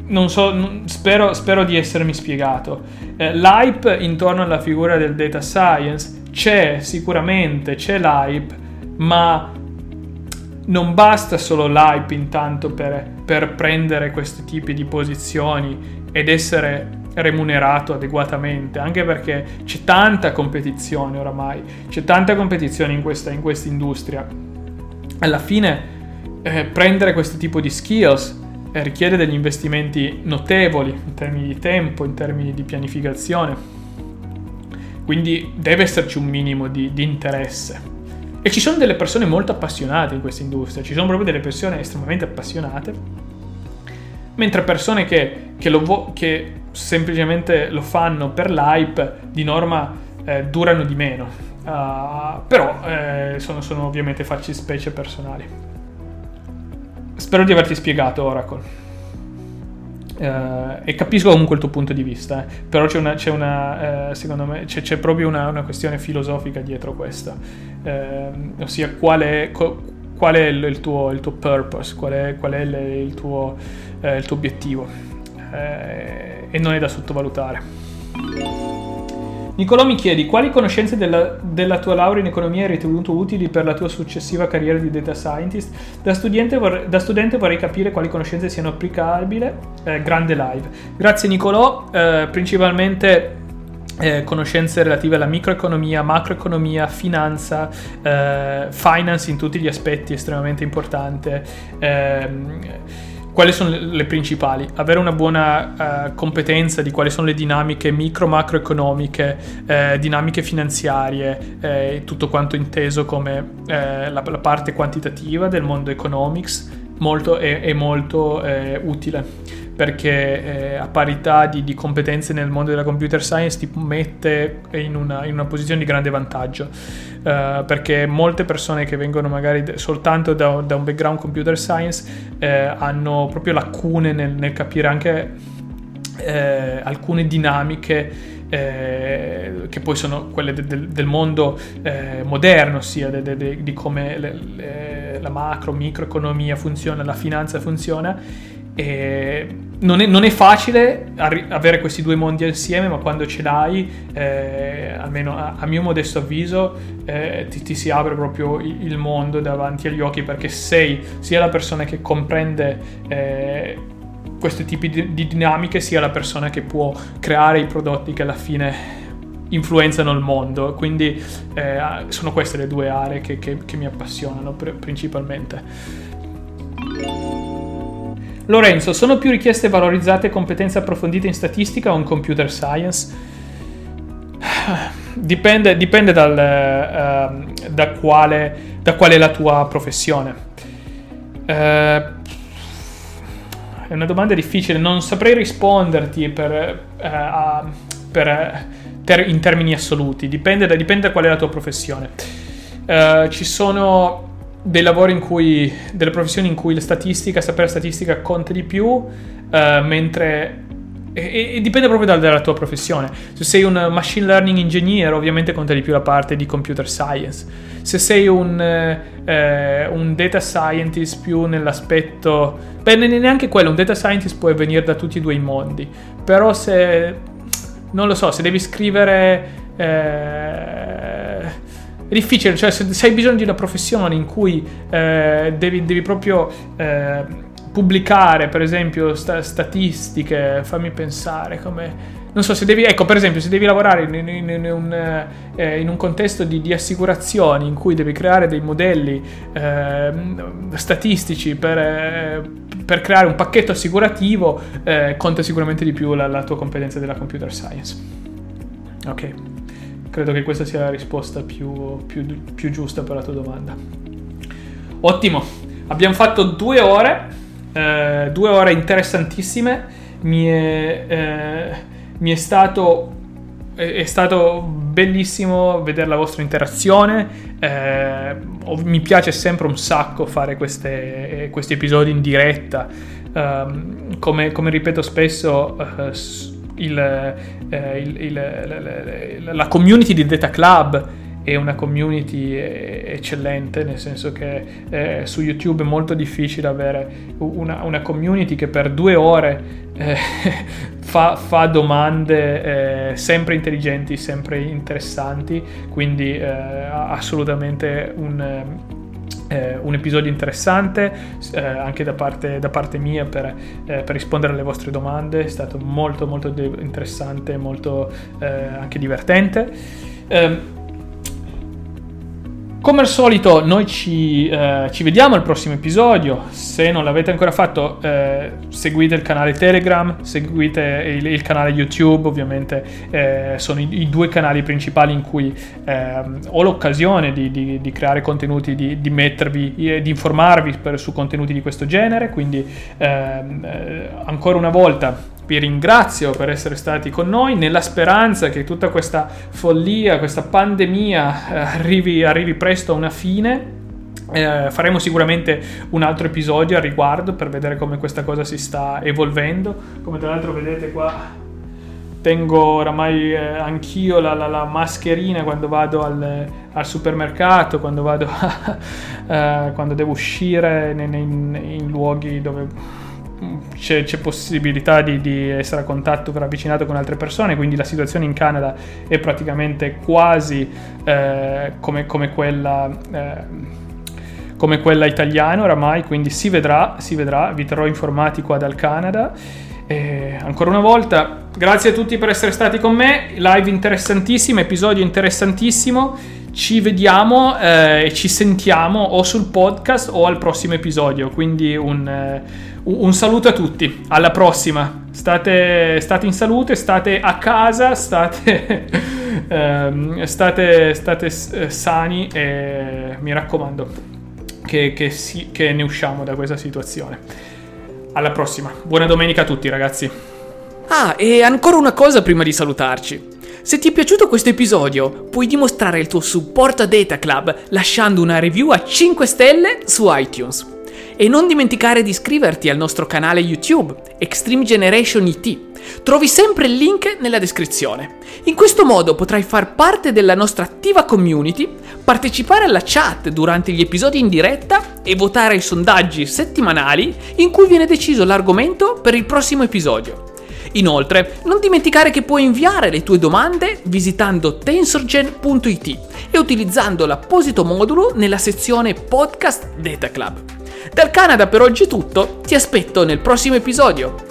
non so, spero di essermi spiegato. L'hype intorno alla figura del data science sicuramente c'è l'hype, ma non basta solo l'hype intanto per prendere questi tipi di posizioni ed essere remunerato adeguatamente, anche perché c'è tanta competizione oramai, c'è tanta competizione in questa industria. Alla fine prendere questo tipo di skills richiede degli investimenti notevoli in termini di tempo, in termini di pianificazione, quindi deve esserci un minimo di interesse. E ci sono delle persone molto appassionate in questa industria, ci sono proprio delle persone estremamente appassionate, mentre persone che semplicemente lo fanno per l'hype di norma durano di meno, però sono ovviamente fattispecie personali. Spero di averti spiegato, Oracle, e capisco comunque il tuo punto di vista, però secondo me c'è proprio una questione filosofica dietro questa, ossia qual è il tuo purpose, qual è il tuo obiettivo, e non è da sottovalutare. Nicolò mi chiedi quali conoscenze della tua laurea in economia hai ritenuto utili per la tua successiva carriera di data scientist. Da studente vorrei capire quali conoscenze siano applicabili. Grande live. Grazie Nicolò. Principalmente conoscenze relative alla microeconomia, macroeconomia, finanza, finance in tutti gli aspetti, estremamente importante. Quali sono le principali? Avere una buona competenza di quali sono le dinamiche macroeconomiche, dinamiche finanziarie, tutto quanto inteso come la parte quantitativa del mondo economics, è molto utile, perché a parità di competenze nel mondo della computer science ti mette in una posizione di grande vantaggio, perché molte persone che vengono magari soltanto da un background computer science hanno proprio lacune nel capire anche alcune dinamiche che poi sono quelle del mondo moderno, ossia di come la microeconomia funziona, la finanza funziona. E non è facile avere questi due mondi insieme, ma quando ce l'hai, almeno a mio modesto avviso, ti si apre proprio il mondo davanti agli occhi, perché sei sia la persona che comprende questi tipi di dinamiche, sia la persona che può creare i prodotti che alla fine influenzano il mondo. Quindi sono queste le due aree che mi appassionano principalmente. Lorenzo, sono più richieste e valorizzate competenze approfondite in statistica o in computer science? Dipende da qual è la tua professione. È una domanda difficile, non saprei risponderti in termini assoluti, dipende da qual è la tua professione. Ci sono dei lavori delle professioni in cui sapere statistica conta di più, mentre e dipende proprio dalla tua professione. Se sei un machine learning engineer, ovviamente conta di più la parte di computer science. Se sei un data scientist più nell'aspetto, neanche quello, un data scientist può venire da tutti e due i mondi, però non lo so, se devi scrivere è difficile, cioè se hai bisogno di una professione in cui devi proprio pubblicare, per esempio, statistiche, fammi pensare come, non so, se devi lavorare in un contesto di assicurazioni in cui devi creare dei modelli statistici per creare un pacchetto assicurativo, conta sicuramente di più la tua competenza della computer science. Ok. Credo che questa sia la risposta più giusta per la tua domanda. Ottimo, abbiamo fatto 2 ore interessantissime. È stato bellissimo vedere la vostra interazione. Mi piace sempre un sacco fare questi episodi in diretta. Come ripeto spesso, la community di Data Club e una community eccellente, nel senso che su YouTube è molto difficile avere una community che per 2 ore fa domande sempre intelligenti, sempre interessanti, quindi assolutamente un episodio interessante anche da parte mia per rispondere alle vostre domande. È stato molto molto interessante, molto anche divertente. Come al solito noi ci vediamo al prossimo episodio. Se non l'avete ancora fatto, seguite il canale Telegram, seguite il canale YouTube. Ovviamente sono i 2 canali principali in cui ho l'occasione di creare contenuti, di mettervi, di informarvi su contenuti di questo genere. Quindi ancora una volta vi ringrazio per essere stati con noi, nella speranza che tutta questa follia, questa pandemia arrivi presto a una fine. Faremo sicuramente un altro episodio al riguardo per vedere come questa cosa si sta evolvendo. Come tra l'altro vedete qua, tengo oramai anch'io la mascherina quando vado al supermercato, quando devo uscire in luoghi dove c'è possibilità di essere a contatto ravvicinato con altre persone. Quindi la situazione in Canada è praticamente quasi come quella italiana oramai, quindi si vedrà, vi terrò informati qua dal Canada. E ancora una volta grazie a tutti per essere stati con me, live interessantissima, episodio interessantissimo. Ci vediamo e ci sentiamo o sul podcast o al prossimo episodio, quindi un saluto a tutti, alla prossima, state in salute, state a casa, state sani e mi raccomando che ne usciamo da questa situazione. Alla prossima, buona domenica a tutti ragazzi. E ancora una cosa prima di salutarci. Se ti è piaciuto questo episodio, puoi dimostrare il tuo supporto a Data Club lasciando una review a 5 stelle su iTunes. E non dimenticare di iscriverti al nostro canale YouTube, Extreme Generation IT. Trovi sempre il link nella descrizione. In questo modo potrai far parte della nostra attiva community, partecipare alla chat durante gli episodi in diretta e votare ai sondaggi settimanali in cui viene deciso l'argomento per il prossimo episodio. Inoltre, non dimenticare che puoi inviare le tue domande visitando tensorgen.it e utilizzando l'apposito modulo nella sezione Podcast Data Club. Dal Canada per oggi è tutto, ti aspetto nel prossimo episodio.